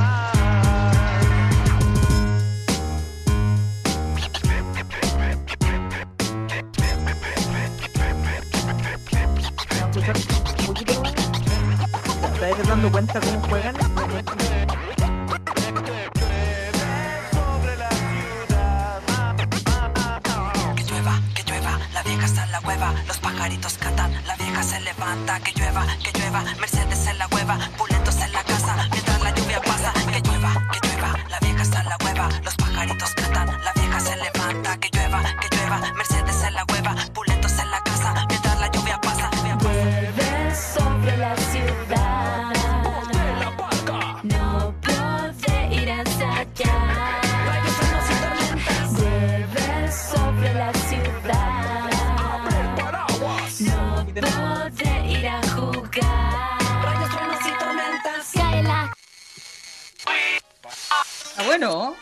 Escuchar un poquito más. ¿Te estás dando cuenta cómo juegan? Que llueva, la vieja está en la hueva, los pajaritos cantan, la vieja se levanta, que llueva, Mercedes en la hueva, pulentos en la casa, mientras la lluvia pasa, que llueva, la vieja está en la hueva, los pajaritos cantan, la vieja se levanta, que llueva, Mercedes en la hueva, pulentos en la casa, mientras la lluvia pasa. Llueve sobre la ciudad, no puede ir hacia allá. Llueve sobre la ciudad, no puede ir a jugar. Rayos, truenos y tormentas. Cae la... Bueno.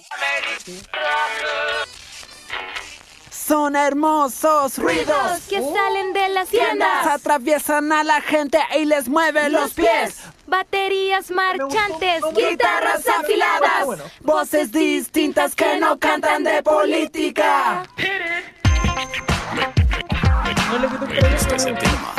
Son hermosos ruidos que salen de las tiendas, atraviesan a la gente y les mueven los pies. Baterías marchantes, guitarras afiladas, Voces distintas que no cantan de política. Este es el tema.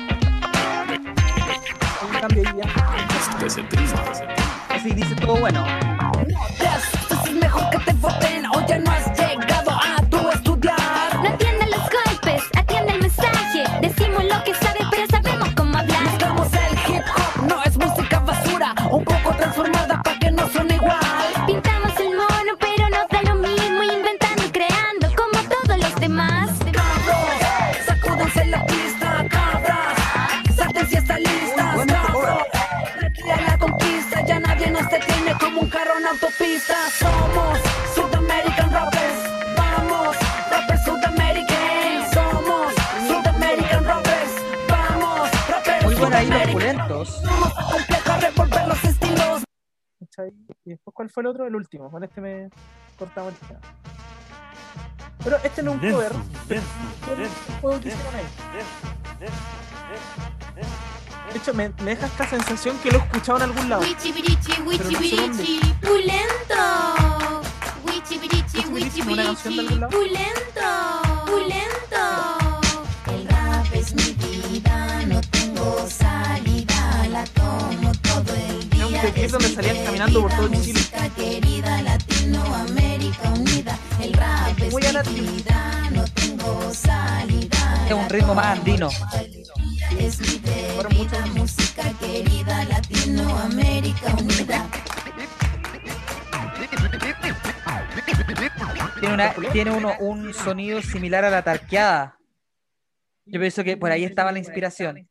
Este es el tema. Así dice todo bueno. Esto es mejor que te voten o ya no has llegado a tu estudiar. No atiende los golpes, atiende el mensaje. Decimos lo que sabes, pero sabemos cómo hablar. Buscamos el hip hop, no es música basura, un poco transformada para que no suene igual. Pintamos el mono, pero nos da lo mismo, inventando y creando como todos los demás. Cabros, sacúdense la pista, cabras, salten si están listas, cabros. Aquí a la conquista, ya nadie nos detiene como un carro en autopista. Somos Sudamerican Rappers, vamos, rappers Sudamerican. Somos Sudamerican Rappers, vamos, rappers Muy buena ahí los Sudamerican. pulentos. Somos compleja revolver los estilos. Y después, ¿cuál fue el otro? El último. Con este me cortamos el tema. Pero este no es un cover. Un juego que hicieron ahí. De hecho, me deja esta sensación que lo he escuchado en algún lado. Wichi birichi, wichi birichi, pulento. Wichi birichi, wichi ¿Una canción de birichi, algún lado? pulento, pulento. El rap es mi vida, no tengo salida, la tomo todo el día. Era un clip donde salían caminando por todo Chile. Música querida, Latinoamérica unida. El rap es Muy mi vida, no tengo salida. Es un ritmo más andino. Es mi vida, música querida, Latinoamérica unida. Tiene un sonido similar a la tarqueada. Yo pienso que por ahí estaba la inspiración.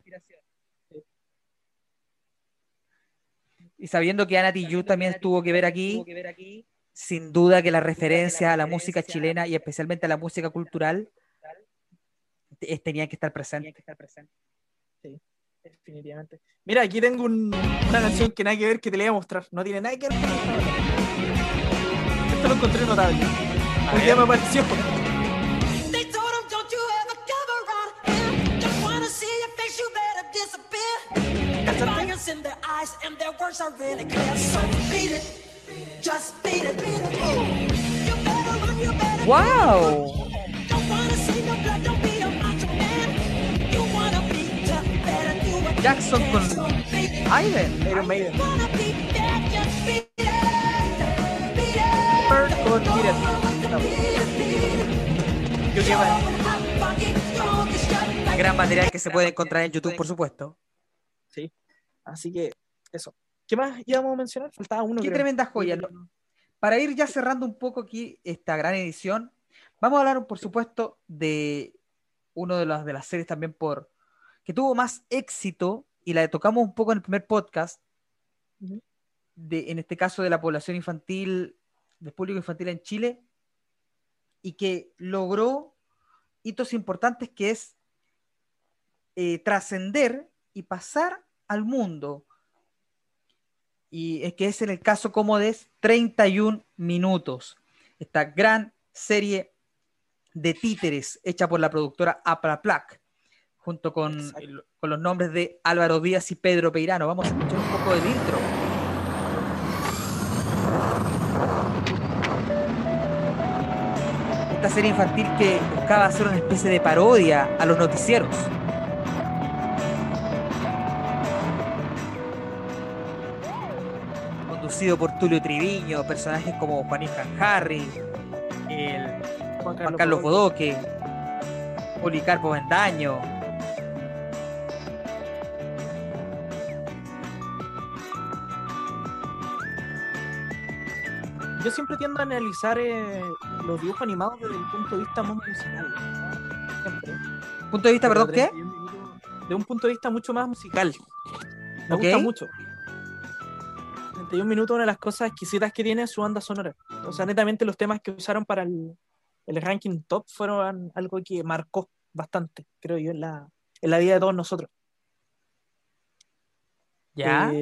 Y sabiendo que Ana Tijoux también tuvo que ver aquí, sin duda que la referencia a la música chilena y especialmente a la música cultural tenían que estar presentes. Sí, definitivamente. Mira, aquí tengo una canción que nada que ver que te la voy a mostrar. No tiene nada que ver con esto. Esto lo encontré notable. Hoy día me apareció. They told him, don't you ever come around here. Just wanna see your face, you better disappear. There's fires in their eyes and their words are really clear. So beat it, just beat it, beat it. You better run, you better ¡Wow! Don't wanna see no blood, don't be a macho man. You wanna be tough, better do it. Jackson con Iron. Iron Maiden. Wanna be bad, just beat it. Bird con Miren. Yo qué mal. Gran material que se puede encontrar en YouTube, por supuesto. Sí. Así que, eso. ¿Qué más íbamos a mencionar? Faltaba uno. Qué creo. tremenda joya. Para ir ya cerrando un poco aquí esta gran edición, vamos a hablar, por supuesto, de uno de las series también por que tuvo más éxito, y la tocamos un poco en el primer podcast, en este caso de la población infantil, del público infantil en Chile, y que logró hitos importantes, que es trascender y pasar al mundo. Y es que es en el caso como de 31 minutos. Esta gran serie de títeres hecha por la productora Apraplac, junto con los nombres de Álvaro Díaz y Pedro Peirano. Vamos a escuchar un poco del intro. Esta serie infantil que buscaba hacer una especie de parodia a los noticieros. Conducido por Tulio Triviño, personajes como Juanín Harry, Juan Carlos Bodoque, Policarpo Bendaño. Yo siempre tiendo a analizar los dibujos animados desde el punto de vista más musical. Siempre. ¿Punto de vista, perdón, qué? De un punto de vista mucho más musical. Me gusta mucho. 31 minutos, una de las cosas exquisitas que tiene es su banda sonora. O sea, netamente los temas que usaron para el ranking top fueron algo que marcó bastante, creo yo, en la vida de todos nosotros. ¿Ya?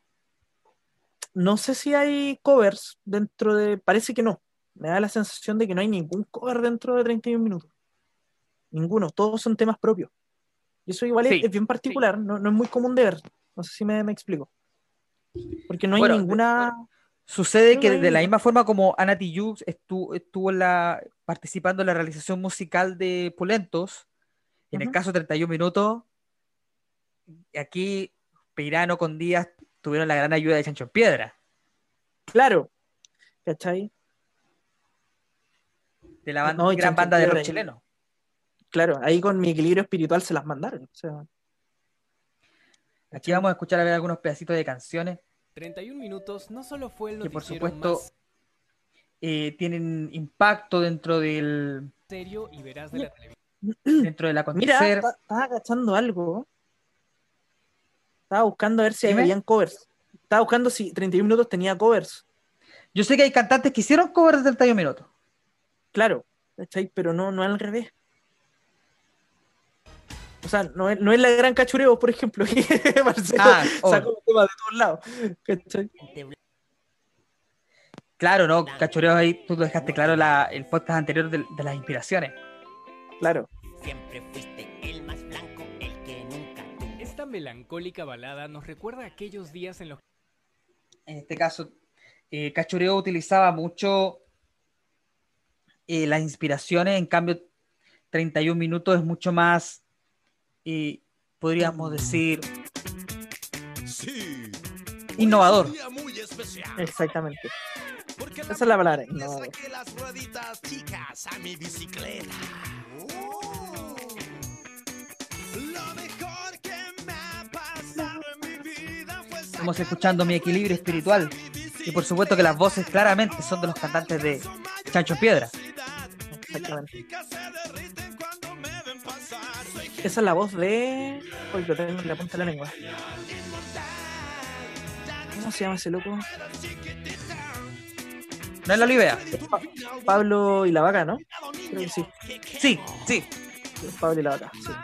No sé si hay covers dentro de... Parece que no. Me da la sensación de que no hay ningún cover dentro de 31 minutos. Ninguno. Todos son temas propios. Y eso igual es bien particular. No es muy común de ver. No sé si me explico. Porque no hay ninguna... Sucede que de la misma forma como Ana Tijoux estuvo participando en la realización musical de Pulentos, en el caso de 31 minutos, aquí Peirano con Díaz tuvieron la gran ayuda de Chancho en Piedra. Claro. ¿Cachai? De la gran banda de rock chileno. Claro, ahí con Mi Equilibrio Espiritual se las mandaron. O sea, aquí vamos a escuchar algunos pedacitos de canciones. 31 minutos no solo fue el que por noticiero supuesto más tienen impacto dentro del serio y veraz de la televisión. Dentro del acontecer. Mira, estaba cachando algo. Estaba buscando a ver si habían covers. Estaba buscando si 31 minutos tenía covers. Yo sé que hay cantantes que hicieron covers de 31 minutos. Claro, ¿cachai? Pero no al revés. O sea, no es la gran Cachureo, por ejemplo, que Marcelo sacó temas de todos lados. ¿Cachai? Claro, ¿no? Cachureo, ahí tú dejaste claro el podcast anterior de las inspiraciones. Claro. Siempre fuiste el más blanco, el que nunca tuvo. Esta melancólica balada nos recuerda aquellos días en los que... En este caso, Cachureo utilizaba mucho las inspiraciones, en cambio 31 minutos es mucho más, podríamos decir, innovador. Exactamente. Esa es la palabra. Le saqué las rueditas chicas a mi bicicleta. Lo mejor que me ha pasado en mi vida fue... Estamos escuchando Mi Equilibrio Espiritual. Y por supuesto que las voces claramente son de los cantantes de Chancho en Piedra. Exactamente. Esa es la voz de... Uy, lo tengo en la punta de la lengua. ¿Cómo se llama ese loco? ¿No es la Olivea? Pablo y la Vaca, ¿no? Creo que sí. Sí. Pablo y la Vaca, sí.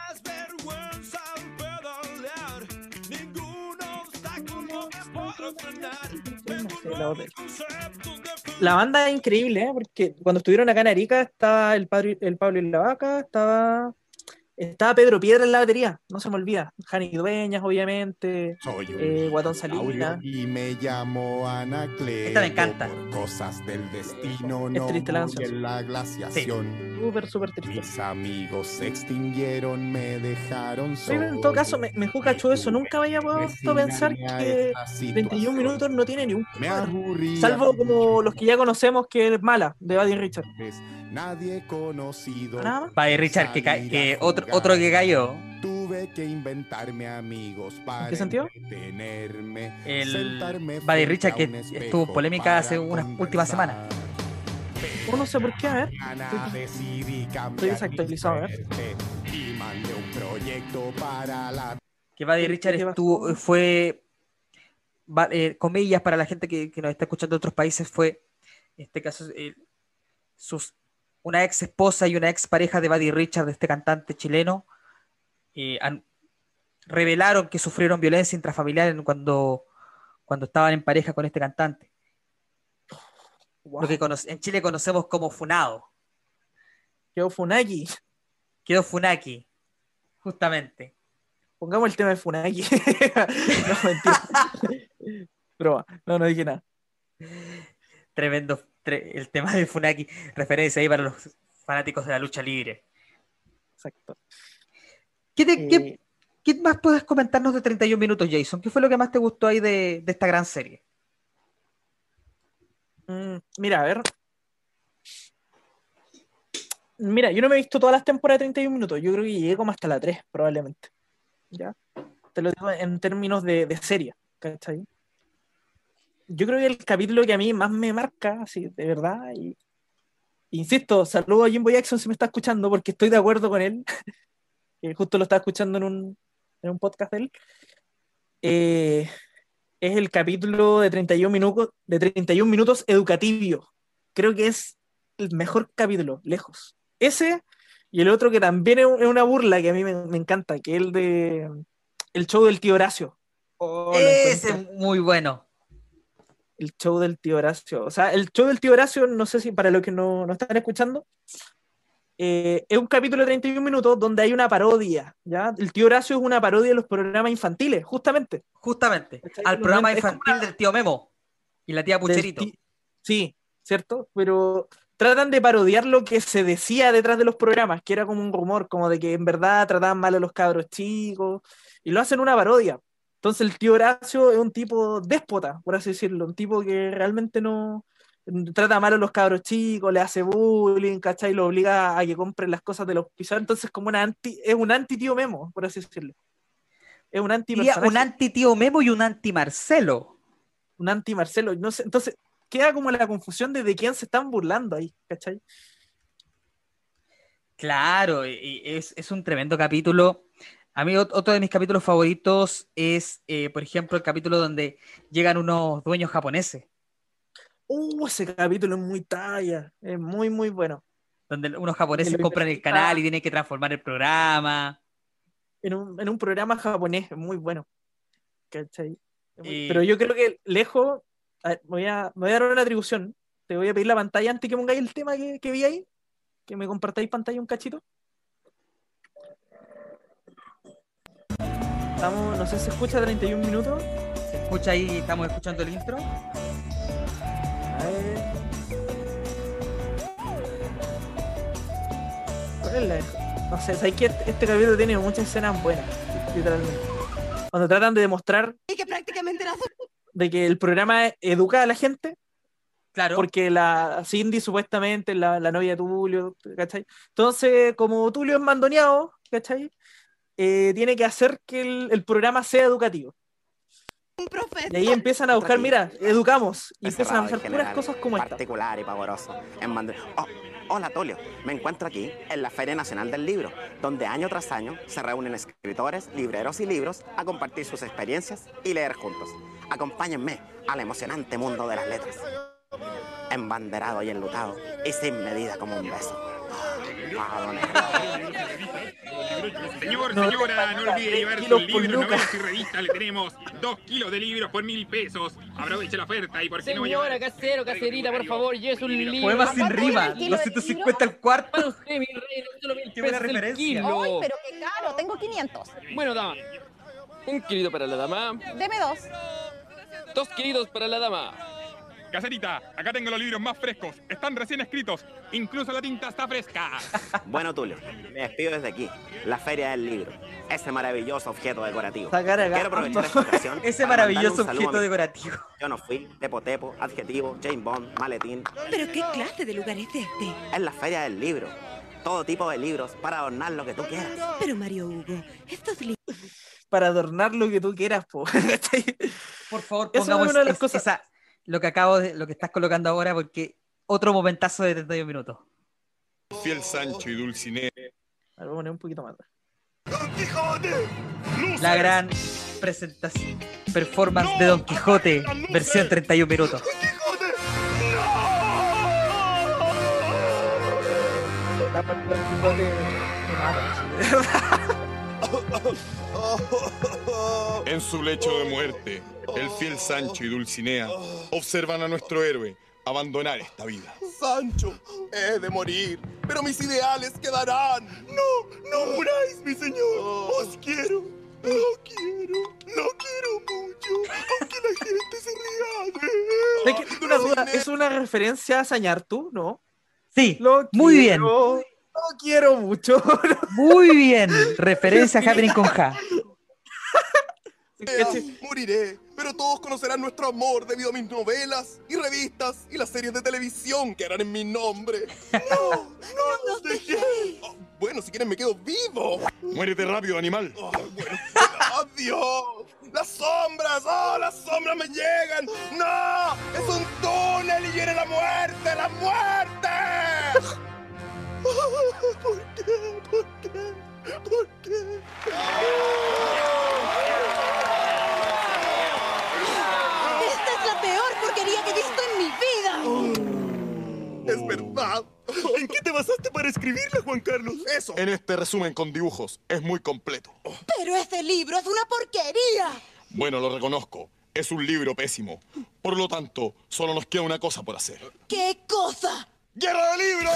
La banda es increíble, porque cuando estuvieron acá en Arica estaba el Pablo y la Vaca, estaba Pedro Piedra en la batería, no se me olvida. Jani Dueñas, obviamente. Guatón Salinas. Y me llamo Anacleto. Esta me encanta. Por cosas del destino, Es no triste la voy canción. en la glaciación. Súper triste. Mis amigos se extinguieron, me dejaron Pero solo. en todo caso, me cacho eso. Nunca había puesto pensar que 31 minutos no tiene ni un Me cover. aburría. Salvo como los que ya conocemos, que es Mala, de Buddy Richard. Nadie conocido. Buddy Richard, que otro que cayó. Tuve que inventarme amigos para ¿En qué sentido? entretenerme, El sentarme Buddy Richard, que frente a un estuvo en espejo polémica hace para unas últimas semanas. No sé por qué, a ver. decidí Estoy desactualizado, a ver. y mandé un proyecto proyecto para la... Que Buddy Richard fue, comillas, para la gente que nos está escuchando de otros países, fue, en este caso, una ex esposa y una ex pareja de Buddy Richard, de este cantante chileno, revelaron que sufrieron violencia intrafamiliar cuando estaban en pareja con este cantante. Wow. Lo que en Chile conocemos como funado. Quedó Funaki. Quedó Funaki, justamente. Pongamos el tema de Funaki. No, mentira. Broma, no dije nada. Tremendo el tema de Funaki. Referencia ahí para los fanáticos de la lucha libre. Exacto. ¿Qué más puedes comentarnos de 31 minutos, Jason? ¿Qué fue lo que más te gustó ahí de esta gran serie? Mira, a ver. Mira, yo no me he visto todas las temporadas de 31 minutos. Yo creo que llegué como hasta la 3, probablemente. ¿Ya? Te lo digo en términos de serie, ¿cachai? Yo creo que el capítulo que a mí más me marca, así, de verdad, y insisto, saludo a Jimbo Jackson si me está escuchando, porque estoy de acuerdo con él. Justo lo estaba escuchando en un podcast de él. Es el capítulo de 31 minutos educativo. Creo que es el mejor capítulo, lejos. Ese y el otro que también es una burla que a mí me encanta, que es el show del tío Horacio. Ese es muy bueno. El show del tío Horacio. O sea, el show del tío Horacio, no sé si para los que no están escuchando, es un capítulo de 31 minutos donde hay una parodia, ¿ya? El tío Horacio es una parodia de los programas infantiles, justamente. Al programa infantil del tío Memo y la tía Pucherito. Sí, ¿cierto? Pero tratan de parodiar lo que se decía detrás de los programas, que era como un rumor, como de que en verdad trataban mal a los cabros chicos, y lo hacen una parodia. Entonces el tío Horacio es un tipo déspota, por así decirlo, un tipo que realmente no trata mal a los cabros chicos, le hace bullying, ¿cachai? Lo obliga a que compren las cosas de los pisos. Entonces es un anti tío Memo, por así decirlo. Es un anti personaje. Un anti tío Memo y un anti Marcelo. Un anti Marcelo, no sé, entonces queda como la confusión de quién se están burlando ahí, ¿cachai? Claro, y es un tremendo capítulo. A mí otro de mis capítulos favoritos es, por ejemplo, el capítulo donde llegan unos dueños japoneses. Ese capítulo es muy talla, es muy, muy bueno. Donde unos japoneses compran el canal y tienen que transformar el programa. En un programa japonés, es muy bueno. ¿Cachai? Pero yo creo que lejos, a ver, me voy a dar una atribución. Te voy a pedir la pantalla antes que pongáis el tema que vi ahí. Que me compartáis pantalla un cachito. Estamos, no sé si se escucha 31 minutos. Se escucha ahí, estamos escuchando el intro. A ver. ¿Cuál es la? No sé, sabéis que este capítulo tiene muchas escenas buenas, literalmente. Cuando tratan de demostrar que prácticamente de que el programa educa a la gente. Claro. Porque la Cindy supuestamente es la novia de Tulio, ¿cachai? Entonces, como Tulio es mandoneado, ¿cachai? Tiene que hacer que el programa sea educativo. Y ahí empiezan a buscar, mira, educamos. Y empiezan a buscar puras cosas como esta. Particular y pavoroso. Hola, Tulio. Me encuentro aquí en la Feria Nacional del Libro, donde año tras año se reúnen escritores, libreros y libros a compartir sus experiencias y leer juntos. Acompáñenme al emocionante mundo de las letras. Embanderado y enlutado y sin medida como un beso. Señora, no olvide llevar sus libros, novelas y revistas. Le tenemos 2 kilos de libros por 1.000 pesos. Aproveche la oferta y por qué no llevar... Señora, casero, caserita, por favor, lleve un libro. Poemas sin rima, 250 al cuarto. Para usted, mi rey, no solo 1.000 pesos el kilo. ¡Ay, pero qué caro! Tengo 500. Bueno, dama. 1 kilito para la dama. Deme 2. 2 kilitos para la dama. Caserita, acá tengo los libros más frescos. Están recién escritos. Incluso la tinta está fresca. Bueno, Tulio, me despido desde aquí. La Feria del Libro. Ese maravilloso objeto decorativo. Quiero aprovechar esta ocasión. Ese maravilloso objeto decorativo. Yo no fui. Tepo, adjetivo, James Bond, maletín. ¿Pero qué clase de lugar es este? Es la Feria del Libro. Todo tipo de libros para adornar lo que tú quieras. Pero Mario Hugo, estos libros... Para adornar lo que tú quieras, po. Por favor, pongamos una de las cosas... lo que estás colocando ahora, porque otro momentazo de 32 minutos. Fiel Sancho y Dulcinea. A ver, voy a poner un poquito más. ¡Don Quijote! La gran presentación, performance de Don Quijote, versión 31 minutos. ¡Don Quijote! En su lecho de muerte, el fiel Sancho y Dulcinea observan a nuestro héroe abandonar esta vida. Sancho, he de morir, pero mis ideales quedarán. No muráis, mi señor. Os quiero. Lo quiero mucho, aunque la gente se ría de él. Tengo una duda, ¿es una referencia a Sañartu, no? Sí, muy bien. Lo quiero mucho. Muy bien, referencia a Happening con Ja. Moriré, pero todos conocerán nuestro amor debido a mis novelas y revistas y las series de televisión que harán en mi nombre. No nos dejéis. Bueno, si quieren me quedo vivo. Muérete rápido, animal. Bueno, adiós. Las sombras me llegan. No, es un túnel y viene la muerte, la muerte. ¿Por qué? ¡Esta es la peor porquería que he visto en mi vida! Es verdad. ¿En qué te basaste para escribirla, Juan Carlos? Eso. En este resumen con dibujos es muy completo. ¡Pero ese libro es una porquería! Bueno, lo reconozco. Es un libro pésimo. Por lo tanto, solo nos queda una cosa por hacer. ¿Qué cosa? ¡Guerra de libros!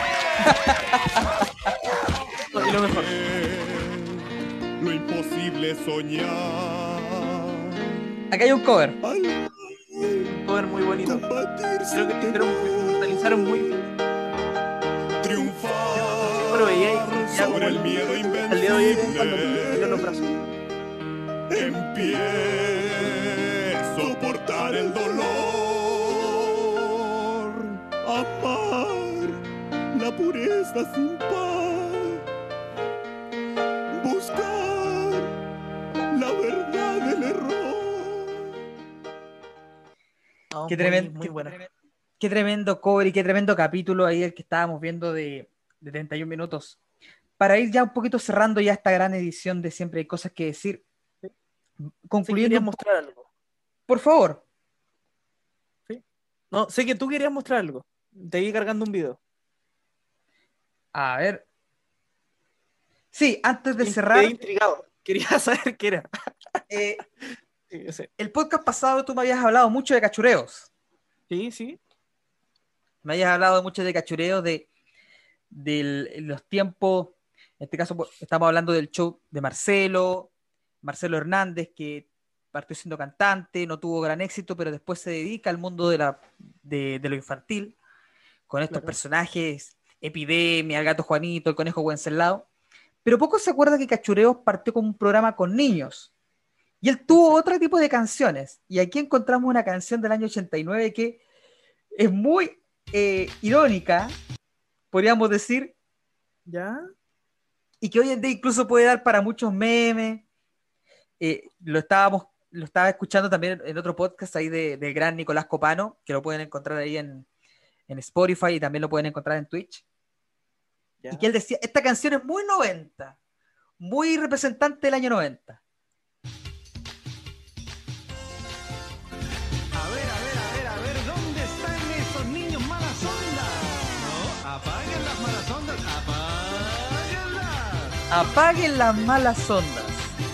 Y lo mejor. Lo imposible soñar. Acá hay un cover. Un cover muy bonito. Creo que inmortalizaron muy bien. Triunfar. Bueno, veía sobre el miedo al día de hoy cuando invencible. los brazos. En pie, soportar el dolor. Amar la pureza sin par. Buscar la verdad del error. Qué tremendo, muy buena. Qué tremendo cover y qué tremendo capítulo ahí el que estábamos viendo de 31 minutos. Para ir ya un poquito cerrando ya esta gran edición de Siempre hay cosas que decir. Concluyendo. ¿Querías mostrar algo? Por favor. ¿Sí? No, sé que tú querías mostrar algo. Te iba cargando un video. A ver. Sí, antes de Quedé cerrar. intrigado. Quería saber qué era. Sí, el podcast pasado tú me habías hablado mucho de cachureos. Sí. Me habías hablado mucho de cachureos, de los tiempos. En este caso estamos hablando del show de Marcelo Hernández, que partió siendo cantante, no tuvo gran éxito, pero después se dedica al mundo de lo infantil, con estos personajes, Epidemia, el gato Juanito, el conejo Wenceslao. Pero poco se acuerda que Cachureos partió con un programa con niños. Y él tuvo otro tipo de canciones. Y aquí encontramos una canción del año 89 que es muy irónica, podríamos decir. ¿Ya? Y que hoy en día incluso puede dar para muchos memes. Lo estaba escuchando también en otro podcast ahí del gran Nicolás Copano, que lo pueden encontrar ahí en Spotify y también lo pueden encontrar en Twitch. ¿Ya? Y que él decía, esta canción es muy 90, muy representante del año 90. A ver, ¿dónde están esos niños malas ondas? No, apaguen las malas ondas, apáguenlas. Apaguen las malas ondas.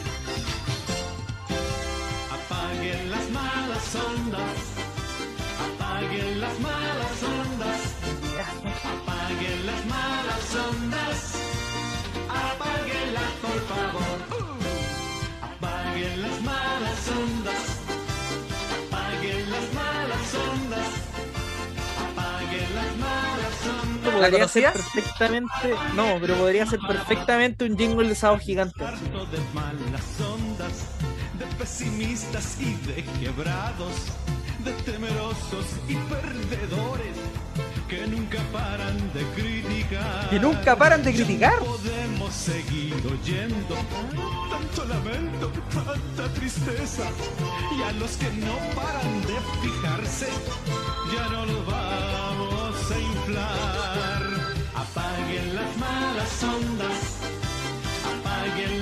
Apaguen las malas ondas. Apaguen las malas ondas. Apaguen las malas ondas. Apáguenlas, por favor. Apaguen las malas ondas. Apaguen las malas ondas. Apaguen las malas ondas. Podría ser perfectamente. No, pero podría ser perfectamente un jingle de Sábado Gigante. Harto de malas ondas, de pesimistas y de quebrados, de temerosos y perdedores que nunca paran de criticar. ¿Que nunca paran de criticar? Podemos seguir oyendo tanto lamento, tanta tristeza, y a los que no paran de fijarse ya no los vamos a inflar. Apaguen las malas ondas. Apaguen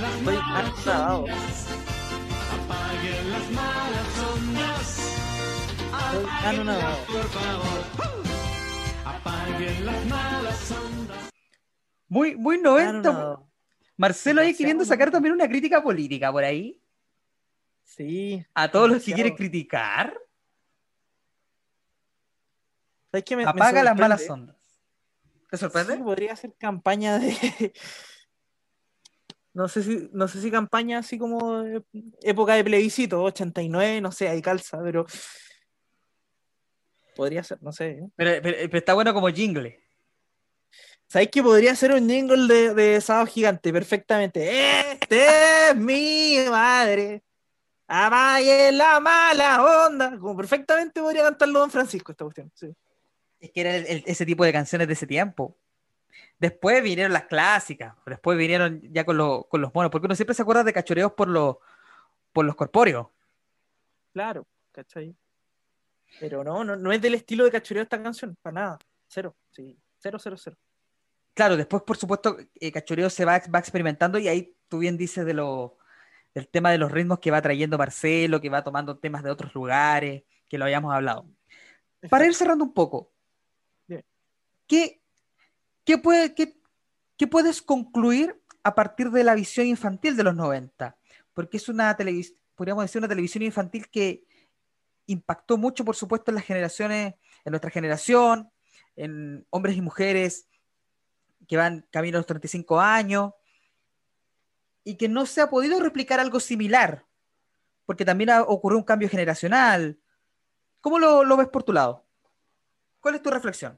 Nadado. Apaguen las malas ondas. Nadado. Por favor. Apaguen las malas ondas. Muy 90. Nadado. Marcelo ahí queriendo sacar también una crítica política por ahí. Sí. A todos los que quieren criticar. ¿Sabes qué me Apaga las sorprende? malas ondas. ¿Te sorprende? Sí, podría hacer campaña de. No sé si campaña así como época de plebiscito, 89, no sé, ahí calza, pero. Podría ser, no sé. Pero está bueno como jingle. ¿Sabes que podría ser un jingle de Sábado Gigante? Perfectamente. Este es mi madre. Amague la mala onda. Como perfectamente podría cantarlo Don Francisco esta cuestión. Sí. Es que era ese tipo de canciones de ese tiempo. Después vinieron las clásicas. Después vinieron ya con los monos. Porque uno siempre se acuerda de cachoreos por los corpóreos. Claro, ¿cachai? Pero no es del estilo de cachoreo esta canción, para nada. Cero, sí. Cero. Claro, después, por supuesto, Cachoreo se va experimentando y ahí tú bien dices del tema de los ritmos que va trayendo Marcelo, que va tomando temas de otros lugares, que lo habíamos hablado. Para ir cerrando un poco, Bien. ¿qué puedes concluir a partir de la visión infantil de los 90? Porque es podríamos decir, una televisión infantil que impactó mucho, por supuesto, en las generaciones, en nuestra generación, en hombres y mujeres que van camino a los 35 años, y que no se ha podido replicar algo similar, porque también ha ocurrido un cambio generacional. ¿Cómo lo ves por tu lado? ¿Cuál es tu reflexión?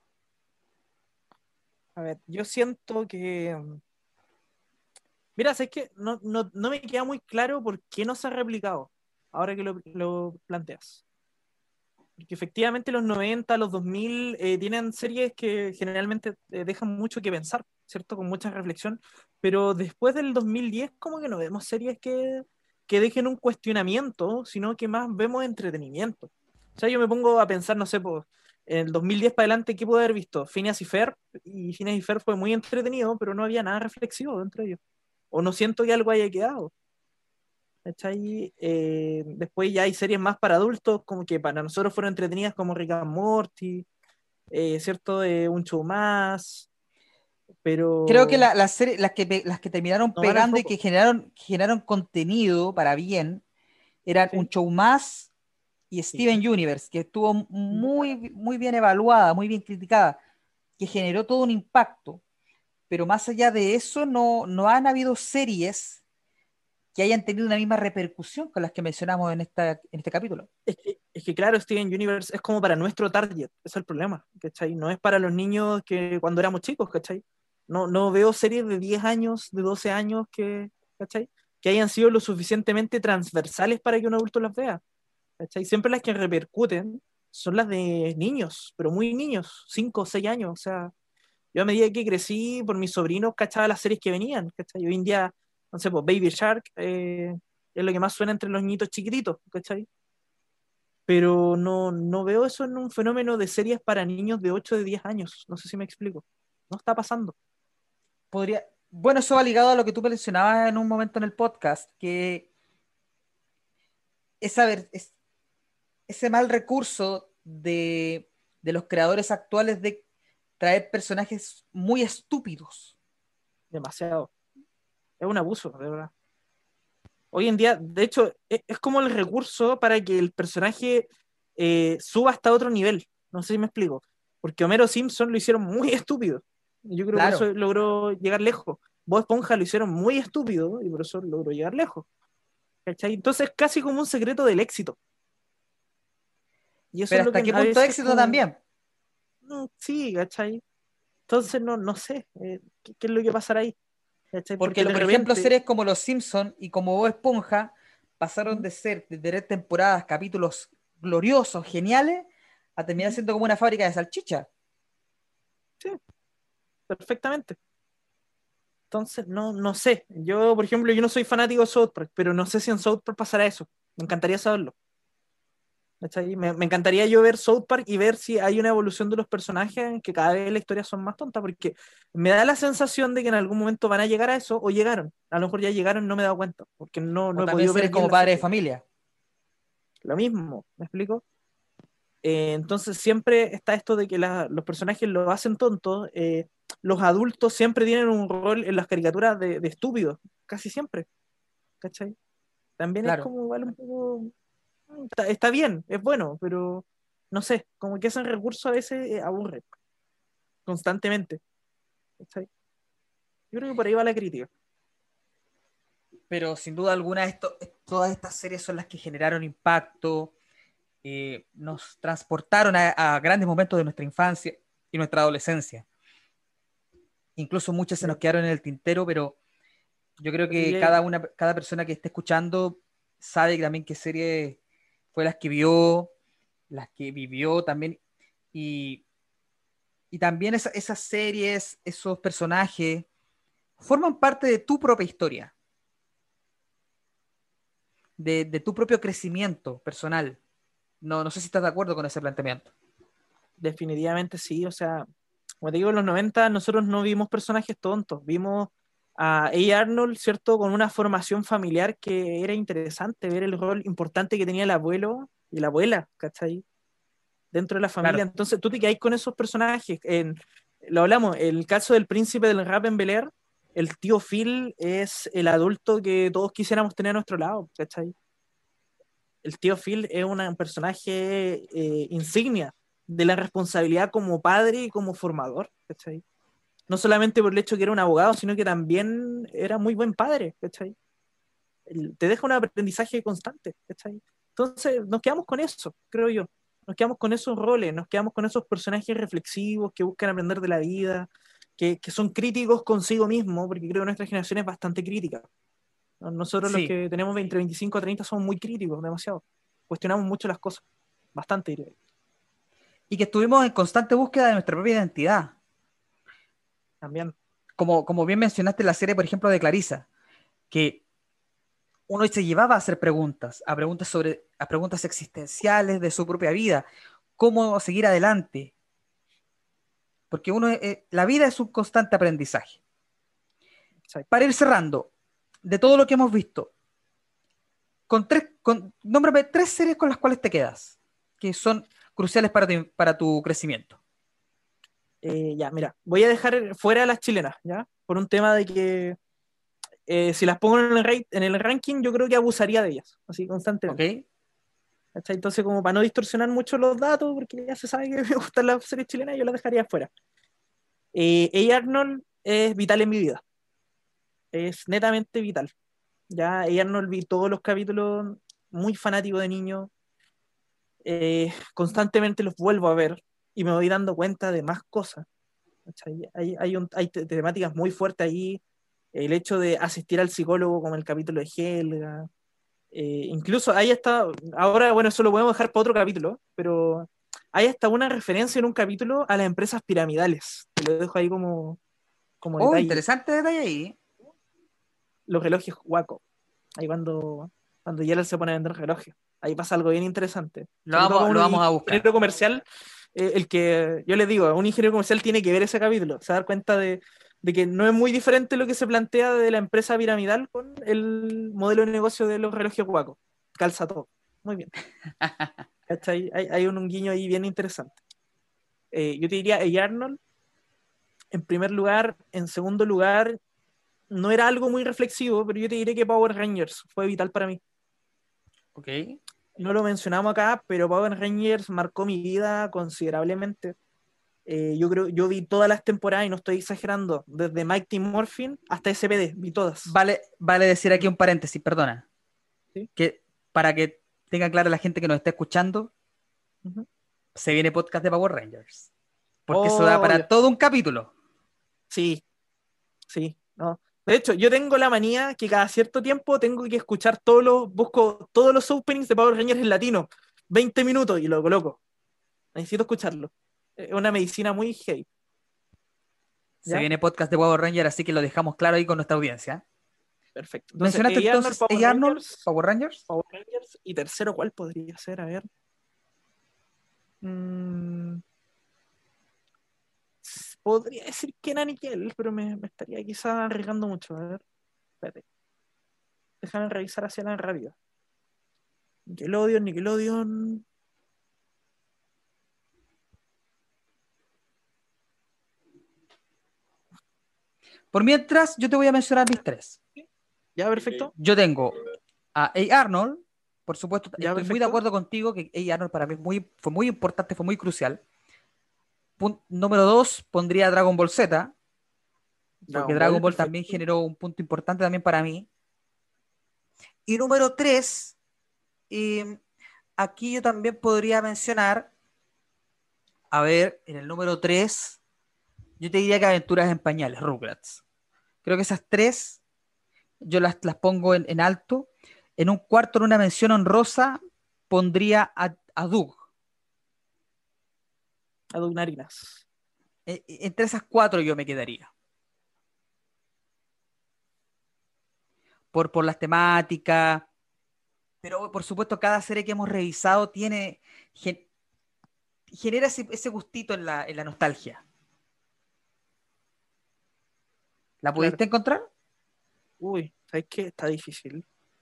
A ver, yo siento que. Mira, es que no me queda muy claro por qué no se ha replicado, ahora que lo planteas. Porque efectivamente los 90, los 2000 tienen series que generalmente dejan mucho que pensar, ¿cierto? Con mucha reflexión, pero después del 2010 como que no vemos series que dejen un cuestionamiento, sino que más vemos entretenimiento. O sea, yo me pongo a pensar, no sé, pues, en el 2010 para adelante, ¿qué puedo haber visto? Phineas y Ferb, y Phineas y Ferb fue muy entretenido, pero no había nada reflexivo dentro de ellos. O no siento que algo haya quedado. ¿Cachai? Después ya hay series más para adultos, como que para nosotros fueron entretenidas, como Rick and Morty, ¿cierto? Un show más, pero... Creo que las series, las que terminaron No van al pegando y foco. que generaron contenido para bien, eran Un Show Más y Steven Universe, que estuvo muy bien evaluada, muy bien criticada, que generó todo un impacto. Pero más allá de eso, no han habido series que hayan tenido una misma repercusión con las que mencionamos en este capítulo. Es que claro, Steven Universe es como para nuestro target, ese es el problema, ¿cachai? No es para los niños que cuando éramos chicos, ¿cachai? No veo series de 10 años, de 12 años ¿cachai? Que hayan sido lo suficientemente transversales para que un adulto las vea, ¿cachai? Siempre las que repercuten son las de niños, pero muy niños, 5 o 6 años, o sea, yo a medida que crecí, por mis sobrinos, cachaba las series que venían, ¿cachai? Hoy en día, no sé, pues Baby Shark es lo que más suena entre los niñitos chiquititos, ¿cachai? Pero no veo eso en un fenómeno de series para niños de 8 de 10 años, no sé si me explico, no está pasando. Bueno, eso va ligado a lo que tú mencionabas en un momento en el podcast, que ese mal recurso de los creadores actuales de traer personajes muy estúpidos. Demasiado. Es un abuso, de verdad. Hoy en día, de hecho, es como el recurso para que el personaje suba hasta otro nivel. No sé si me explico. Porque Homero Simpson lo hicieron muy estúpido. Yo creo que eso logró llegar lejos. Bob Esponja lo hicieron muy estúpido y por eso logró llegar lejos. ¿Cachai? Entonces es casi como un secreto del éxito. Y eso pero es lo ¿hasta que qué punto de éxito también? Sí, ¿cachai? Entonces no sé qué es lo que pasará ahí. ¿Cachai? Porque por ejemplo, series como Los Simpsons y como Bob Esponja pasaron de tener temporadas, capítulos gloriosos, geniales, a terminar siendo como una fábrica de salchicha. Sí, perfectamente. Entonces, no sé. Yo, por ejemplo, yo no soy fanático de South Park, pero no sé si en South Park pasará eso. Me encantaría saberlo. ¿Cachai? Me encantaría yo ver South Park y ver si hay una evolución de los personajes, que cada vez las historias son más tontas, porque me da la sensación de que en algún momento van a llegar a eso, o llegaron. A lo mejor ya llegaron, no me he dado cuenta, porque no he también podido ver eres bien como la padre de serie. familia. Lo mismo, ¿me explico? Entonces siempre está esto de que los personajes lo hacen tontos. Los adultos siempre tienen un rol en las caricaturas de estúpidos, casi siempre, ¿cachai? También es Claro. como igual un poco... Está bien, es bueno, pero no sé, como que ese recurso a veces aburre constantemente, ¿cachai? Yo creo que por ahí va la crítica. Pero sin duda alguna todas estas series son las que generaron impacto, nos transportaron a grandes momentos de nuestra infancia y nuestra adolescencia. Incluso muchas se nos quedaron en el tintero, pero yo creo que cada persona que esté escuchando sabe también qué serie fue las que vio, las que vivió también, y también esas series, esos personajes, forman parte de tu propia historia, de tu propio crecimiento personal. No sé si estás de acuerdo con ese planteamiento. Definitivamente sí, o sea, como te digo, en los 90 nosotros no vimos personajes tontos, vimos a A. Arnold, ¿cierto? Con una formación familiar que era interesante, ver el rol importante que tenía el abuelo y la abuela, ¿cachai? Dentro de la familia. Claro. Entonces tú te quedas con esos personajes. Lo hablamos, el caso del príncipe del rap en Bel-Air, el tío Phil es el adulto que todos quisiéramos tener a nuestro lado, ¿cachai? El tío Phil es un personaje insignia de la responsabilidad como padre y como formador, ¿cachai? No solamente por el hecho que era un abogado, sino que también era muy buen padre, ¿cachai? Te deja un aprendizaje constante, ¿cachai? Entonces nos quedamos con eso, creo yo. Nos quedamos con esos roles, nos quedamos con esos personajes reflexivos que buscan aprender de la vida, que son críticos consigo mismo, porque creo que nuestra generación es bastante crítica. Nosotros Sí. los que tenemos entre 25 a 30 somos muy críticos, demasiado. Cuestionamos mucho las cosas, bastante, diría yo. Y que estuvimos en constante búsqueda de nuestra propia identidad. También. Como bien mencionaste la serie, por ejemplo, de Clarissa, que uno se llevaba a hacer preguntas, a preguntas existenciales de su propia vida, cómo seguir adelante. Porque la vida es un constante aprendizaje. Exacto. Para ir cerrando, de todo lo que hemos visto, nómbrame 3 series con las cuales te quedas, que son cruciales para tu crecimiento. Ya, mira, voy a dejar fuera a las chilenas, ¿ya? Por un tema de que si las pongo en el ranking, yo creo que abusaría de ellas, así constantemente. Ok. Entonces, como para no distorsionar mucho los datos, porque ya se sabe que me gustan las series chilenas, yo las dejaría fuera. A. Arnold es vital en mi vida. Es netamente vital. Ya, A. Arnold vi todos los capítulos, muy fanático de niño. Constantemente los vuelvo a ver y me voy dando cuenta de más cosas. Hay temáticas muy fuertes ahí. El hecho de asistir al psicólogo, como el capítulo de Helga. Incluso hay hasta, ahora bueno, eso lo podemos dejar para otro capítulo, pero hay hasta una referencia en un capítulo a las empresas piramidales. Te lo dejo ahí como detalle. Interesante detalle ahí. Los relojes Waco. Ahí cuando Yellow se pone a vender relojes. Ahí pasa algo bien interesante. Lo vamos a buscar. Ingeniero comercial, el que yo les digo, un ingeniero comercial tiene que ver ese capítulo, se da cuenta de que no es muy diferente lo que se plantea de la empresa piramidal con el modelo de negocio de los relojes Waco. Calza todo. Muy bien. Hay un guiño ahí bien interesante. Yo te diría A. Arnold en primer lugar. En segundo lugar, no era algo muy reflexivo, pero yo te diré que Power Rangers fue vital para mí. Ok. No lo mencionamos acá, pero Power Rangers marcó mi vida considerablemente. Yo vi todas las temporadas y no estoy exagerando, desde Mighty Morphin hasta SPD, vi todas. Vale decir aquí un paréntesis, perdona. ¿Sí? Que para que tenga clara la gente que nos está escuchando, se viene podcast de Power Rangers. Porque eso da para todo un capítulo. Sí, no. De hecho, yo tengo la manía que cada cierto tiempo tengo que escuchar busco todos los openings de Power Rangers en latino, 20 minutos y lo coloco. Necesito escucharlo. Es una medicina muy heavy. Se viene podcast de Power Rangers, así que lo dejamos claro ahí con nuestra audiencia. Perfecto. Entonces, ¿mencionaste entonces Power Arnold, Power Rangers? Power Rangers. Y tercero, ¿cuál podría ser? A ver. Podría decir que era Nickel, pero me estaría quizás arriesgando mucho. A ver, espérate. Déjame revisar hacia la rápido. Nickelodeon. Por mientras, yo te voy a mencionar mis 3. Ya, perfecto. Yo tengo a Arnold, por supuesto, Ya, estoy muy perfecto. de acuerdo contigo que Arnold para mí fue muy importante, fue muy crucial. Número 2, pondría Dragon Ball Z, porque Dragon Ball también generó un punto importante también para mí. Y número 3, aquí yo también podría mencionar, a ver, en el número 3, yo te diría que Aventuras en Pañales, Rugrats. Creo que esas 3 yo las pongo en alto. En un cuarto, en una mención honrosa, pondría a Doug. A Doug Narinas. Entre esas 4 yo me quedaría. Por las temáticas. Pero por supuesto, cada serie que hemos revisado genera ese gustito en la nostalgia. ¿La pudiste encontrar? Uy, ¿sabes qué? Está difícil.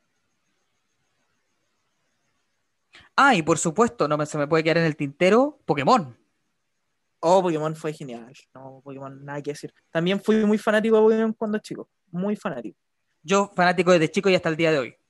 Y por supuesto, se me puede quedar en el tintero Pokémon. Oh, Pokémon fue genial. No, Pokémon, nada que decir. También fui muy fanático de Pokémon cuando chico. Muy fanático. Yo, fanático desde chico y hasta el día de hoy.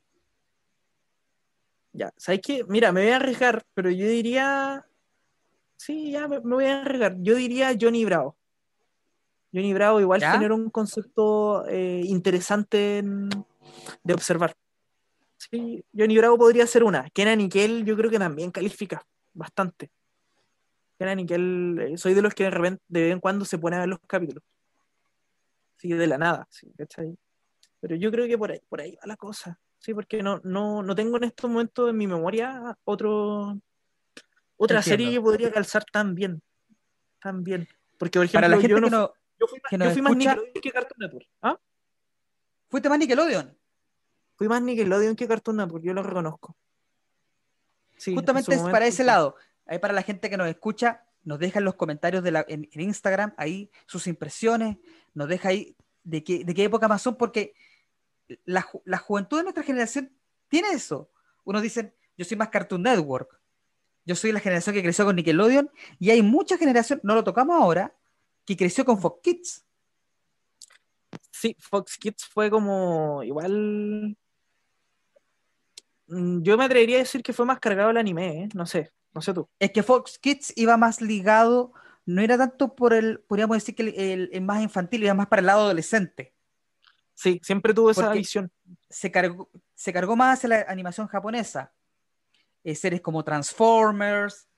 Ya, ¿sabes qué? Mira, me voy a arriesgar, pero yo diría... Sí, ya me voy a arriesgar. Yo diría Johnny Bravo. Johnny Bravo igual generó un concepto interesante de observar. Sí, Johnny Bravo podría ser una. Kenan y Kel yo creo que también califica bastante. Kenan y Kel, soy de los que de vez en cuando se pone a ver los capítulos. Sí, de la nada, sí, ¿cachai? Pero yo creo que por ahí va la cosa. Sí, porque no tengo en estos momentos en mi memoria otra serie que podría calzar tan bien. Tan bien. Porque, por ejemplo, para la gente yo fui más Nickelodeon que Cartoon Network. ¿Ah? ¿Fuiste más Nickelodeon? Fui más Nickelodeon que Cartoon Network, yo lo reconozco. Sí, justamente es para ese lado. Ahí para la gente que nos escucha, nos deja en los comentarios en Instagram ahí sus impresiones, nos deja ahí de qué época más son, porque la juventud de nuestra generación tiene eso. Unos dicen, yo soy más Cartoon Network, yo soy la generación que creció con Nickelodeon, y hay mucha generación, no lo tocamos ahora, que creció con Fox Kids. Sí, Fox Kids fue como igual... Yo me atrevería a decir que fue más cargado el anime, ¿eh? No sé tú. Es que Fox Kids iba más ligado, no era tanto podríamos decir que el más infantil, iba más para el lado adolescente. Sí, siempre tuvo esa visión. Se cargó más hacia la animación japonesa. Series como Transformers,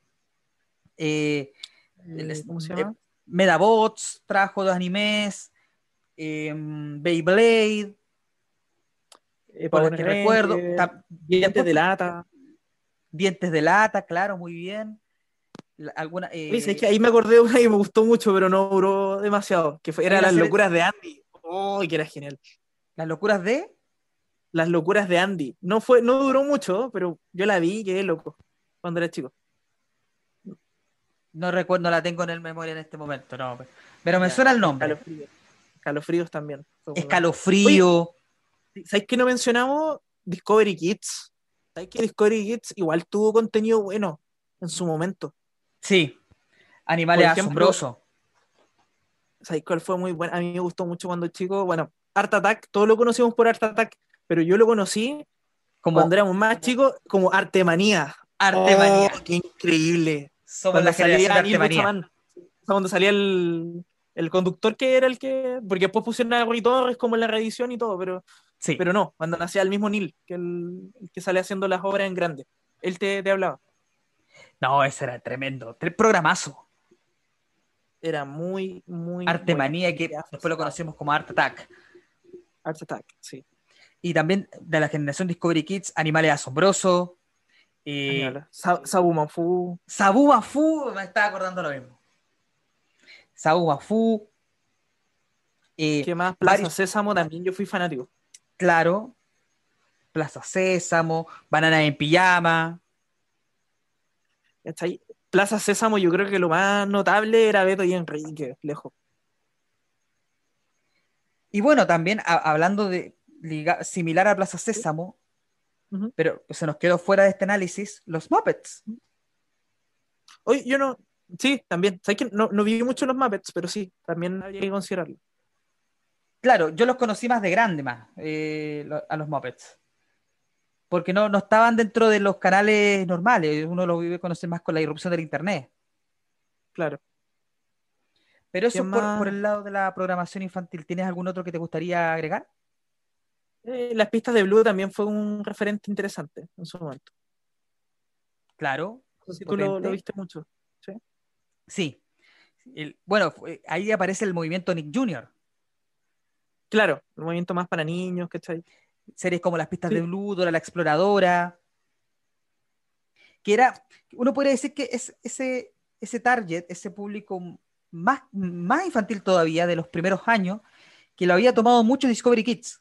¿cómo se llama? Medabots, trajo 2 animes, Beyblade, por lo que recuerdo. Dientes de lata. Dientes de lata, claro, muy bien. Es que ahí me acordé de una y me gustó mucho, pero no duró demasiado. Que era Las locuras de Andy. ¡Oh, que era genial! ¿Las locuras de? Las locuras de Andy. No duró mucho, pero yo la vi y quedé loco cuando era chico. No recuerdo, no la tengo en el memoria en este momento, no. Pero me suena el nombre. Escalofríos también. Escalofrío. Oye, ¿sabes qué no mencionamos? Discovery Kids. ¿Sabes que Discovery Kids igual tuvo contenido bueno en su momento? Sí. Animales asombrosos. ¿Sabes cuál fue muy bueno? A mí me gustó mucho cuando chico. Bueno, Art Attack, todos lo conocimos por Art Attack, pero yo lo conocí cuando éramos más chicos como Artemanía. Artemanía. ¡Qué increíble! Somos la generación de Artemanía. Cuando salía el conductor que era el que... Porque después pusieron a Rory Torres como en la reedición y todo, pero no, cuando nacía el mismo Neil, que el que sale haciendo las obras en grande. Él te hablaba. No, ese era tremendo. Programazo. Era muy, muy... Artemanía, que después lo conocimos como Art Attack. Art Attack, sí. Y también de la generación Discovery Kids, Animales asombrosos. Sabu Mafu. Sabu Mafu, me estaba acordando lo mismo. Sabu Mafu. ¿Qué más? Plaza Sésamo también yo fui fanático. Claro. Plaza Sésamo, Banana en Pijama. Plaza Sésamo, yo creo que lo más notable era Beto y Enrique, lejos. Y bueno, también hablando de similar a Plaza Sésamo, pero se nos quedó fuera de este análisis, los Muppets. Oye, yo no. Sí, también. ¿Sabes que no vi mucho los Muppets, pero sí, también habría que considerarlo. Claro, yo los conocí más de grande, a los Muppets. Porque no estaban dentro de los canales normales. Uno los vive conocer más con la irrupción del internet. Claro. Pero eso por el lado de la programación infantil. ¿Tienes algún otro que te gustaría agregar? Las pistas de Blue también fue un referente interesante en su momento. Claro. No sé si tú lo viste mucho. Sí. Bueno, ahí aparece el movimiento Nick Jr. Claro, el movimiento más para niños, ¿cachai? Series como Las pistas de Blue, Dora la Exploradora. Que era, uno podría decir que es ese target, ese público más infantil todavía de los primeros años, que lo había tomado mucho Discovery Kids.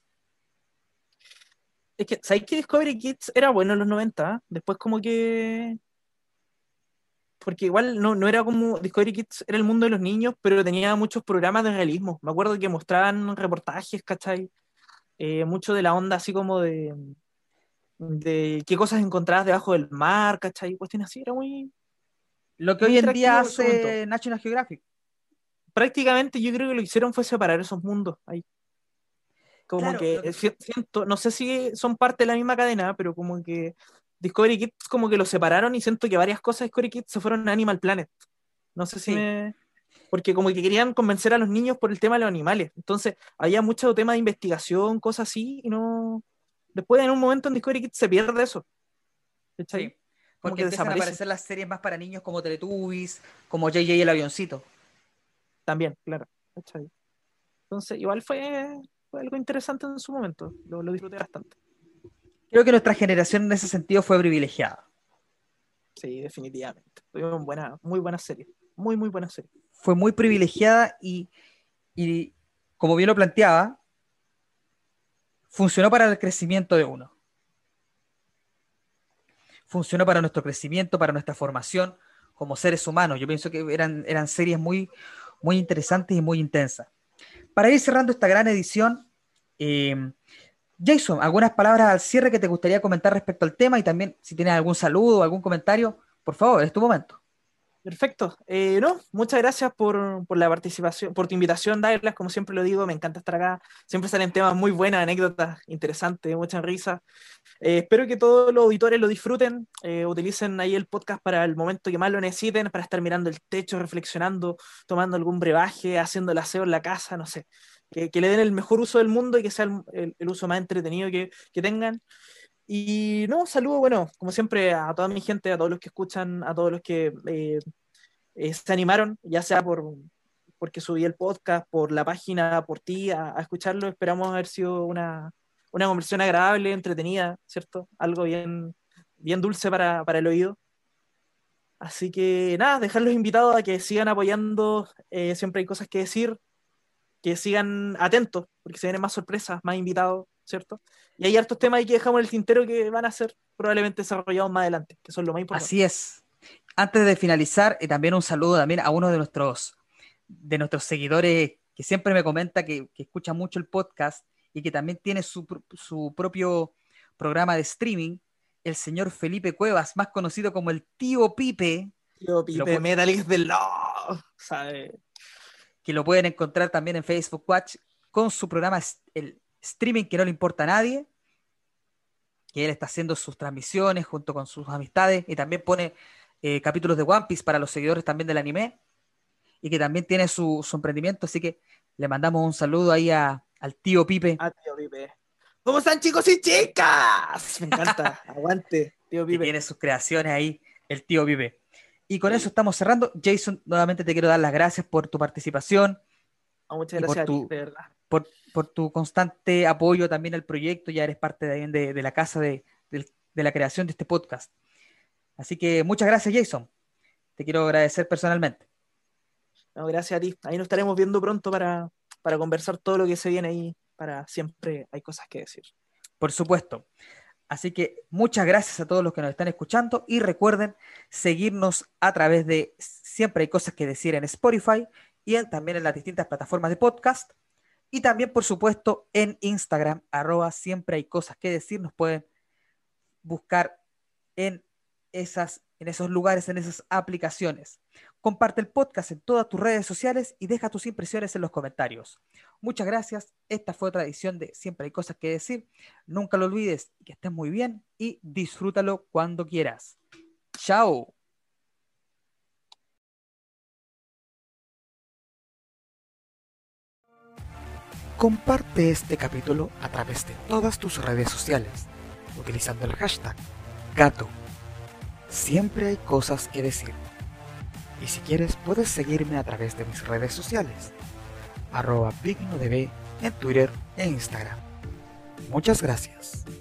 Es que, ¿sabes que Discovery Kids era bueno en los 90? Después como que... Porque igual no era como... Discovery Kids era el mundo de los niños, pero tenía muchos programas de realismo. Me acuerdo que mostraban reportajes, ¿cachai? Mucho de la onda así como de qué cosas encontrabas debajo del mar, ¿cachai? Cuestiones así, era muy... Lo que hoy en día hace National Geographic. Prácticamente yo creo que lo que hicieron fue separar esos mundos ahí. Como claro, que siento, no sé si son parte de la misma cadena, pero como que Discovery Kids como que lo separaron y siento que varias cosas de Discovery Kids se fueron a Animal Planet. No sé si porque como que querían convencer a los niños por el tema de los animales. Entonces había mucho tema de investigación, cosas así, y no... Después en un momento en Discovery Kids se pierde eso. Sí, porque empiezan a aparecer las series más para niños como Teletubbies, como JJ el avioncito. También, claro. ¿Cachai? Entonces igual fue algo interesante en su momento. Lo disfruté bastante. Creo que nuestra generación en ese sentido fue privilegiada. Sí, definitivamente. Tuvimos muy buena serie. Muy buena serie. Fue muy privilegiada y como bien lo planteaba, funcionó para el crecimiento de uno. Funcionó para nuestro crecimiento, para nuestra formación como seres humanos. Yo pienso que eran series muy, muy interesantes y muy intensas. Para ir cerrando esta gran edición, Jason, algunas palabras al cierre que te gustaría comentar respecto al tema y también si tienes algún saludo o algún comentario, por favor, es tu momento. Perfecto. Muchas gracias por la participación, por tu invitación, Douglas. Como siempre lo digo, me encanta estar acá. Siempre salen temas muy buenas, anécdotas interesantes, mucha risa. Espero que todos los auditores lo disfruten, utilicen ahí el podcast para el momento que más lo necesiten, para estar mirando el techo, reflexionando, tomando algún brebaje, haciendo el aseo en la casa, no sé. Que le den el mejor uso del mundo y que sea el uso más entretenido que tengan. Y saludo, bueno, como siempre, a toda mi gente, a todos los que escuchan, a todos los que se animaron, ya sea porque subí el podcast, por la página, por ti, a escucharlo. Esperamos haber sido una conversación agradable, entretenida, ¿cierto? Algo bien dulce para el oído. Así que nada, dejarlos invitados a que sigan apoyando, siempre hay cosas que decir, que sigan atentos, porque se vienen más sorpresas, más invitados, ¿cierto? Y hay hartos temas ahí que dejamos en el tintero que van a ser probablemente desarrollados más adelante, que son lo más importante. Así es. Antes de finalizar, también un saludo también a uno de nuestros seguidores que siempre me comenta que escucha mucho el podcast y que también tiene su propio programa de streaming, el señor Felipe Cuevas, más conocido como el Tío Pipe. Tío Pipe, Metal is the Law, ¿sabes? Que lo pueden encontrar también en Facebook Watch con su programa, el streaming que no le importa a nadie, que él está haciendo sus transmisiones junto con sus amistades y también pone capítulos de One Piece para los seguidores también del anime y que también tiene su emprendimiento, así que le mandamos un saludo ahí al Tío Pipe. A Tío Pipe. ¿Cómo están, chicos y chicas? Me encanta, aguante, Tío Pipe. Que tiene sus creaciones ahí, el Tío Pipe. Y con eso estamos cerrando. Jason, nuevamente te quiero dar las gracias por tu participación. Muchas gracias a ti, de verdad. Por tu constante apoyo también al proyecto. Ya eres parte de la casa de la creación de este podcast. Así que muchas gracias, Jason. Te quiero agradecer personalmente. No, gracias a ti. Ahí nos estaremos viendo pronto para conversar todo lo que se viene ahí. Para siempre hay cosas que decir. Por supuesto. Así que muchas gracias a todos los que nos están escuchando y recuerden seguirnos a través de Siempre hay cosas que decir en Spotify y también en las distintas plataformas de podcast y también por supuesto en Instagram @siempre hay cosas que decir. Nos pueden buscar en esos lugares, en esas aplicaciones. Comparte el podcast en todas tus redes sociales y deja tus impresiones en los comentarios. Muchas gracias. Esta fue otra edición de Siempre hay cosas que decir. Nunca lo olvides, que estés muy bien y disfrútalo cuando quieras. ¡Chao! Comparte este capítulo a través de todas tus redes sociales, utilizando el hashtag Gato. Siempre hay cosas que decir. Y si quieres puedes seguirme a través de mis redes sociales, @VignoDB en Twitter e Instagram. Muchas gracias.